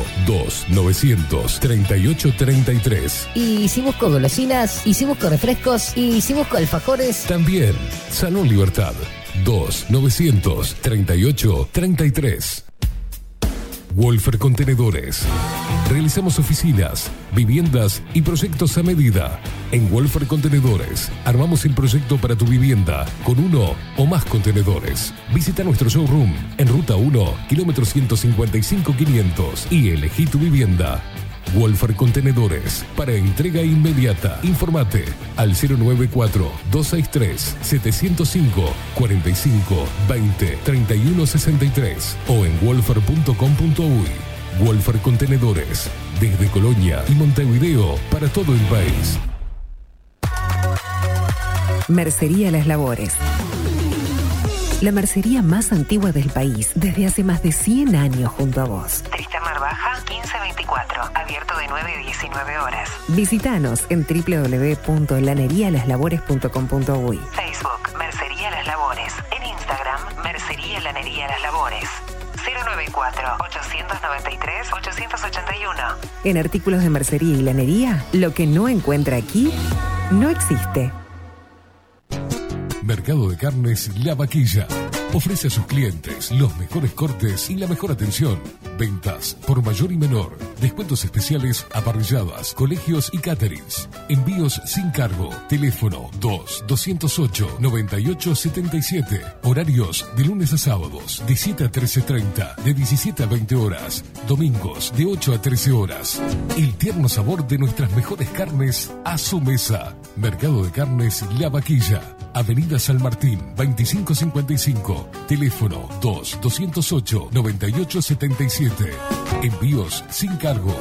2-900-3833. y si busco golosinas, y si busco refrescos, y si busco alfajores... También Salón Libertad. 2-900-3833. Wolfer Contenedores. Realizamos oficinas, viviendas y proyectos a medida. En Wolfer Contenedores armamos el proyecto para tu vivienda con uno o más contenedores. Visita nuestro showroom en Ruta 1, kilómetro 155-500 y elegí tu vivienda. Wolfer Contenedores, para entrega inmediata. Informate al 094-263-705 45 20 31 63 o en wolfer.com.uy. Wolfer Contenedores, desde Colonia y Montevideo para todo el país. Mercería Las Labores. La mercería más antigua del país, desde hace más de 100 años junto a vos. Tristán Marbaja, 1524, abierto de 9 a 19 horas. Visítanos en www.lanerialaslavores.com.uy. Facebook, Mercería Las Labores. En Instagram, Mercería Lanería Las Labores. 094-893-881. En artículos de mercería y lanería, lo que no encuentra aquí, no existe. Mercado de Carnes La Vaquilla. Ofrece a sus clientes los mejores cortes y la mejor atención. Ventas por mayor y menor. Descuentos especiales a parrilladas, colegios y caterings. Envíos sin cargo. Teléfono 2-208-9877. Horarios de lunes a sábados de 7 a 13:30, de 17 a 20 horas. Domingos de 8 a 13 horas. El tierno sabor de nuestras mejores carnes a su mesa. Mercado de Carnes La Vaquilla. Avenida San Martín, 2555. Teléfono 2-208-9877. Envíos sin cargo.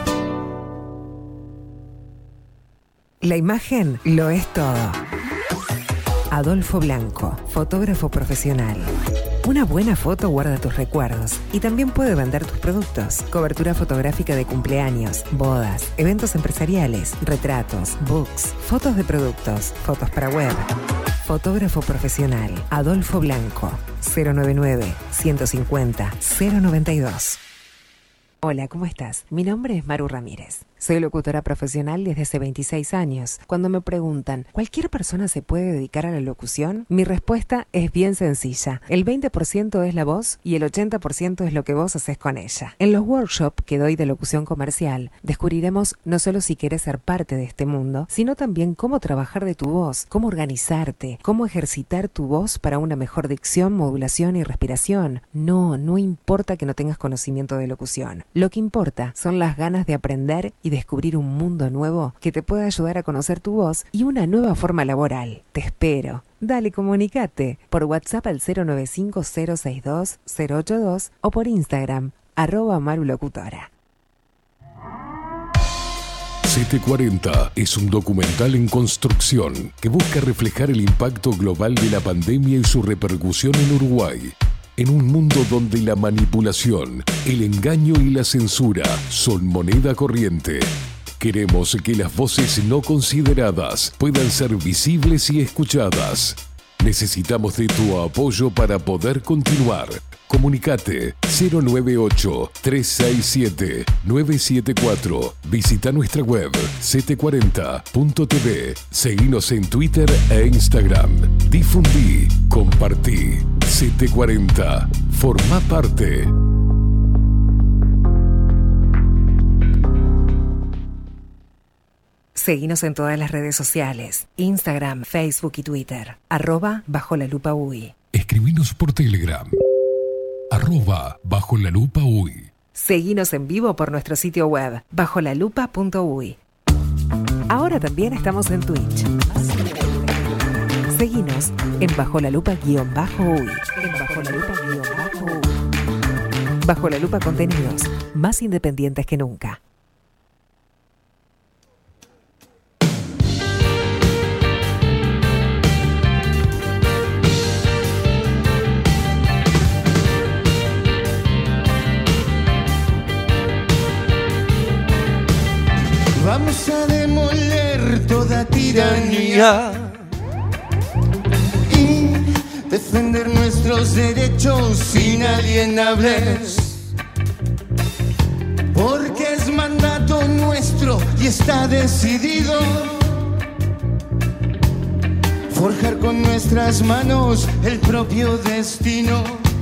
La imagen lo es todo. Adolfo Blanco, fotógrafo profesional. Una buena foto guarda tus recuerdos y también puede vender tus productos. Cobertura fotográfica de cumpleaños, bodas, eventos empresariales, retratos, books, fotos de productos, fotos para web. Fotógrafo profesional, Adolfo Blanco, 099-150-092. Hola, ¿cómo estás? Mi nombre es Maru Ramírez. Soy locutora profesional desde hace 26 años. Cuando me preguntan, ¿cualquier persona se puede dedicar a la locución? Mi respuesta es bien sencilla. El 20% es la voz y el 80% es lo que vos haces con ella. En los workshops que doy de locución comercial, descubriremos no solo si querés ser parte de este mundo, sino también cómo trabajar de tu voz, cómo organizarte, cómo ejercitar tu voz para una mejor dicción, modulación y respiración. No importa que no tengas conocimiento de locución. Lo que importa son las ganas de aprender y descubrir un mundo nuevo que te pueda ayudar a conocer tu voz y una nueva forma laboral. Te espero. Dale, comunicate por WhatsApp al 095-062-082 o por Instagram, @marulocutora. 740 es un documental en construcción que busca reflejar el impacto global de la pandemia y su repercusión en Uruguay. En un mundo donde la manipulación, el engaño y la censura son moneda corriente, queremos que las voces no consideradas puedan ser visibles y escuchadas. Necesitamos de tu apoyo para poder continuar. Comunicate 098-367-974. Visita nuestra web 740.tv. Seguinos en Twitter e Instagram. Difundí, compartí. 740. Forma parte. Seguinos en todas las redes sociales, Instagram, Facebook y Twitter, @BajoLaLupaUY. Escribinos por Telegram, @BajoLaLupaUY. Seguinos en vivo por nuestro sitio web, bajolalupa.uy. Ahora también estamos en Twitch. Seguinos en Bajo la Lupa-Uy. Bajo la Lupa Contenidos, más independientes que nunca. Vamos a demoler toda tiranía y defender nuestros derechos inalienables, porque es mandato nuestro y está decidido forjar con nuestras manos el propio destino.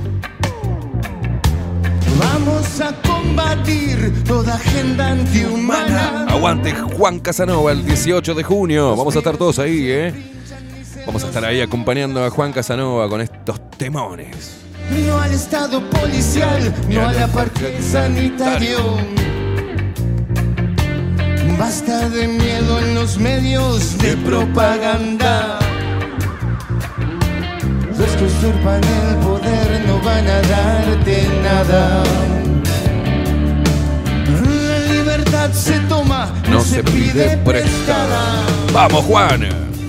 Vamos a combatir toda agenda antihumana. Aguante Juan Casanova el 18 de junio. Vamos a estar todos ahí, Vamos a estar ahí acompañando a Juan Casanova con estos temones. No al estado policial, no al apartheid sanitario. Basta de miedo en los medios de propaganda. Los que usurpan el poder no van a darte nada. La libertad se toma, no se pide prestada. ¡Vamos, Juan!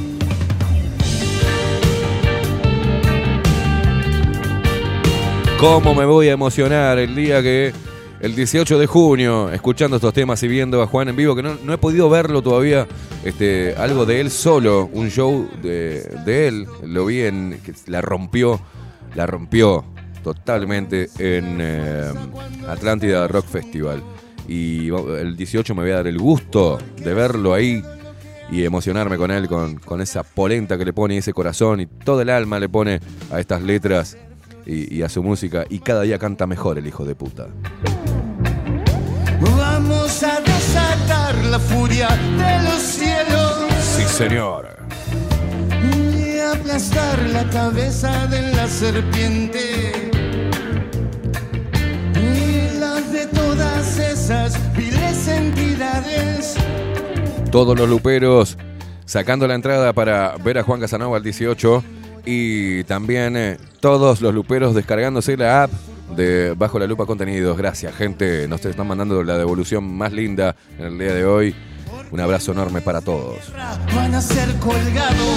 ¿Cómo me voy a emocionar el día que el 18 de junio, escuchando estos temas y viendo a Juan en vivo, que no he podido verlo todavía, algo de él solo, un show de él, lo vi que la rompió totalmente en Atlántida Rock Festival. Y el 18 me voy a dar el gusto de verlo ahí y emocionarme con él, con esa polenta que le pone y ese corazón y todo el alma le pone a estas letras y a su música, y cada día canta mejor el hijo de puta. Vamos a desatar la furia de los cielos. Sí, señor. Y aplastar la cabeza de la serpiente. Y las de todas esas viles entidades. Todos los luperos sacando la entrada para ver a Juan Casanova el 18. Y también todos los luperos descargándose la app de Bajo la Lupa Contenidos. Gracias, gente. Nos están mandando la devolución más linda en el día de hoy. Un abrazo enorme para todos. Van a ser colgados.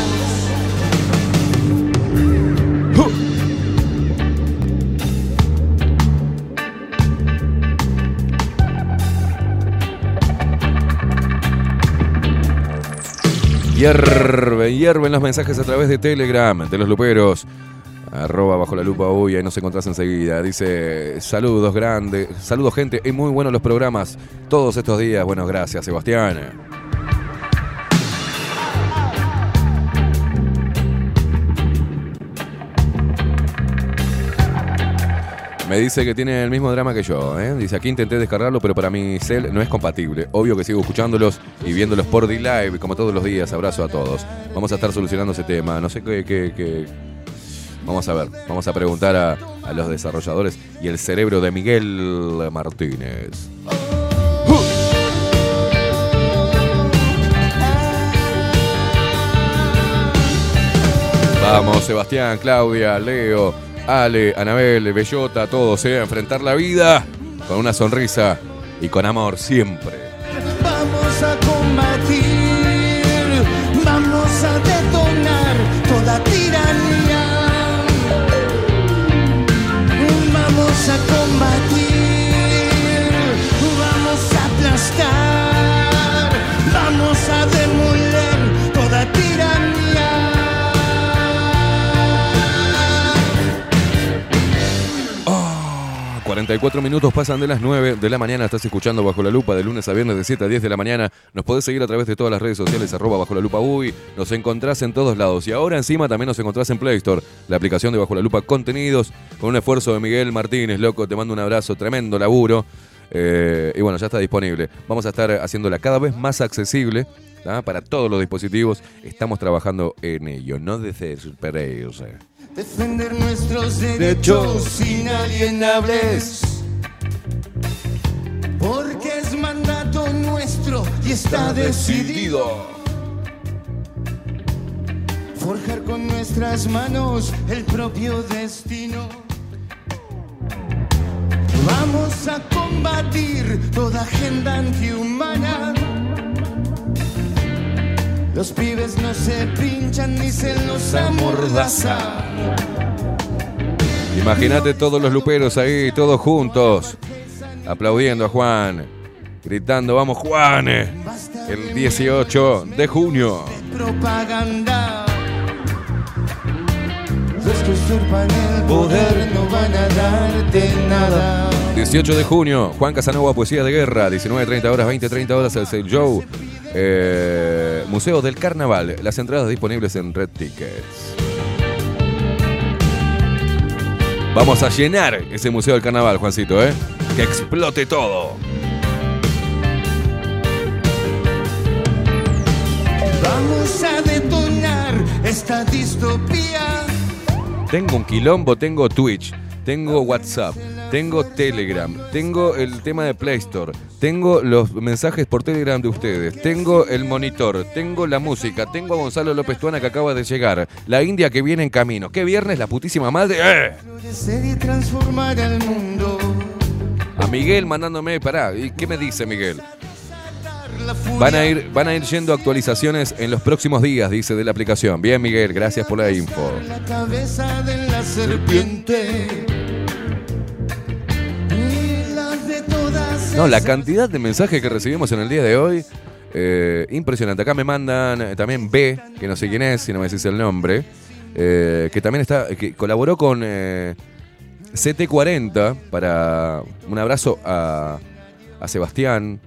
Hierven los mensajes a través de Telegram de los luperos. @BajoLaLupaUy, ahí nos encontrás enseguida. Dice, saludos grandes, saludos gente, y muy buenos los programas todos estos días. Bueno, gracias, Sebastián. Me dice que tiene el mismo drama que yo, Dice, aquí intenté descargarlo, pero para mi cel no es compatible. Obvio que sigo escuchándolos y viéndolos por D-Live, como todos los días. Abrazo a todos. Vamos a estar solucionando ese tema. No sé qué. Vamos a ver, vamos a preguntar a los desarrolladores y el cerebro de Miguel Martínez. Sebastián, Claudia, Leo, Ale, Anabel, Bellota, todos, a enfrentar la vida con una sonrisa y con amor siempre. Vamos a combatir, vamos a detonar toda tiranía. Vamos a combatir, vamos a aplastar, vamos a demoler toda tiranía. 44 minutos pasan de las 9 de la mañana. Estás escuchando Bajo la Lupa de lunes a viernes de 7 a 10 de la mañana. Nos podés seguir a través de todas las redes sociales, @Bajo la Lupa UI. Nos encontrás en todos lados. Y ahora encima también nos encontrás en Play Store, la aplicación de Bajo la Lupa Contenidos, con un esfuerzo de Miguel Martínez, loco. Te mando un abrazo, tremendo laburo. Y bueno, ya está disponible. Vamos a estar haciéndola cada vez más accesible, ¿tá? Para todos los dispositivos. Estamos trabajando en ello. No desesperéis. Defender nuestros derechos inalienables, porque es mandato nuestro y está decidido. Forjar con nuestras manos el propio destino. Vamos a combatir toda agenda antihumana. Los pibes no se pinchan ni se los amordaza. Imagínate todos los luperos ahí, todos juntos, aplaudiendo a Juan, gritando, vamos Juan, el 18 de junio. Propaganda. Los que usurpan el poder no van a darte nada. 18 de junio, Juan Casanova, Poesía de Guerra, 19:30 horas, 20:30 horas, el Sale Show. Museo del Carnaval, las entradas disponibles en Red Tickets. Vamos a llenar ese Museo del Carnaval, Juancito, que explote todo. Vamos a detonar esta distopía. Tengo un quilombo, tengo Twitch, tengo WhatsApp, tengo Telegram, tengo el tema de Play Store, tengo los mensajes por Telegram de ustedes, tengo el monitor, tengo la música, tengo a Gonzalo López Tuana que acaba de llegar, la India que viene en camino. ¿Qué viernes, la putísima madre? Florecer y transformar el mundo. A Miguel mandándome, pará, ¿y qué me dice Miguel? Van a ir yendo actualizaciones en los próximos días, dice, de la aplicación. Bien, Miguel, gracias por la info. La cabeza de la serpiente. No, la cantidad de mensajes que recibimos en el día de hoy, impresionante. Acá me mandan también B, que no sé quién es, si no me decís el nombre, que también que colaboró con CT40 para un abrazo a Sebastián,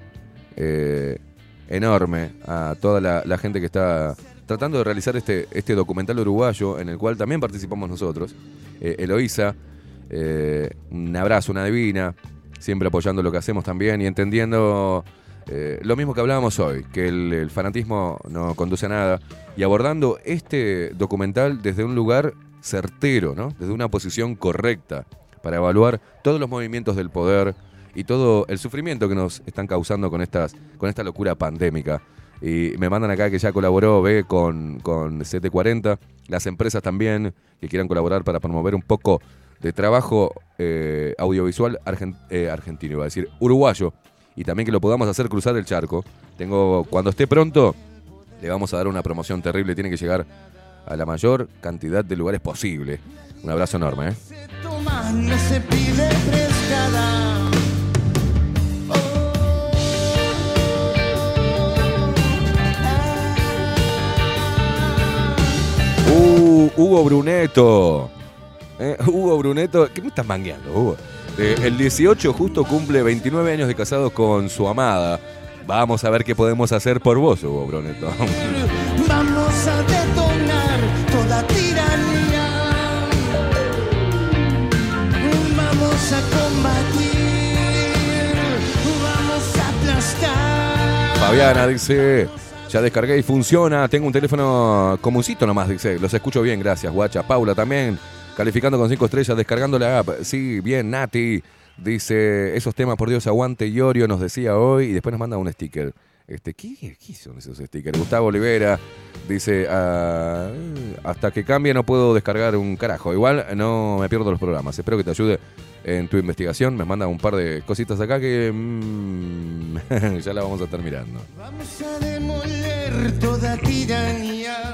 enorme, a toda la gente que está tratando de realizar este documental uruguayo en el cual también participamos nosotros. Eloísa, un abrazo, una divina, siempre apoyando lo que hacemos también y entendiendo lo mismo que hablábamos hoy, que el fanatismo no conduce a nada, y abordando este documental desde un lugar certero, ¿no? Desde una posición correcta, para evaluar todos los movimientos del poder y todo el sufrimiento que nos están causando con esta locura pandémica. Y me mandan acá que ya colaboró con CT40, las empresas también que quieran colaborar para promover un poco de trabajo audiovisual argentino, iba a decir uruguayo, y también que lo podamos hacer cruzar el charco. Cuando esté pronto, le vamos a dar una promoción terrible, tiene que llegar a la mayor cantidad de lugares posible. Un abrazo enorme, No se pide prestada. Hugo Bruneto. Hugo Bruneto, ¿qué me estás mangueando, Hugo? El 18 justo cumple 29 años de casado con su amada. Vamos a ver qué podemos hacer por vos, Hugo Bruneto. Vamos a detonar toda tiranía. Vamos a combatir. Vamos a aplastar. Fabiana dice, ya descargué y funciona. Tengo un teléfono comuncito nomás, dice. Los escucho bien, gracias, guacha. Paula también, calificando con 5 estrellas, descargando la app. Sí, bien, Nati. Dice, esos temas, por Dios, aguante Iorio, nos decía hoy. Y después nos manda un sticker. ¿Qué son esos stickers? Gustavo Olivera Dice, hasta que cambie no puedo descargar un carajo. Igual no me pierdo los programas. Espero que te ayude en tu investigación. Me manda un par de cositas acá que ya la vamos a estar mirando. Vamos a demoler toda tiranía.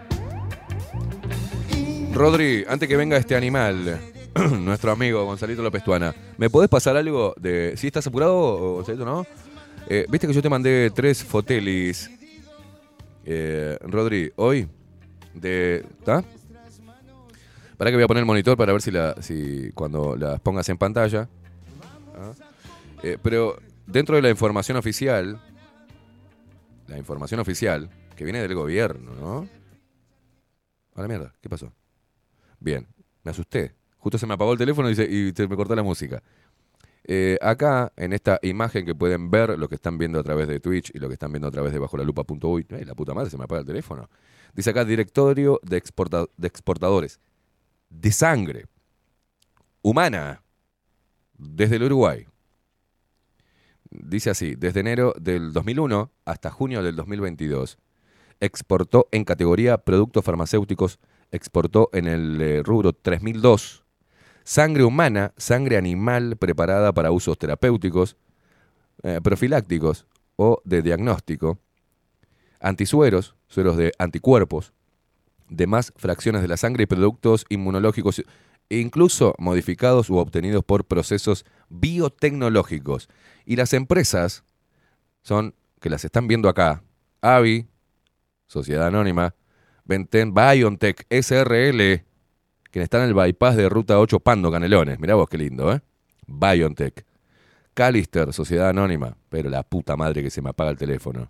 Rodri, antes que venga este animal, nuestro amigo Gonzalito López Tuana, ¿me podés pasar algo de si estás apurado, Gonzalito, no? Viste que yo te mandé 3 fotelis, Rodri, hoy, ¿está? Para que voy a poner el monitor para ver si cuando las pongas en pantalla. Pero dentro de la información oficial que viene del gobierno, ¿no? A la mierda, ¿qué pasó? Bien, me asusté. Justo se me apagó el teléfono y se me cortó la música. Acá, en esta imagen que pueden ver, lo que están viendo a través de Twitch y lo que están viendo a través de bajolalupa.uy, la puta madre, se me apaga el teléfono. Dice acá, directorio de exportadores de sangre humana desde el Uruguay. Dice así, desde enero del 2001 hasta junio del 2022, exportó en categoría productos farmacéuticos, exportó en el rubro 3002, sangre humana, sangre animal preparada para usos terapéuticos, profilácticos o de diagnóstico, antisueros, sueros de anticuerpos, demás fracciones de la sangre y productos inmunológicos, incluso modificados u obtenidos por procesos biotecnológicos. Y las empresas son, que las están viendo acá, AVI, Sociedad Anónima, Venten BioNTech SRL, que está en el bypass de Ruta 8 Pando Canelones. Mirá vos qué lindo, ¿eh? BioNTech. Callister, Sociedad Anónima. Pero la puta madre que se me apaga el teléfono.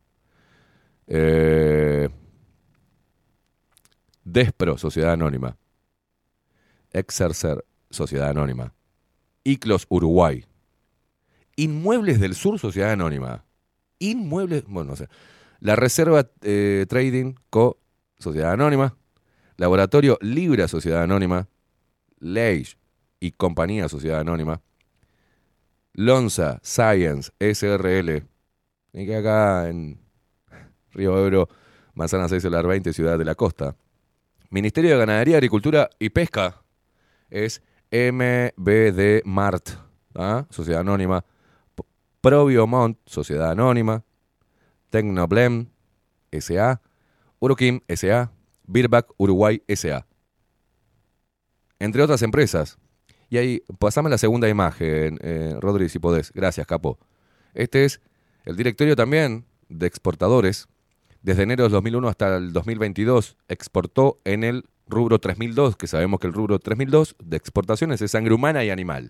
Despro, Sociedad Anónima. Exercer, Sociedad Anónima. Iclos Uruguay. Inmuebles del Sur, Sociedad Anónima. Inmuebles, bueno, no sé. La Reserva Trading Co., Sociedad Anónima. Laboratorio Libra, Sociedad Anónima. Leish y Compañía, Sociedad Anónima. Lonza Science SRL. Y que acá en Río Ebro, Manzana 6, Solar 20, Ciudad de la Costa. Ministerio de Ganadería, Agricultura y Pesca es MBD Mart, ¿ah? Sociedad Anónima. Probiomont, Sociedad Anónima. Tecnoblem S.A. Uruquim S.A. Birback Uruguay S.A. Entre otras empresas. Y ahí, pasame la segunda imagen, Rodri, si podés. Gracias, capo. Este es el directorio también de exportadores. Desde enero del 2001 hasta el 2022 exportó en el rubro 3002, que sabemos que el rubro 3002 de exportaciones es sangre humana y animal.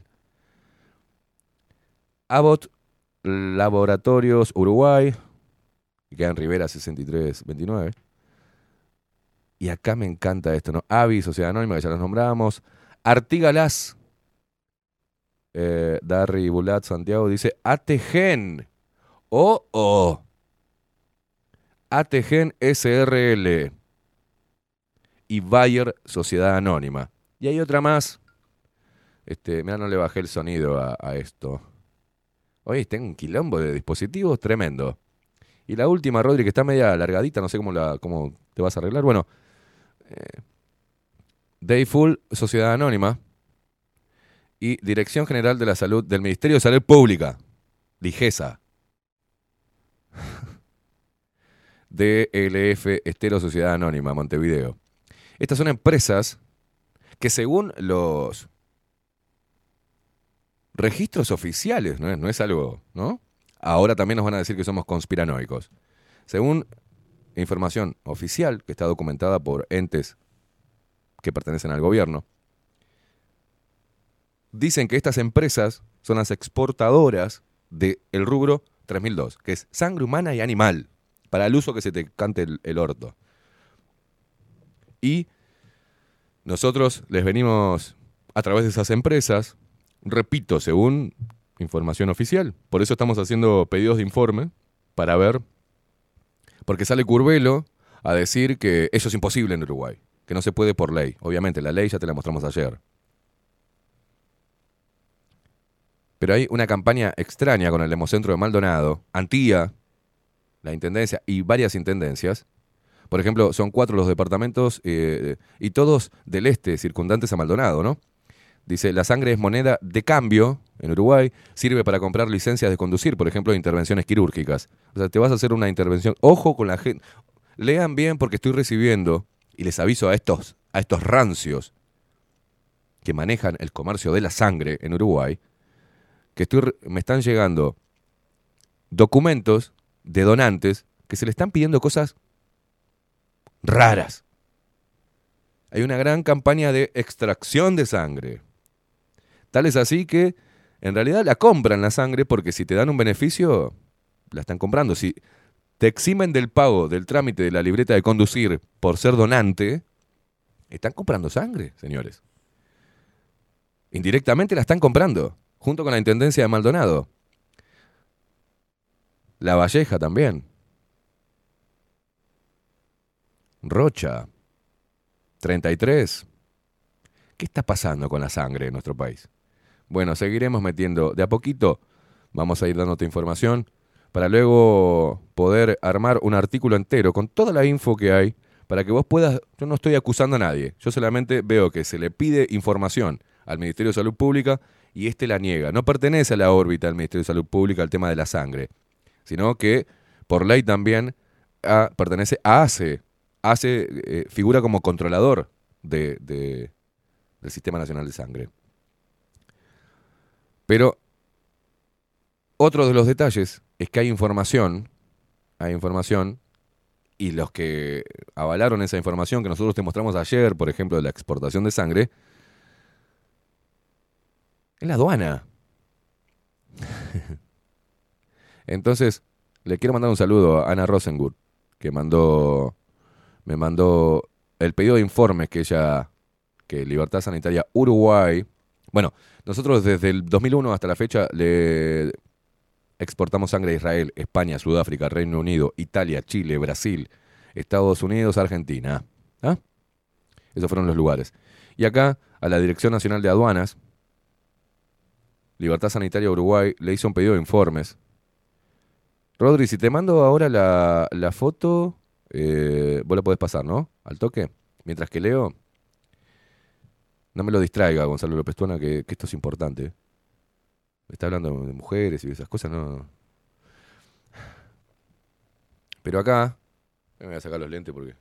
Abbott Laboratorios Uruguay, que queda en Rivera 6329. Y acá me encanta esto, ¿no? AVI, Sociedad Anónima, que ya los nombramos. Artigalas, Darry Bulat, Santiago, dice ATGen. ATGen SRL. Y Bayer, Sociedad Anónima. Y hay otra más. Mirá, no le bajé el sonido a esto. Oye, tengo un quilombo de dispositivos tremendo. Y la última, Rodri, que está media alargadita, no sé cómo te vas a arreglar. Bueno, Dayfull, Sociedad Anónima. Y Dirección General de la Salud del Ministerio de Salud Pública. DIGESA. DLF Estero, Sociedad Anónima, Montevideo. Estas son empresas que según los registros oficiales, no es algo, ¿no? Ahora también nos van a decir que somos conspiranoicos. Según información oficial, que está documentada por entes que pertenecen al gobierno, dicen que estas empresas son las exportadoras del rubro 3002, que es sangre humana y animal, para el uso que se te cante el orto. Y nosotros les venimos a través de esas empresas, repito, según información oficial. Por eso estamos haciendo pedidos de informe para ver, porque sale Curvelo a decir que eso es imposible en Uruguay, que no se puede por ley. Obviamente, la ley ya te la mostramos ayer. Pero hay una campaña extraña con el Hemocentro de Maldonado, Antía, la Intendencia y varias intendencias, Por ejemplo, son 4 los departamentos y todos del este, circundantes a Maldonado, ¿no? Dice, la sangre es moneda de cambio en Uruguay, sirve para comprar licencias de conducir, por ejemplo, intervenciones quirúrgicas. O sea, te vas a hacer una intervención. Ojo con la gente. Lean bien porque estoy recibiendo, y les aviso a estos rancios que manejan el comercio de la sangre en Uruguay, que me están llegando documentos de donantes que se le están pidiendo cosas raras. Hay una gran campaña de extracción de sangre. Tal es así que en realidad la compran la sangre porque si te dan un beneficio, la están comprando. Si te eximen del pago del trámite de la libreta de conducir por ser donante, están comprando sangre, señores. Indirectamente la están comprando, junto con la Intendencia de Maldonado. La Valleja también. Rocha. 33. ¿Qué está pasando con la sangre en nuestro país? Bueno, seguiremos metiendo de a poquito. Vamos a ir dándote información para luego poder armar un artículo entero con toda la info que hay para que vos puedas... Yo no estoy acusando a nadie. Yo solamente veo que se le pide información al Ministerio de Salud Pública y la niega. No pertenece a la órbita del Ministerio de Salud Pública el tema de la sangre, sino que por ley también pertenece a ACE. ACE figura como controlador del Sistema Nacional de Sangre. Pero otro de los detalles es que hay información, y los que avalaron esa información que nosotros te mostramos ayer, por ejemplo, de la exportación de sangre, es la aduana. Entonces, le quiero mandar un saludo a Ana Rosengut, que me mandó el pedido de informes que Libertad Sanitaria Uruguay... Bueno, nosotros desde el 2001 hasta la fecha le exportamos sangre a Israel, España, Sudáfrica, Reino Unido, Italia, Chile, Brasil, Estados Unidos, Argentina. ¿Ah? Esos fueron los lugares. Y acá, a la Dirección Nacional de Aduanas, Libertad Sanitaria Uruguay le hizo un pedido de informes. Rodri, si te mando ahora la foto, vos la podés pasar, ¿no? Al toque. Mientras que leo, no me lo distraiga, Gonzalo López Tuana, que esto es importante. Me está hablando de mujeres y esas cosas, no. Pero acá, me voy a sacar los lentes porque...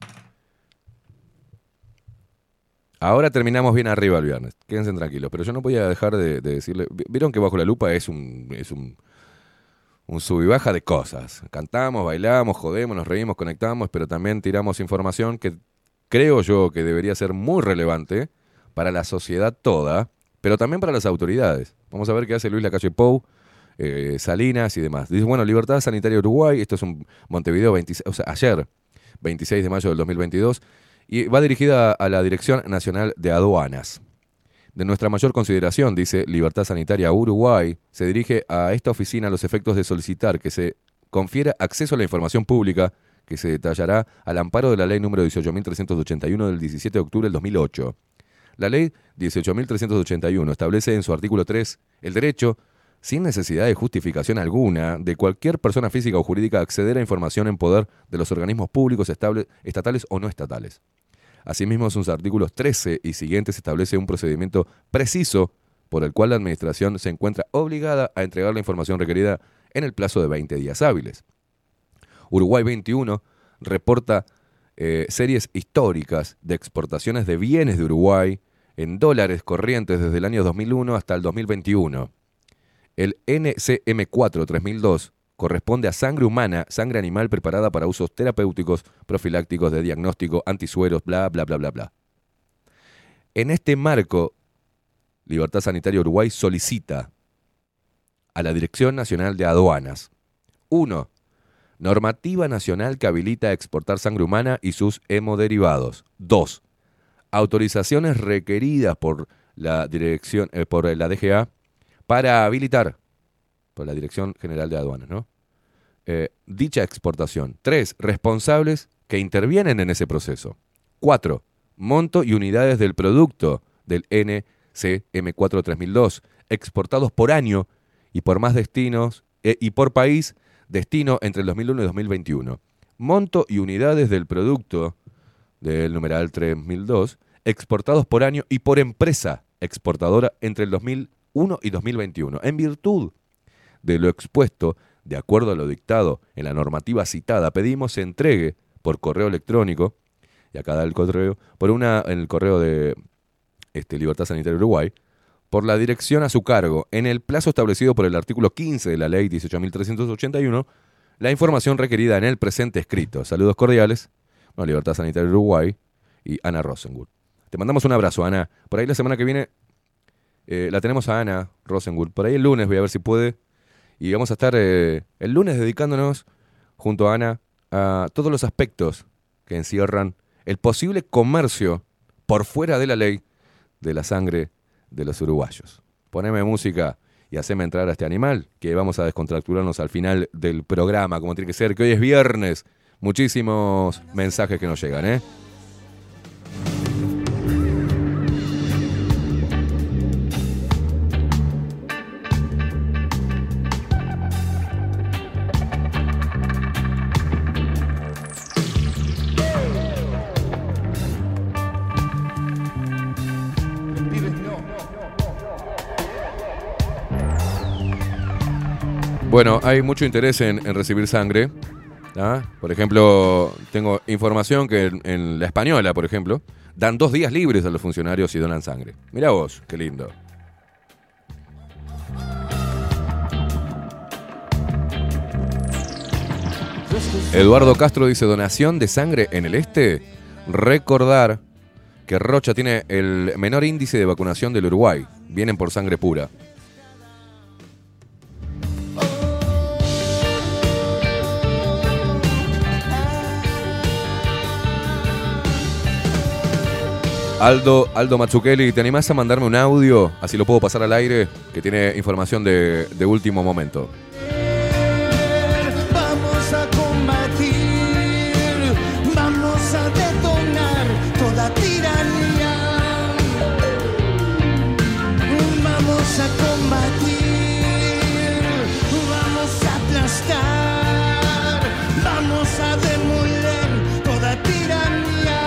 Ahora terminamos bien arriba el viernes, quédense tranquilos, pero yo no podía dejar de decirle... Vieron que Bajo la Lupa es un sub y baja de cosas. Cantamos, bailamos, jodemos, nos reímos, conectamos, pero también tiramos información que creo yo que debería ser muy relevante para la sociedad toda, pero también para las autoridades. Vamos a ver qué hace Luis Lacalle Pou, Salinas y demás. Dice, bueno, Libertad Sanitaria Uruguay, esto es un Montevideo, ayer, 26 de mayo del 2022, y va dirigida a la Dirección Nacional de Aduanas. De nuestra mayor consideración, dice Libertad Sanitaria Uruguay, se dirige a esta oficina a los efectos de solicitar que se confiera acceso a la información pública que se detallará al amparo de la Ley número 18.381 del 17 de octubre del 2008. La Ley 18.381 establece en su artículo 3 el derecho, sin necesidad de justificación alguna, de cualquier persona física o jurídica a acceder a información en poder de los organismos públicos estatales o no estatales. Asimismo, en sus artículos 13 y siguientes establece un procedimiento preciso por el cual la Administración se encuentra obligada a entregar la información requerida en el plazo de 20 días hábiles. Uruguay 21 reporta series históricas de exportaciones de bienes de Uruguay en dólares corrientes desde el año 2001 hasta el 2021. El NCM4 3002 corresponde a sangre humana, sangre animal preparada para usos terapéuticos, profilácticos, de diagnóstico, antisueros, bla, bla, bla, bla, bla. En este marco, Libertad Sanitaria Uruguay solicita a la Dirección Nacional de Aduanas 1. Normativa nacional que habilita a exportar sangre humana y sus hemoderivados. 2. Autorizaciones requeridas por la dirección, por la DGA para habilitar, por la Dirección General de Aduanas, ¿no? Dicha exportación. 3. Responsables que intervienen en ese proceso. 4. Monto y unidades del producto del NCM4 3002 exportados por año y por más destinos y por país destino entre el 2001 y 2021. monto y unidades del producto del numeral 3002 exportados por año y por empresa exportadora entre el 2001 y 2021. En virtud de lo expuesto, de acuerdo a lo dictado en la normativa citada, pedimos se entregue por correo electrónico, y acá da el correo, en el correo de Libertad Sanitaria Uruguay, por la dirección a su cargo, en el plazo establecido por el artículo 15 de la Ley 18.381, la información requerida en el presente escrito. Saludos cordiales, Libertad Sanitaria Uruguay y Ana Rosenwood. Te mandamos un abrazo, Ana. Por ahí la semana que viene la tenemos a Ana Rosenwood. Por ahí el lunes voy a ver si puede. Y vamos a estar el lunes dedicándonos, junto a Ana, a todos los aspectos que encierran el posible comercio por fuera de la ley de la sangre de los uruguayos. Poneme música y haceme entrar a este animal, que vamos a descontracturarnos al final del programa, como tiene que ser, que hoy es viernes. Muchísimos mensajes que nos llegan, ¿eh? Bueno, hay mucho interés en recibir sangre. Por ejemplo, tengo información que en La Española, por ejemplo, dan 2 días libres a los funcionarios si donan sangre. Mirá vos, qué lindo. Eduardo Castro dice, donación de sangre en el este. Recordar que Rocha tiene el menor índice de vacunación del Uruguay. Vienen por sangre pura. Aldo Mazzucchelli, ¿te animás a mandarme un audio? Así lo puedo pasar al aire, que tiene información de último momento. Vamos a combatir, vamos a detonar toda tiranía. Vamos a combatir, vamos a aplastar, vamos a demoler toda tiranía.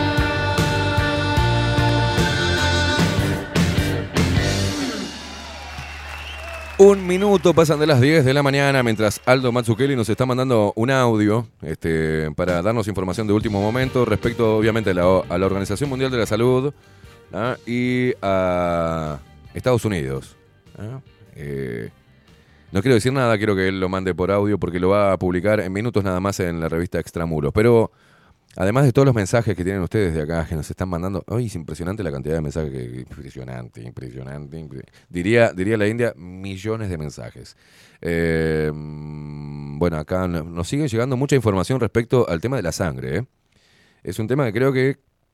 Un minuto pasan de las 10 de la mañana mientras Aldo Mazzucchelli nos está mandando un audio para darnos información de último momento respecto, obviamente, a la Organización Mundial de la Salud y a Estados Unidos. No quiero decir nada, quiero que él lo mande por audio porque lo va a publicar en minutos nada más en la revista Extramuros. Pero además de todos los mensajes que tienen ustedes de acá, que nos están mandando, hoy es impresionante la cantidad de mensajes, impresionante. Diría la India, millones de mensajes. Bueno, acá nos sigue llegando mucha información respecto al tema de la sangre. Es un tema que creo que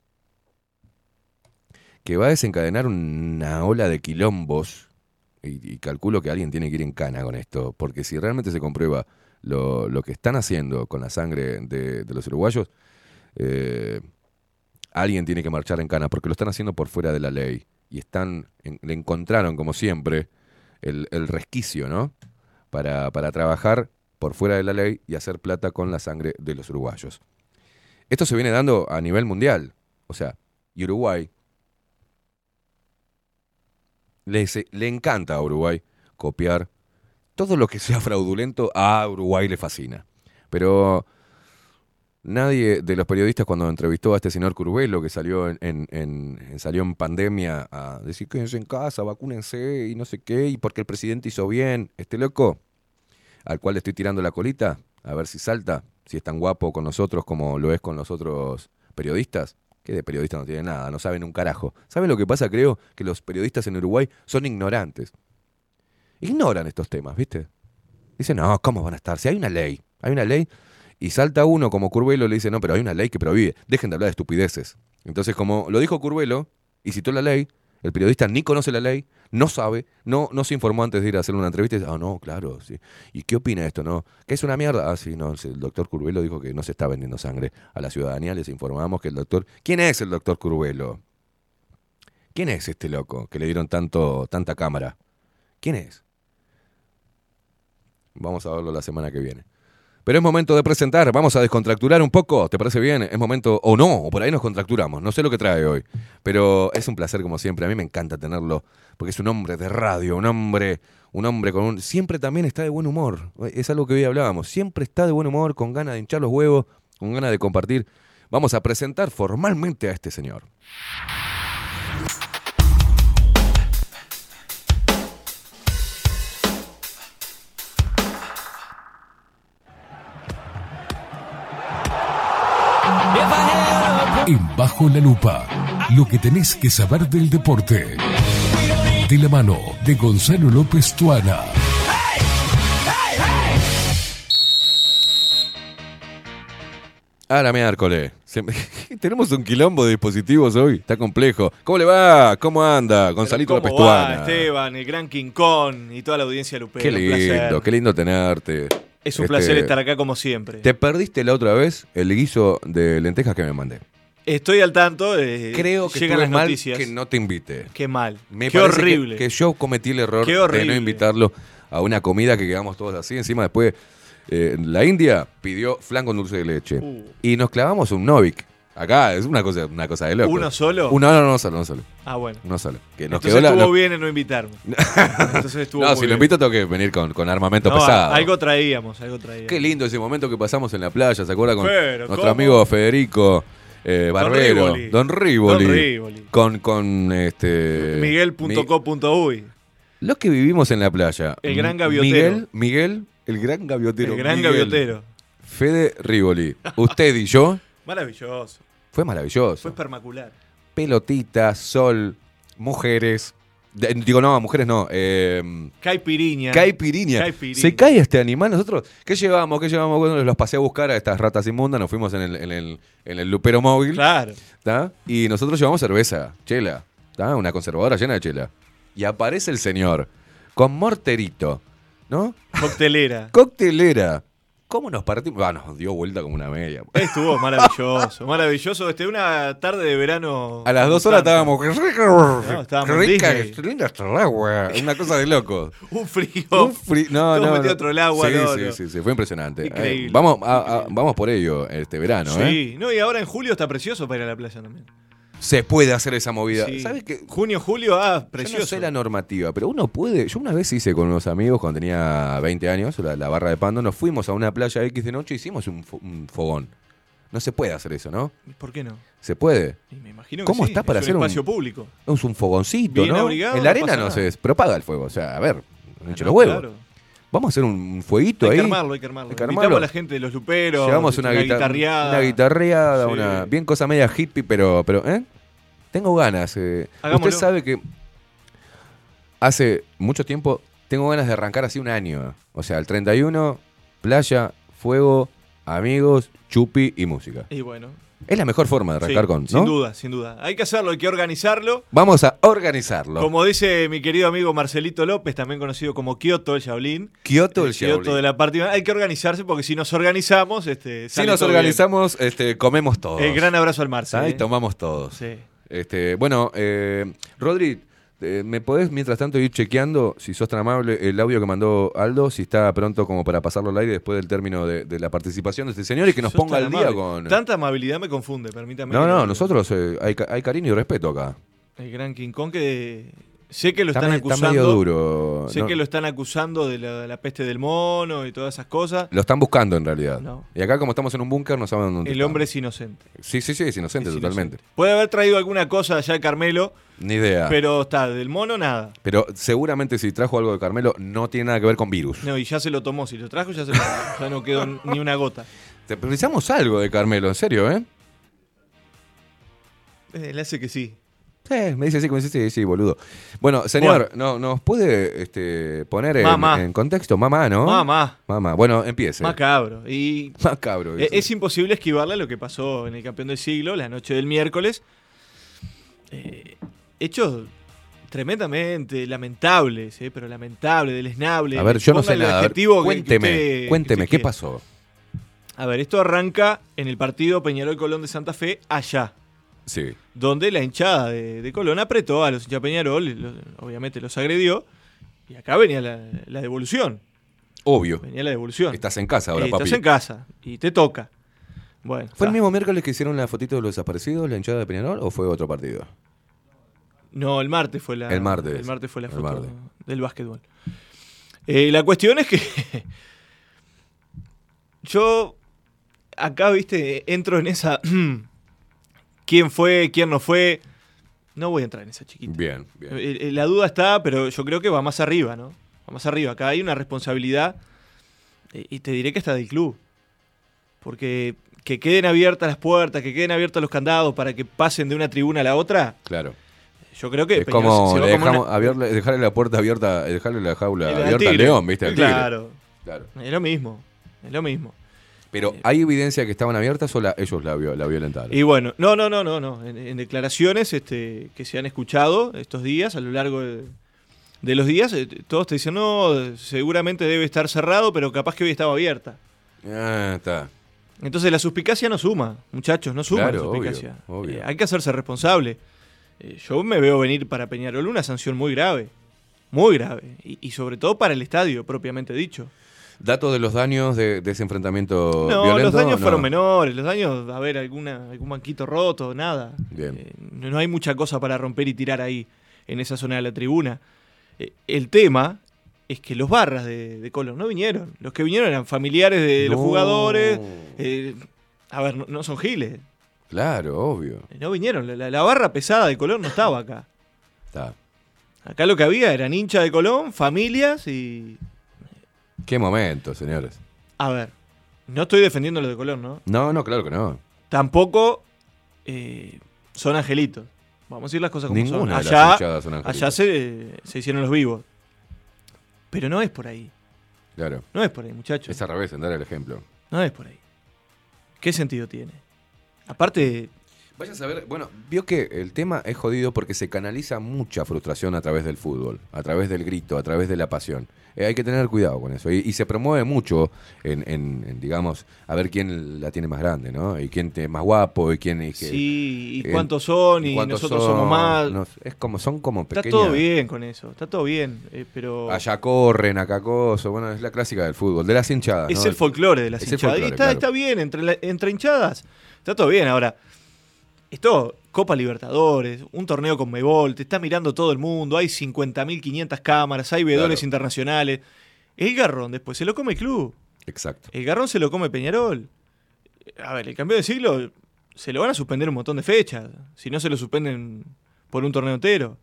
va a desencadenar una ola de quilombos y calculo que alguien tiene que ir en cana con esto, porque si realmente se comprueba lo que están haciendo con la sangre de los uruguayos, alguien tiene que marchar en cana porque lo están haciendo por fuera de la ley y le encontraron, como siempre, el resquicio, ¿no? Para trabajar por fuera de la ley y hacer plata con la sangre de los uruguayos. Esto se viene dando a nivel mundial. O sea, y Uruguay le encanta a Uruguay copiar todo lo que sea fraudulento. A Uruguay le fascina. Pero nadie de los periodistas, cuando entrevistó a este señor Curvelo, que salió salió en pandemia a decir quédense en casa, vacúnense y no sé qué, y porque el presidente hizo bien, este loco, al cual le estoy tirando la colita, a ver si salta, si es tan guapo con nosotros como lo es con los otros periodistas, que de periodistas no tiene nada, no saben un carajo. ¿Saben lo que pasa? Creo que los periodistas en Uruguay son ignorantes. Ignoran estos temas, ¿viste? Dicen, no, ¿cómo van a estar? Si hay una ley, y salta uno como Curvelo, le dice, no, pero hay una ley que prohíbe, dejen de hablar de estupideces. Entonces, como lo dijo Curvelo y citó la ley, el periodista ni conoce la ley, no sabe, no se informó antes de ir a hacer una entrevista y dice, no, claro, sí. ¿Y qué opina esto, no? ¿Que es una mierda? Ah, sí, no, el doctor Curvelo dijo que no se está vendiendo sangre a la ciudadanía, les informamos que el doctor... ¿Quién es el doctor Curvelo? ¿Quién es este loco que le dieron tanta cámara? ¿Quién es? Vamos a verlo la semana que viene. Pero es momento de presentar, vamos a descontracturar un poco, ¿te parece bien? Es momento, o no, o por ahí nos contracturamos, no sé lo que trae hoy. Pero es un placer como siempre, a mí me encanta tenerlo, porque es un hombre de radio, un hombre con un... Siempre también está de buen humor, es algo que hoy hablábamos, siempre está de buen humor, con ganas de hinchar los huevos, con ganas de compartir. Vamos a presentar formalmente a este señor. En Bajo la Lupa, lo que tenés que saber del deporte. De la mano de Gonzalo López Tuana. A la miércoles. Tenemos un quilombo de dispositivos hoy, está complejo. ¿Cómo le va? ¿Cómo anda? Gonzalito López Tuana. Esteban, el gran King Kong y toda la audiencia lupera. Qué lindo tenerte. Es un placer estar acá como siempre. ¿Te perdiste la otra vez el guiso de lentejas que me mandé? Estoy al tanto. Creo que llegan las mal noticias. Que no te invite. Qué mal. Qué horrible. Que yo cometí el error de no invitarlo a una comida que quedamos todos así. Encima después la India pidió flan con dulce de leche. Y nos clavamos un Novik. Acá es una cosa de loco. ¿Uno solo? No solo. Ah, bueno. No solo. Que nos Entonces estuvo bien en no invitarme. No, si lo invito tengo que venir con armamento pesado. Algo traíamos. Qué lindo ese momento que pasamos en la playa, ¿se acuerda? Con nuestro amigo Federico Barbero. Don Rivoli. Con Miguel.co.uy. Los que vivimos en la playa. El gran gaviotero. Miguel, el gran gaviotero. El gran gaviotero. Fede Rivoli. Usted y yo. Maravilloso. Fue maravilloso. Fue espermacular. Pelotita, sol, mujeres. Mujeres no. Caipiriña. Se cae este animal. Nosotros, ¿qué llevamos? Bueno, los pasé a buscar a estas ratas inmundas. Nos fuimos en el lupero móvil. Claro. ¿Tá? Y nosotros llevamos cerveza, chela. ¿Tá? Una conservadora llena de chela. Y aparece el señor con morterito, ¿no? Coctelera. ¿Cómo nos partimos? Nos dio vuelta como una media. Estuvo maravilloso. Una tarde de verano. A las 2 horas estábamos. Estábamos rica, linda hasta el agua. Una cosa de loco. Un frío. No. metió otro el agua. Sí, fue impresionante. Increíble. Vamos por ello este verano. Sí, y ahora en julio está precioso para ir a la playa también. Se puede hacer esa movida. Sí. ¿Sabes qué? Junio, precioso. Yo no sé la normativa, pero uno puede. Yo una vez hice con unos amigos cuando tenía 20 años, la barra de Pando, nos fuimos a una playa X de noche y hicimos un fogón. No se puede hacer eso, ¿no? ¿Por qué no? ¿Se puede? Y me imagino que ¿Cómo sí. está para hacer un espacio público? Es un fogoncito, bien ¿no? Abrigado, en la arena no se propaga el fuego. O sea, a ver, hincha los huevos. Claro. Vamos a hacer un fueguito ahí. Hay que armarlo. Invitamos a la gente de los luperos. Llevamos una guitarreada. Una guitarreada, sí. Bien cosa media hippie, pero tengo ganas. Usted sabe que hace mucho tiempo tengo ganas de arrancar así un año. O sea, el 31, playa, fuego, amigos, chupi y música. Y bueno. Es la mejor forma de arrancar con, ¿no? Sin duda. Hay que hacerlo, hay que organizarlo. Vamos a organizarlo. Como dice mi querido amigo Marcelito López, también conocido como Kioto el Shaolin. Kioto el Shaolin. Kioto de la parte. Hay que organizarse porque si nos organizamos, comemos todos. Gran abrazo al Marcel. Y tomamos todos. Sí. Rodri, ¿me podés mientras tanto ir chequeando, si sos tan amable, el audio que mandó Aldo, si está pronto como para pasarlo al aire después del término de la participación de este señor y que nos ponga al día con... Tanta amabilidad me confunde, permítame. No, nosotros hay cariño y respeto acá. El gran King Kong que... Sé que lo están acusando. Está medio duro. Sé que lo están acusando de la peste del mono y todas esas cosas. Lo están buscando en realidad. No. Y acá, como estamos en un búnker, no saben dónde El estamos. hombre es inocente. Sí, es inocente totalmente. Puede haber traído alguna cosa allá de Carmelo. Ni idea. Pero del mono nada. Pero seguramente si trajo algo de Carmelo no tiene nada que ver con virus. No, y ya se lo tomó. Si lo trajo, ya se lo tomó. Ya no quedó ni una gota. Precisamos algo de Carmelo, en serio, Le hace que sí. Me dice así, como dice, sí, boludo. Bueno, señor, ¿nos puede poner en contexto? Mamá, ¿no? Mamá. Bueno, empiece. Macabro. Macabro. Es imposible esquivarle a lo que pasó en el campeón del siglo, la noche del miércoles. Hechos tremendamente lamentables, pero lamentable, deleznable. A ver, yo no sé nada. Cuénteme, ¿qué pasó? A ver, esto arranca en el partido Peñarol-Colón de Santa Fe, allá. Sí. Donde la hinchada de Colón apretó a los hinchas Peñarol, obviamente los agredió, y acá venía la devolución. Obvio. Venía la devolución. Estás en casa ahora, papi. Estás en casa y te toca. Bueno, ¿Fue el mismo miércoles que hicieron la fotito de los desaparecidos, la hinchada de Peñarol, o fue otro partido? No, el martes fue la El martes fue la El foto martes. del básquetbol. La cuestión es que yo acá, viste, entro en esa quién fue, quién no fue. No voy a entrar en esa, chiquita. Bien. La duda está, pero yo creo que va más arriba, ¿no? Va más arriba. Acá hay una responsabilidad, y te diré que está del club. Porque que queden abiertas las puertas, que queden abiertos los candados para que pasen de una tribuna a la otra. Claro. Yo creo que es como, dejarle la puerta abierta, dejarle la jaula abierta al león, ¿viste? Al tigre. Claro. Es lo mismo. Pero ¿hay evidencia que estaban abiertas o ellos la violentaron? Y bueno, no. En declaraciones que se han escuchado estos días, a lo largo de los días, todos te dicen, no, seguramente debe estar cerrado, pero capaz que hoy estaba abierta. Está. Entonces la suspicacia no suma, muchachos, no suma Claro, la suspicacia. obvio. Hay que hacerse responsable. Yo me veo venir para Peñarol una sanción muy grave, y sobre todo para el estadio, propiamente dicho. ¿Datos de los daños de ese enfrentamiento No, violento? los daños fueron menores, los daños, a ver, algún banquito roto, nada. Bien. No hay mucha cosa para romper y tirar ahí, en esa zona de la tribuna. El tema es que los barras de Colón no vinieron. Los que vinieron eran familiares de los jugadores. A ver, no son giles. Claro, obvio. No vinieron. La barra pesada de Colón no estaba acá. Está. Acá lo que había eran hinchas de Colón, familias y... Qué momento, señores. A ver, no estoy defendiendo lo de Colón, ¿no? No, claro que no. Tampoco son angelitos. Vamos a decir las cosas como Ninguna son. de las hinchadas son angelitos. Allá se hicieron los vivos. Pero no es por ahí. Claro. No es por ahí, muchachos. Es al revés, en dar el ejemplo. No es por ahí. ¿Qué sentido tiene? Aparte... Vaya a saber, bueno, vio que el tema es jodido porque se canaliza mucha frustración a través del fútbol, a través del grito, a través de la pasión. Hay que tener cuidado con eso. Y se promueve mucho en, digamos, a ver quién la tiene más grande, ¿no? Y quién es más guapo, y quién... Sí, y cuántos son, y nosotros somos más... Son como pequeñas... Está todo bien con eso, está todo bien, pero... Allá corren, acá coso, bueno, es la clásica del fútbol, de las hinchadas, Es ¿no? el folclore de las hinchadas. Y está bien, entre hinchadas, está todo bien. Ahora, esto, Copa Libertadores, un torneo con Conmebol, te está mirando todo el mundo, hay 50.500 cámaras, hay veedores internacionales. El garrón después se lo come el club. Exacto. El garrón se lo come Peñarol. A ver, el campeón de siglo se lo van a suspender un montón de fechas, si no se lo suspenden por un torneo entero.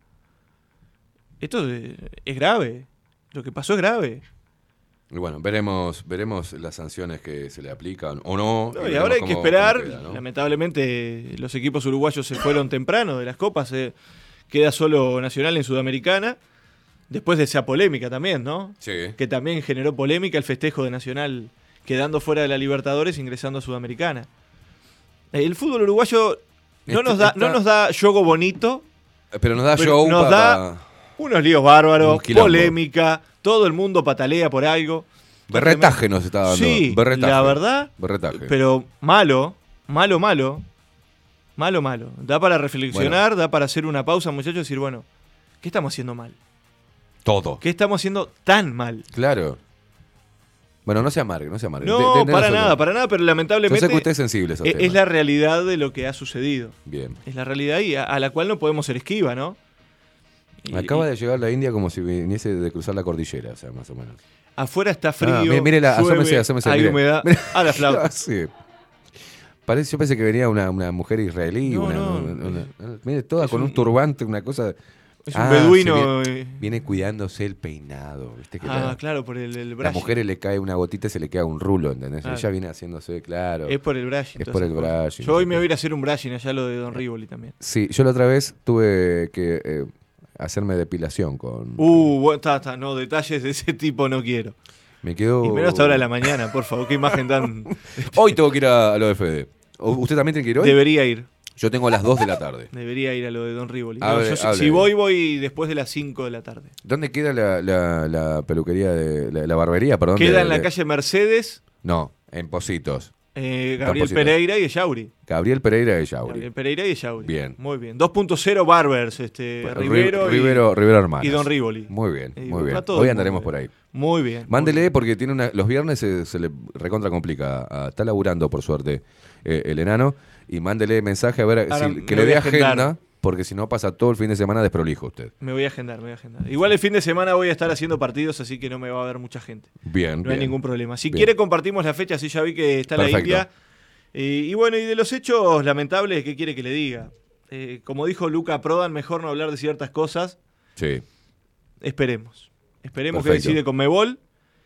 Esto es grave. Lo que pasó es grave. Y bueno, veremos las sanciones que se le aplican o no. Y ahora hay que esperar. Queda, ¿no? Lamentablemente los equipos uruguayos se fueron temprano de las copas. Queda solo Nacional en Sudamericana. Después de esa polémica también, ¿no? Sí. Que también generó polémica el festejo de Nacional quedando fuera de la Libertadores, ingresando a Sudamericana. El fútbol uruguayo no nos da juego bonito. Pero nos da show. Nos da unos líos bárbaros, polémica. Todo el mundo patalea por algo. Berretaje nos está dando. Sí, berretaje. La verdad. Berretaje. Pero malo. Da para reflexionar, da para hacer una pausa, muchachos, y decir, bueno, ¿qué estamos haciendo mal? Todo. ¿Qué estamos haciendo tan mal? Claro. Bueno, no se amargue. No, para nada, pero lamentablemente... Yo sé que usted es sensible a esos temas. Es la realidad de lo que ha sucedido. Bien. Es la realidad y a la cual no podemos ser esquiva, ¿no? Acaba de llegar la India como si viniese de cruzar la cordillera, o sea, más o menos. Afuera está frío, mire llueve, asómese, hay mire. humedad. A la flauta. Sí. Yo pensé que venía una mujer israelí. No. Mire, toda con un turbante, una cosa... Es un beduino. Viene cuidándose el peinado. ¿Viste? Que Claro, por el brushing. A las mujeres le cae una gotita y se le queda un rulo, ¿entendés? Claro. Ella viene haciéndose, claro. Es por el brushing. Es por el brushing. Yo hoy me voy a ir a hacer un brushing allá lo de Don Rivoli también. Sí, yo la otra vez tuve que hacerme depilación con... No, detalles de ese tipo no quiero. Me quedo... Y menos hasta ahora de la mañana, por favor, qué imagen tan... Hoy tengo que ir a lo de Fede. ¿Usted también tiene que ir hoy? Debería ir. Yo tengo a las 2 de la tarde. Debería ir a lo de Don Rivoli. Si voy después de las 5 de la tarde. ¿Dónde queda la peluquería la barbería, perdón? Queda en la calle Mercedes. No, en Positos. Gabriel Pereira y Echauri. Gabriel Pereira y Echauri. Gabriel Pereira y Echauri. Bien. Muy bien. 2.0 Barbers, Rivero Hermanas. Y Don Rivoli. Muy bien, Y muy bien. todo Hoy el andaremos mundo. por ahí. Muy bien. Mándele porque tiene los viernes se le recontra complica. Está laburando, por suerte, el enano. Y mándele mensaje a ver Ahora que me le voy dé a agendar. agenda, porque si no pasa todo el fin de semana desprolijo usted. Me voy a agendar. Igual el fin de semana voy a estar haciendo partidos, así que no me va a ver mucha gente. Bien, No hay ningún problema. Si Bien. quiere compartimos la fecha, sí, ya vi que está Perfecto. la India. Y bueno, y de los hechos lamentables, ¿qué quiere que le diga? Como dijo Luca Prodan, mejor no hablar de ciertas cosas. Sí. Esperemos que Perfecto. decide Conmebol.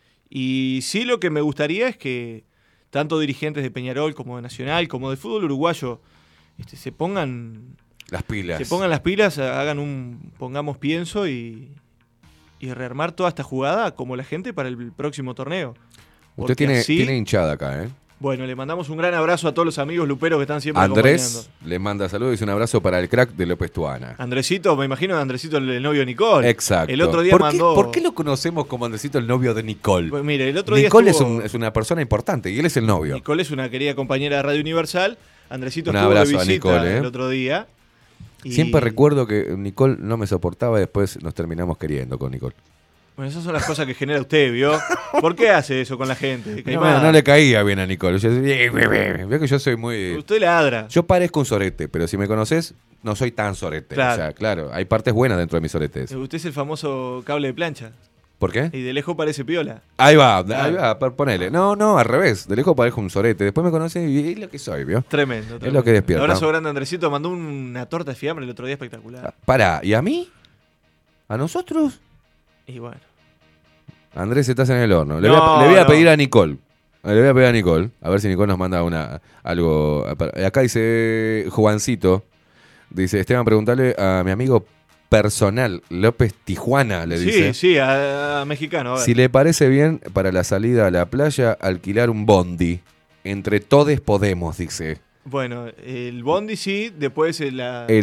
Y sí, lo que me gustaría es que tanto dirigentes de Peñarol como de Nacional, como de fútbol uruguayo, se pongan Las pilas. las pilas, pongamos pienso y rearmar toda esta jugada como la gente para el próximo torneo. Usted Porque así- tiene hinchada acá, ¿eh? Bueno, le mandamos un gran abrazo a todos los amigos luperos que están siempre Andrés acompañando. le manda saludos y un abrazo para el crack de López Tuana. Andresito, me imagino de Andresito el novio de Nicole. Exacto. El otro día ¿Por mandó... ¿Por qué lo conocemos como Andresito, el novio de Nicole? Pues mire, el otro día Nicole estuvo- es una persona importante y él es el novio. Nicole es una querida compañera de Radio Universal. Andresito Un estuvo abrazo de a visita Nicole, ¿eh? el otro día. Y- Siempre recuerdo que Nicole no me soportaba y después nos terminamos queriendo con Nicole. Bueno, esas son las cosas que genera usted, ¿vio? ¿Por qué hace eso con la gente? No le caía bien a Nicole. Veo que yo soy muy... Usted ladra. Yo parezco un sorete, pero si me conoces, no soy tan sorete. Claro. O sea, claro, hay partes buenas dentro de mis soretes. Usted es el famoso cable de plancha. ¿Por qué? Y de lejos parece piola. Ahí va, ponele. No, al revés. De lejos parezco un sorete. Después me conoces y es lo que soy, ¿vio? Tremendo. Es lo que despierta. Un abrazo grande, Andresito. Mandó una torta de fiambre el otro día espectacular. Pará, ¿y a mí? ¿A nosotros? Y bueno. Andrés, estás en el horno. Le No, voy a no. pedir a Nicole. Le voy a pedir a Nicole. A ver si Nicole nos manda algo. Acá dice Juancito. Dice, Esteban, preguntale a mi amigo personal, López Tijuana, le dice. Sí, a mexicano. A ver. Si le parece bien, para la salida a la playa, alquilar un bondi. Entre todes podemos, dice. Bueno, el bondi sí, después el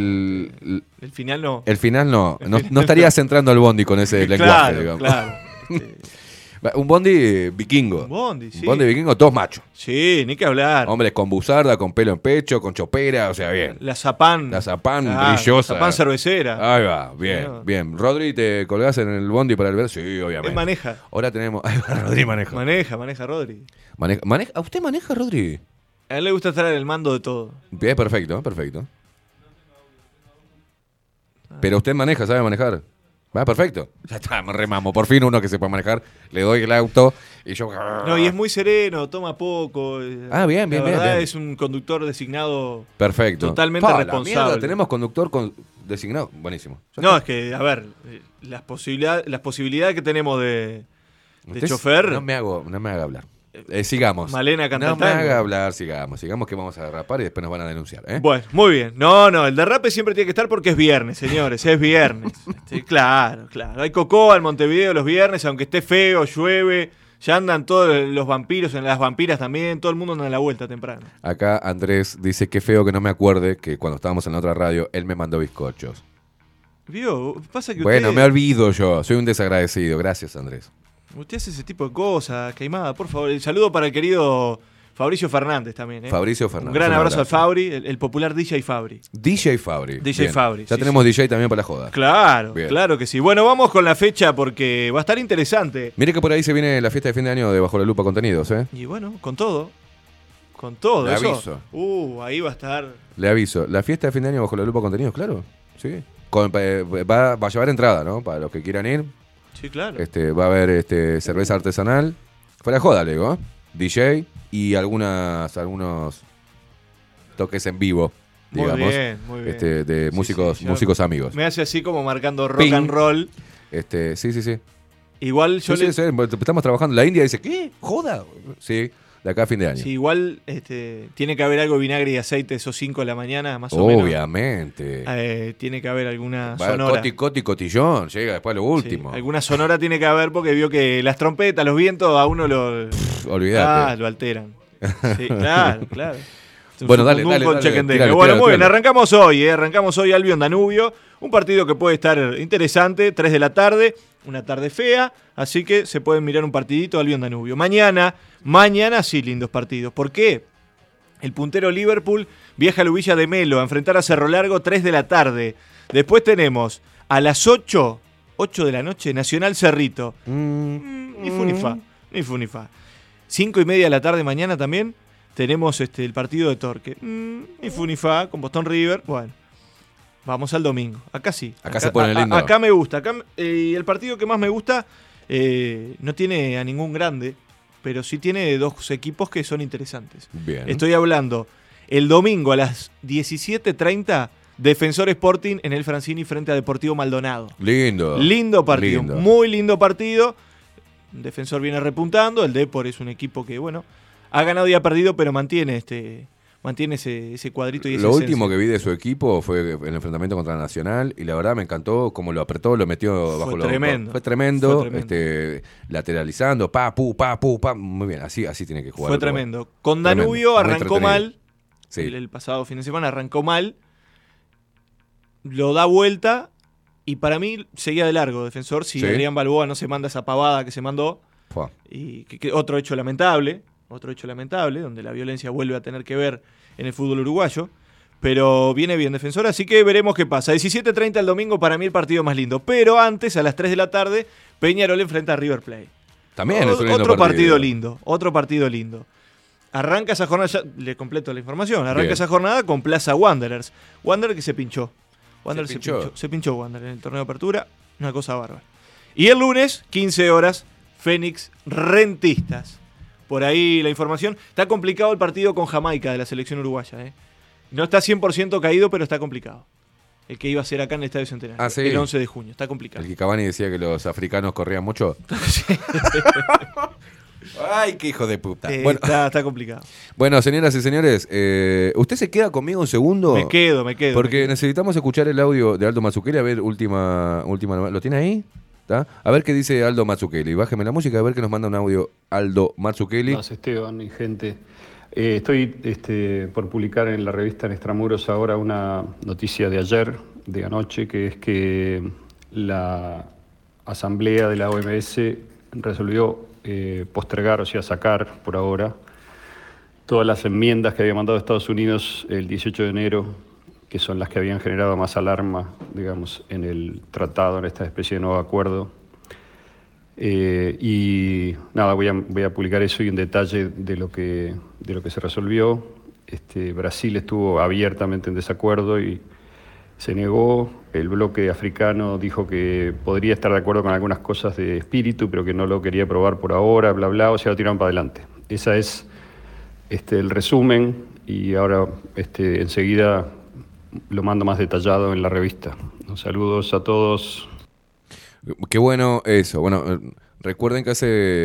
final no. El final no. No estarías entrando al bondi con ese lenguaje, digamos. Claro. Un bondi vikingo. Un bondi, sí. Un bondi vikingo, todos machos. Sí, ni que hablar. Hombres con buzarda, con pelo en pecho, con chopera, o sea, bien. La Zapán. La Zapán Claro, brillosa. la Zapán cervecera. Ahí va, bien, Señor. bien. Rodri, ¿te colgás en el bondi para el ver? Sí, obviamente. Él maneja. Ahora tenemos... Ahí va, Rodri maneja. Maneja Rodri. ¿A usted maneja, Rodri? A él le gusta estar en el mando de todo. Bien, perfecto, perfecto. Pero usted maneja, ¿sabe manejar? Va, perfecto. Ya está, me remamo. Por fin uno que sepa manejar. Le doy el auto y yo... No, y es muy sereno, toma poco. Ah, bien, bien, La verdad bien. es un conductor designado Perfecto. totalmente La responsable. mierda, tenemos conductor designado. Buenísimo. Ya No, está. es que, a ver, las posibilidades que tenemos de Usted chofer. No me haga hablar. Sigamos. Malena canta No el me tango. haga hablar, sigamos. Sigamos que vamos a derrapar y después nos van a denunciar. ¿eh? Bueno, muy bien. No, el derrape siempre tiene que estar porque es viernes, señores, es viernes. Claro. Hay cocoa en Montevideo los viernes, aunque esté feo, llueve, ya andan todos los vampiros, en las vampiras también, todo el mundo anda a la vuelta temprano. Acá Andrés dice que feo que no me acuerde que cuando estábamos en la otra radio, él me mandó bizcochos. ¿Vio? Pasa que Bueno, usted, me olvido yo. Soy un desagradecido. Gracias, Andrés. usted hace ese tipo de cosas, Queimada, por favor. El saludo para el querido Fabricio Fernández también. Fabricio Fernández. Un gran Un abrazo al abrazo. Fabri, el popular DJ Fabri. DJ Fabri. DJ Bien. Fabri, Ya sí, tenemos DJ también para la joda. Claro, Bien. claro que sí. Bueno, vamos con la fecha porque va a estar interesante. Mire que por ahí se viene la fiesta de fin de año de Bajo la Lupa Contenidos, ¿eh? Y bueno, con todo. Con todo. Le eso. aviso. Ahí va a estar. Le aviso. La fiesta de fin de año Bajo la Lupa Contenidos, claro. Sí. Va a llevar entrada, ¿no? Para los que quieran ir. Sí, claro. Va a haber cerveza artesanal. Fuera de joda, le digo. DJ y algunos toques en vivo, Muy digamos. bien, muy bien. De Sí, músicos, sí, músicos amigos. Me hace así como marcando rock Ping. and roll. Sí. Igual yo Sí, estamos trabajando. La India dice, ¿qué? ¿Joda? Sí, de acá a fin de año. Sí, igual tiene que haber algo de vinagre y aceite, esos 5 de la mañana, más o menos. Obviamente. Tiene que haber alguna Va sonora. cotillón, llega después a lo último. Sí, alguna sonora tiene que haber porque vio que las trompetas, los vientos a uno Olvídate. lo alteran. Sí, claro. Bueno, dale, Con tíralo, Bueno, muy bien, tíralo. arrancamos hoy Albion Danubio, un partido que puede estar interesante, 3 de la tarde, una tarde fea, así que se pueden mirar un partidito Albion Danubio. Mañana sí lindos partidos. ¿Por qué? El puntero Liverpool viaja a Villa de Melo a enfrentar a Cerro Largo 3 de la tarde. Después tenemos a las 8 de la noche, Nacional Cerrito. Ni fu ni fa. 5:30 de la tarde mañana también tenemos el partido de Torque. Ni fu ni fa, con Boston River. Bueno, vamos al domingo. Acá sí. Acá se pone lindo. Acá me gusta. Y el partido que más me gusta no tiene a ningún grande, pero sí tiene dos equipos que son interesantes. Bien. Estoy hablando el domingo a las 17:30, Defensor Sporting en el Francini frente a Deportivo Maldonado. Lindo partido. Lindo. Muy lindo partido. Defensor viene repuntando. El Depor es un equipo que, bueno, ha ganado y ha perdido, pero mantiene ese cuadrito y esa Lo esencia. último que vi de su equipo fue el enfrentamiento contra Nacional y la verdad me encantó cómo lo apretó, lo metió bajo los... Fue tremendo. Lateralizando, pu, muy bien, así tiene que jugar. Fue tremendo. Con Danubio arrancó mal. Sí. El pasado fin de semana arrancó mal. Lo da vuelta y para mí seguía de largo Defensor si Adrián Balboa no se manda esa pavada que se mandó. Y que otro hecho lamentable, donde la violencia vuelve a tener que ver en el fútbol uruguayo. Pero viene bien Defensor, así que veremos qué pasa. 17:30 el domingo, para mí el partido más lindo. Pero antes, a las 3 de la tarde, Peñarol enfrenta a River Plate. También es un lindo otro partido lindo. Arranca esa jornada, ya le completo la información, esa jornada con Plaza Wanderers. Wanderers que se pinchó. Se pinchó Wanderers en el torneo de apertura, una cosa bárbara. Y el lunes, 15 horas, Fénix Rentistas. Por ahí la información. Está complicado el partido con Jamaica de la selección uruguaya. No está 100% caído, pero está complicado. El que iba a ser acá en el Estadio Centenario. ¿Sí? El 11 de junio. Está complicado. El que Cavani decía que los africanos corrían mucho. Ay, qué hijo de puta. Bueno, está complicado. Bueno, señoras y señores, ¿usted se queda conmigo un segundo? Me quedo. Porque necesitamos escuchar el audio de Aldo Mazzucchelli. A ver, última. ¿Lo tiene ahí? ¿Tá? A ver qué dice Aldo Mazzucchelli. Bájeme la música a ver que nos manda un audio Aldo Mazzucchelli. Gracias, Esteban y gente. Estoy por publicar en la revista En Extramuros ahora una noticia de ayer, de anoche, que es que la asamblea de la OMS resolvió postergar, o sea, sacar por ahora todas las enmiendas que había mandado Estados Unidos el 18 de enero, que son las que habían generado más alarma, digamos, en el tratado, en esta especie de nuevo acuerdo. Y nada, voy a publicar eso y un detalle de lo que se resolvió. Brasil estuvo abiertamente en desacuerdo y se negó. El bloque africano dijo que podría estar de acuerdo con algunas cosas de espíritu, pero que no lo quería probar por ahora, bla, bla, o sea, lo tiraron para adelante. Esa es el resumen y ahora enseguida lo mando más detallado en la revista. Saludos a todos. Qué bueno eso. Bueno, recuerden que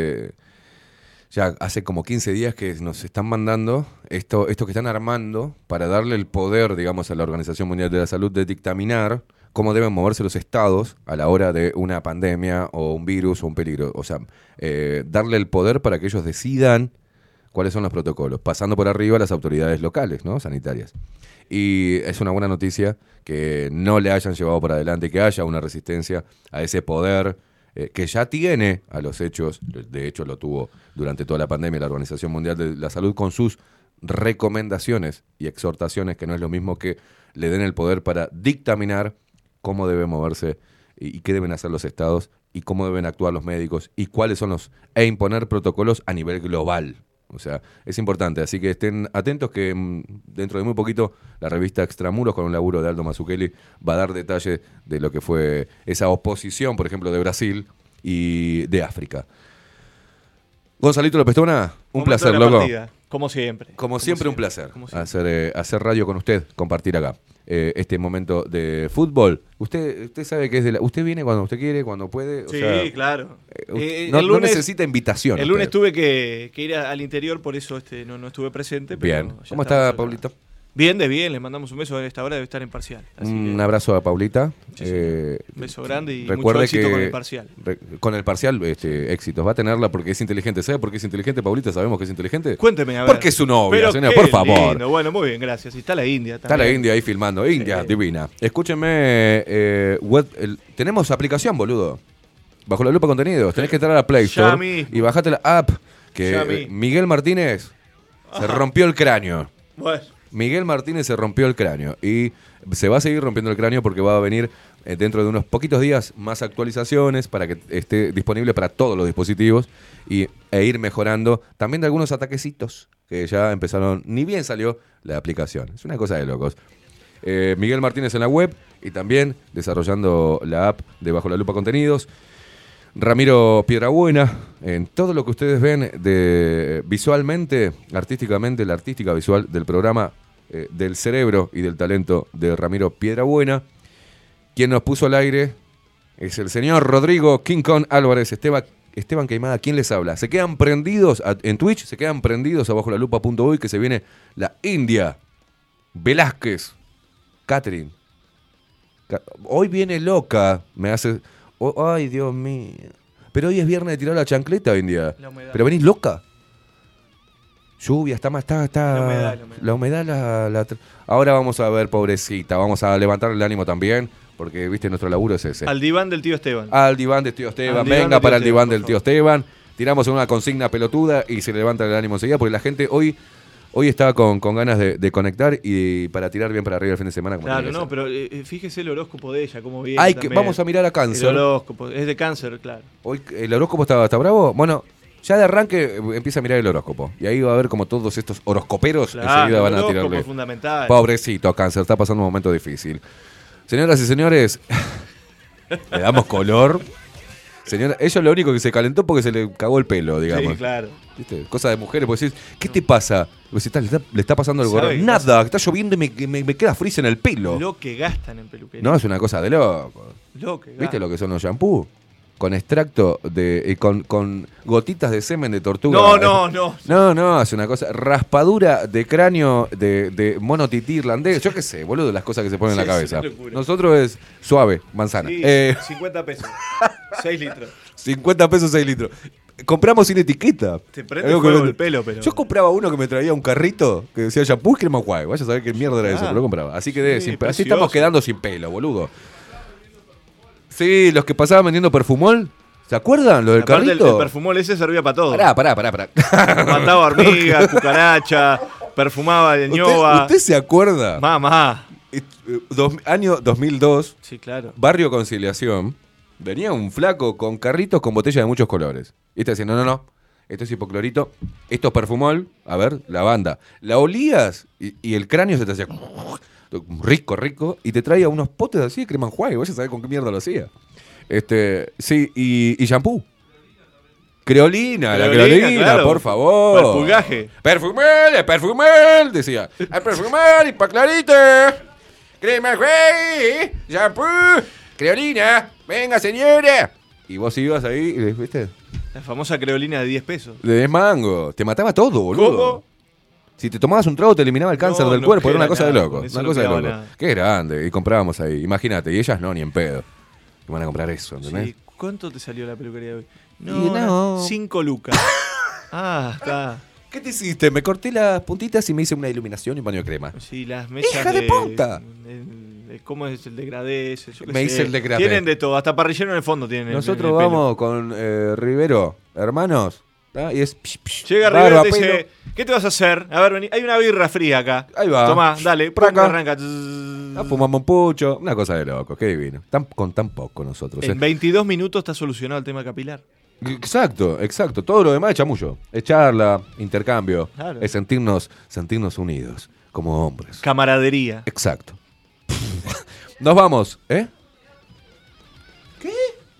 hace como 15 días que nos están mandando esto que están armando para darle el poder, digamos, a la Organización Mundial de la Salud de dictaminar cómo deben moverse los estados a la hora de una pandemia o un virus o un peligro. O sea, darle el poder para que ellos decidan cuáles son los protocolos, pasando por arriba a las autoridades locales, ¿no? Sanitarias. Y es una buena noticia que no le hayan llevado por adelante, que haya una resistencia a ese poder que ya tiene a los hechos. De hecho, lo tuvo durante toda la pandemia la Organización Mundial de la Salud con sus recomendaciones y exhortaciones, que no es lo mismo que le den el poder para dictaminar cómo debe moverse y qué deben hacer los estados y cómo deben actuar los médicos y cuáles son e imponer protocolos a nivel global. O sea, es importante, así que estén atentos que dentro de muy poquito la revista Extramuros, con un laburo de Aldo Mazzucchelli, va a dar detalle de lo que fue esa oposición, por ejemplo, de Brasil y de África. Gonzalito López Tona, un placer, loco. Como siempre. Como siempre, un placer hacer radio con usted, compartir acá este momento de fútbol. Usted sabe que es usted viene cuando usted quiere, cuando puede. Claro. No necesita invitación. El lunes tuve que ir al interior, por eso no estuve presente. Pero bien. ¿Cómo está, Paulito? Bien, le mandamos un beso. A esta hora debe estar en parcial. Un abrazo a Paulita. Un beso grande y recuerde mucho éxito que con el parcial. Con el parcial, éxitos. Va a tenerla porque es inteligente. ¿Sabe por qué es inteligente, Paulita? ¿Sabemos que es inteligente? Cuénteme, a ver. Porque es su novia, señora, por favor. Lindo. Bueno, muy bien, gracias. Y está la India también. Está la India ahí filmando. India, divina. Escúchenme, tenemos aplicación, boludo. Bajo la lupa contenidos. Tenés que entrar a la Play Store y bajate la app que Miguel Martínez se rompió el cráneo. Bueno. Miguel Martínez se rompió el cráneo y se va a seguir rompiendo el cráneo porque va a venir dentro de unos poquitos días más actualizaciones para que esté disponible para todos los dispositivos e ir mejorando también de algunos ataquecitos que ya empezaron, ni bien salió la aplicación. Es una cosa de locos. Miguel Martínez en la web y también desarrollando la app de Bajo la Lupa Contenidos. Ramiro Piedrabuena, en todo lo que ustedes ven de visualmente, artísticamente, la artística visual del programa del cerebro y del talento de Ramiro Piedrabuena. Quien nos puso al aire es el señor Rodrigo King Kong Álvarez. Esteban Queimada, ¿quién les habla? Se quedan prendidos en Twitch, se quedan prendidos a bajolalupa.uy que se viene la India Velázquez Catherine. Hoy viene loca, me hace... ay, Dios mío. Pero hoy es viernes de tirar la chancleta hoy en día. Pero venís loca. Lluvia, la humedad. Ahora vamos a ver, pobrecita. Vamos a levantarle el ánimo también. Porque, viste, nuestro laburo es ese. Al diván del tío Esteban. Al diván del tío Esteban. Venga para el diván del tío Esteban. Tiramos una consigna pelotuda y se levanta el ánimo enseguida. Porque la gente hoy está con ganas de conectar y para tirar bien para arriba el fin de semana. Como claro, no, pero fíjese el horóscopo de ella, cómo viene. Vamos a mirar a Cáncer. El horóscopo, es de Cáncer, claro. Hoy el horóscopo está bravo. Bueno, ya de arranque empieza a mirar el horóscopo. Y ahí va a ver como todos estos horoscoperos enseguida van a tirarle. Es fundamental. Pobrecito Cáncer, está pasando un momento difícil. Señoras y señores, le damos color. Señora, ella lo único que se calentó porque se le cagó el pelo, digamos. Sí, claro. ¿Viste? Cosa de mujeres, pues decís, ¿qué te pasa? Pues, le está pasando algo raro. Nada, está lloviendo y me queda frizz en el pelo. Lo que gastan en peluquería. No, es una cosa de loco. ¿Viste lo que son los shampoos? Con extracto con gotitas de semen de tortuga. No, es una cosa. Raspadura de cráneo de mono tití irlandés. Yo qué sé, boludo, las cosas que se ponen en la cabeza. Nosotros es suave, manzana. Sí, 50 pesos. 6 litros. 50 pesos, 6 litros. Compramos sin etiqueta. Te prende fuego el pelo, pero... Yo compraba uno que me traía un carrito que decía shampoo y crema enjuague. Vaya a saber qué mierda era eso, pero lo compraba. Así que así estamos quedando sin pelo, boludo. Sí, los que pasaban vendiendo perfumol. ¿Se acuerdan? Lo del carrito. El perfumol ese servía para todo. Pará. Mataba hormigas, cucaracha, perfumaba de ñoba. ¿Usted se acuerda? Mamá. Año 2002. Sí, claro. Barrio Conciliación. Venía un flaco con carritos con botellas de muchos colores. Y te decía, no. Esto es hipoclorito. Esto es perfumol. A ver, lavanda. La olías y el cráneo se te hacía... rico, y te traía unos potes así de crema enjuague, vos ya sabés con qué mierda lo hacía. Sí, y shampoo. Creolina, la creolina, claro. Por favor. Perfumgaje. Perfumel, decía. Hay perfumel y pa' clarito. Crema enjuague, shampoo, creolina, venga señora. Y vos ibas ahí, ¿viste? La famosa creolina de 10 pesos. De 10 mangos. Te mataba todo, boludo. ¿Cómo? Si te tomabas un trago te eliminaba el cáncer del cuerpo, era una cosa de loco. Una cosa de loco. Qué grande. Y comprábamos ahí, imagínate. Y ellas no, ni en pedo. Que van a comprar eso, ¿entendés? Sí. ¿Cuánto te salió la peluquería de hoy? No. 5 lucas. Está. ¿Qué te hiciste? Me corté las puntitas y me hice una iluminación y un baño de crema. Sí, las mesas. ¡Hija de puta! ¿Cómo es el degradé? Me hice el degradé. Tienen de todo, hasta parrillero en el fondo tienen. Nosotros vamos con Rivero, hermanos. Y es... Llega Rivero y te dice, ¿qué te vas a hacer? A ver, vení, hay una birra fría acá. Ahí va. Tomá, dale, por acá. Arranca. Fumamos un pucho. Una cosa de loco, qué divino. Con tan poco nosotros. En 22 minutos está solucionado el tema capilar. Exacto. Todo lo demás es chamullo. Es charla, intercambio. Claro. Es sentirnos unidos como hombres. Camaradería. Exacto. Nos vamos, ¿eh? ¿Qué?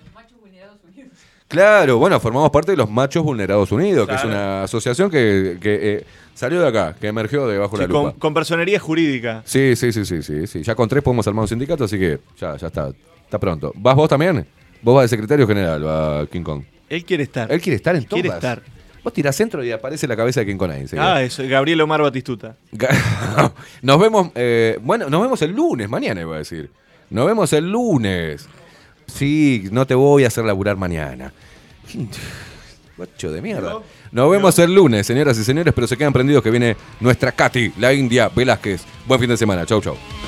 Claro, bueno, formamos parte de los Machos Vulnerados Unidos, claro. Que es una asociación que salió de acá, que emergió de Bajo la Lupa. Con personería jurídica. Sí. Ya con 3 podemos armar un sindicato, así que ya está pronto. ¿Vas vos también? Vos vas de secretario general, va King Kong. Él quiere estar. Él quiere estar en todas. Quiere estar. Vos tirás centro y aparece la cabeza de King Kong ahí. Eso, Gabriel Omar Batistuta. Nos vemos, nos vemos el lunes, mañana iba a decir. Nos vemos el lunes. Sí, no te voy a hacer laburar mañana. Guacho de mierda. Nos vemos el lunes, señoras y señores, pero se quedan prendidos que viene nuestra Katy, la India Velázquez. Buen fin de semana. Chau.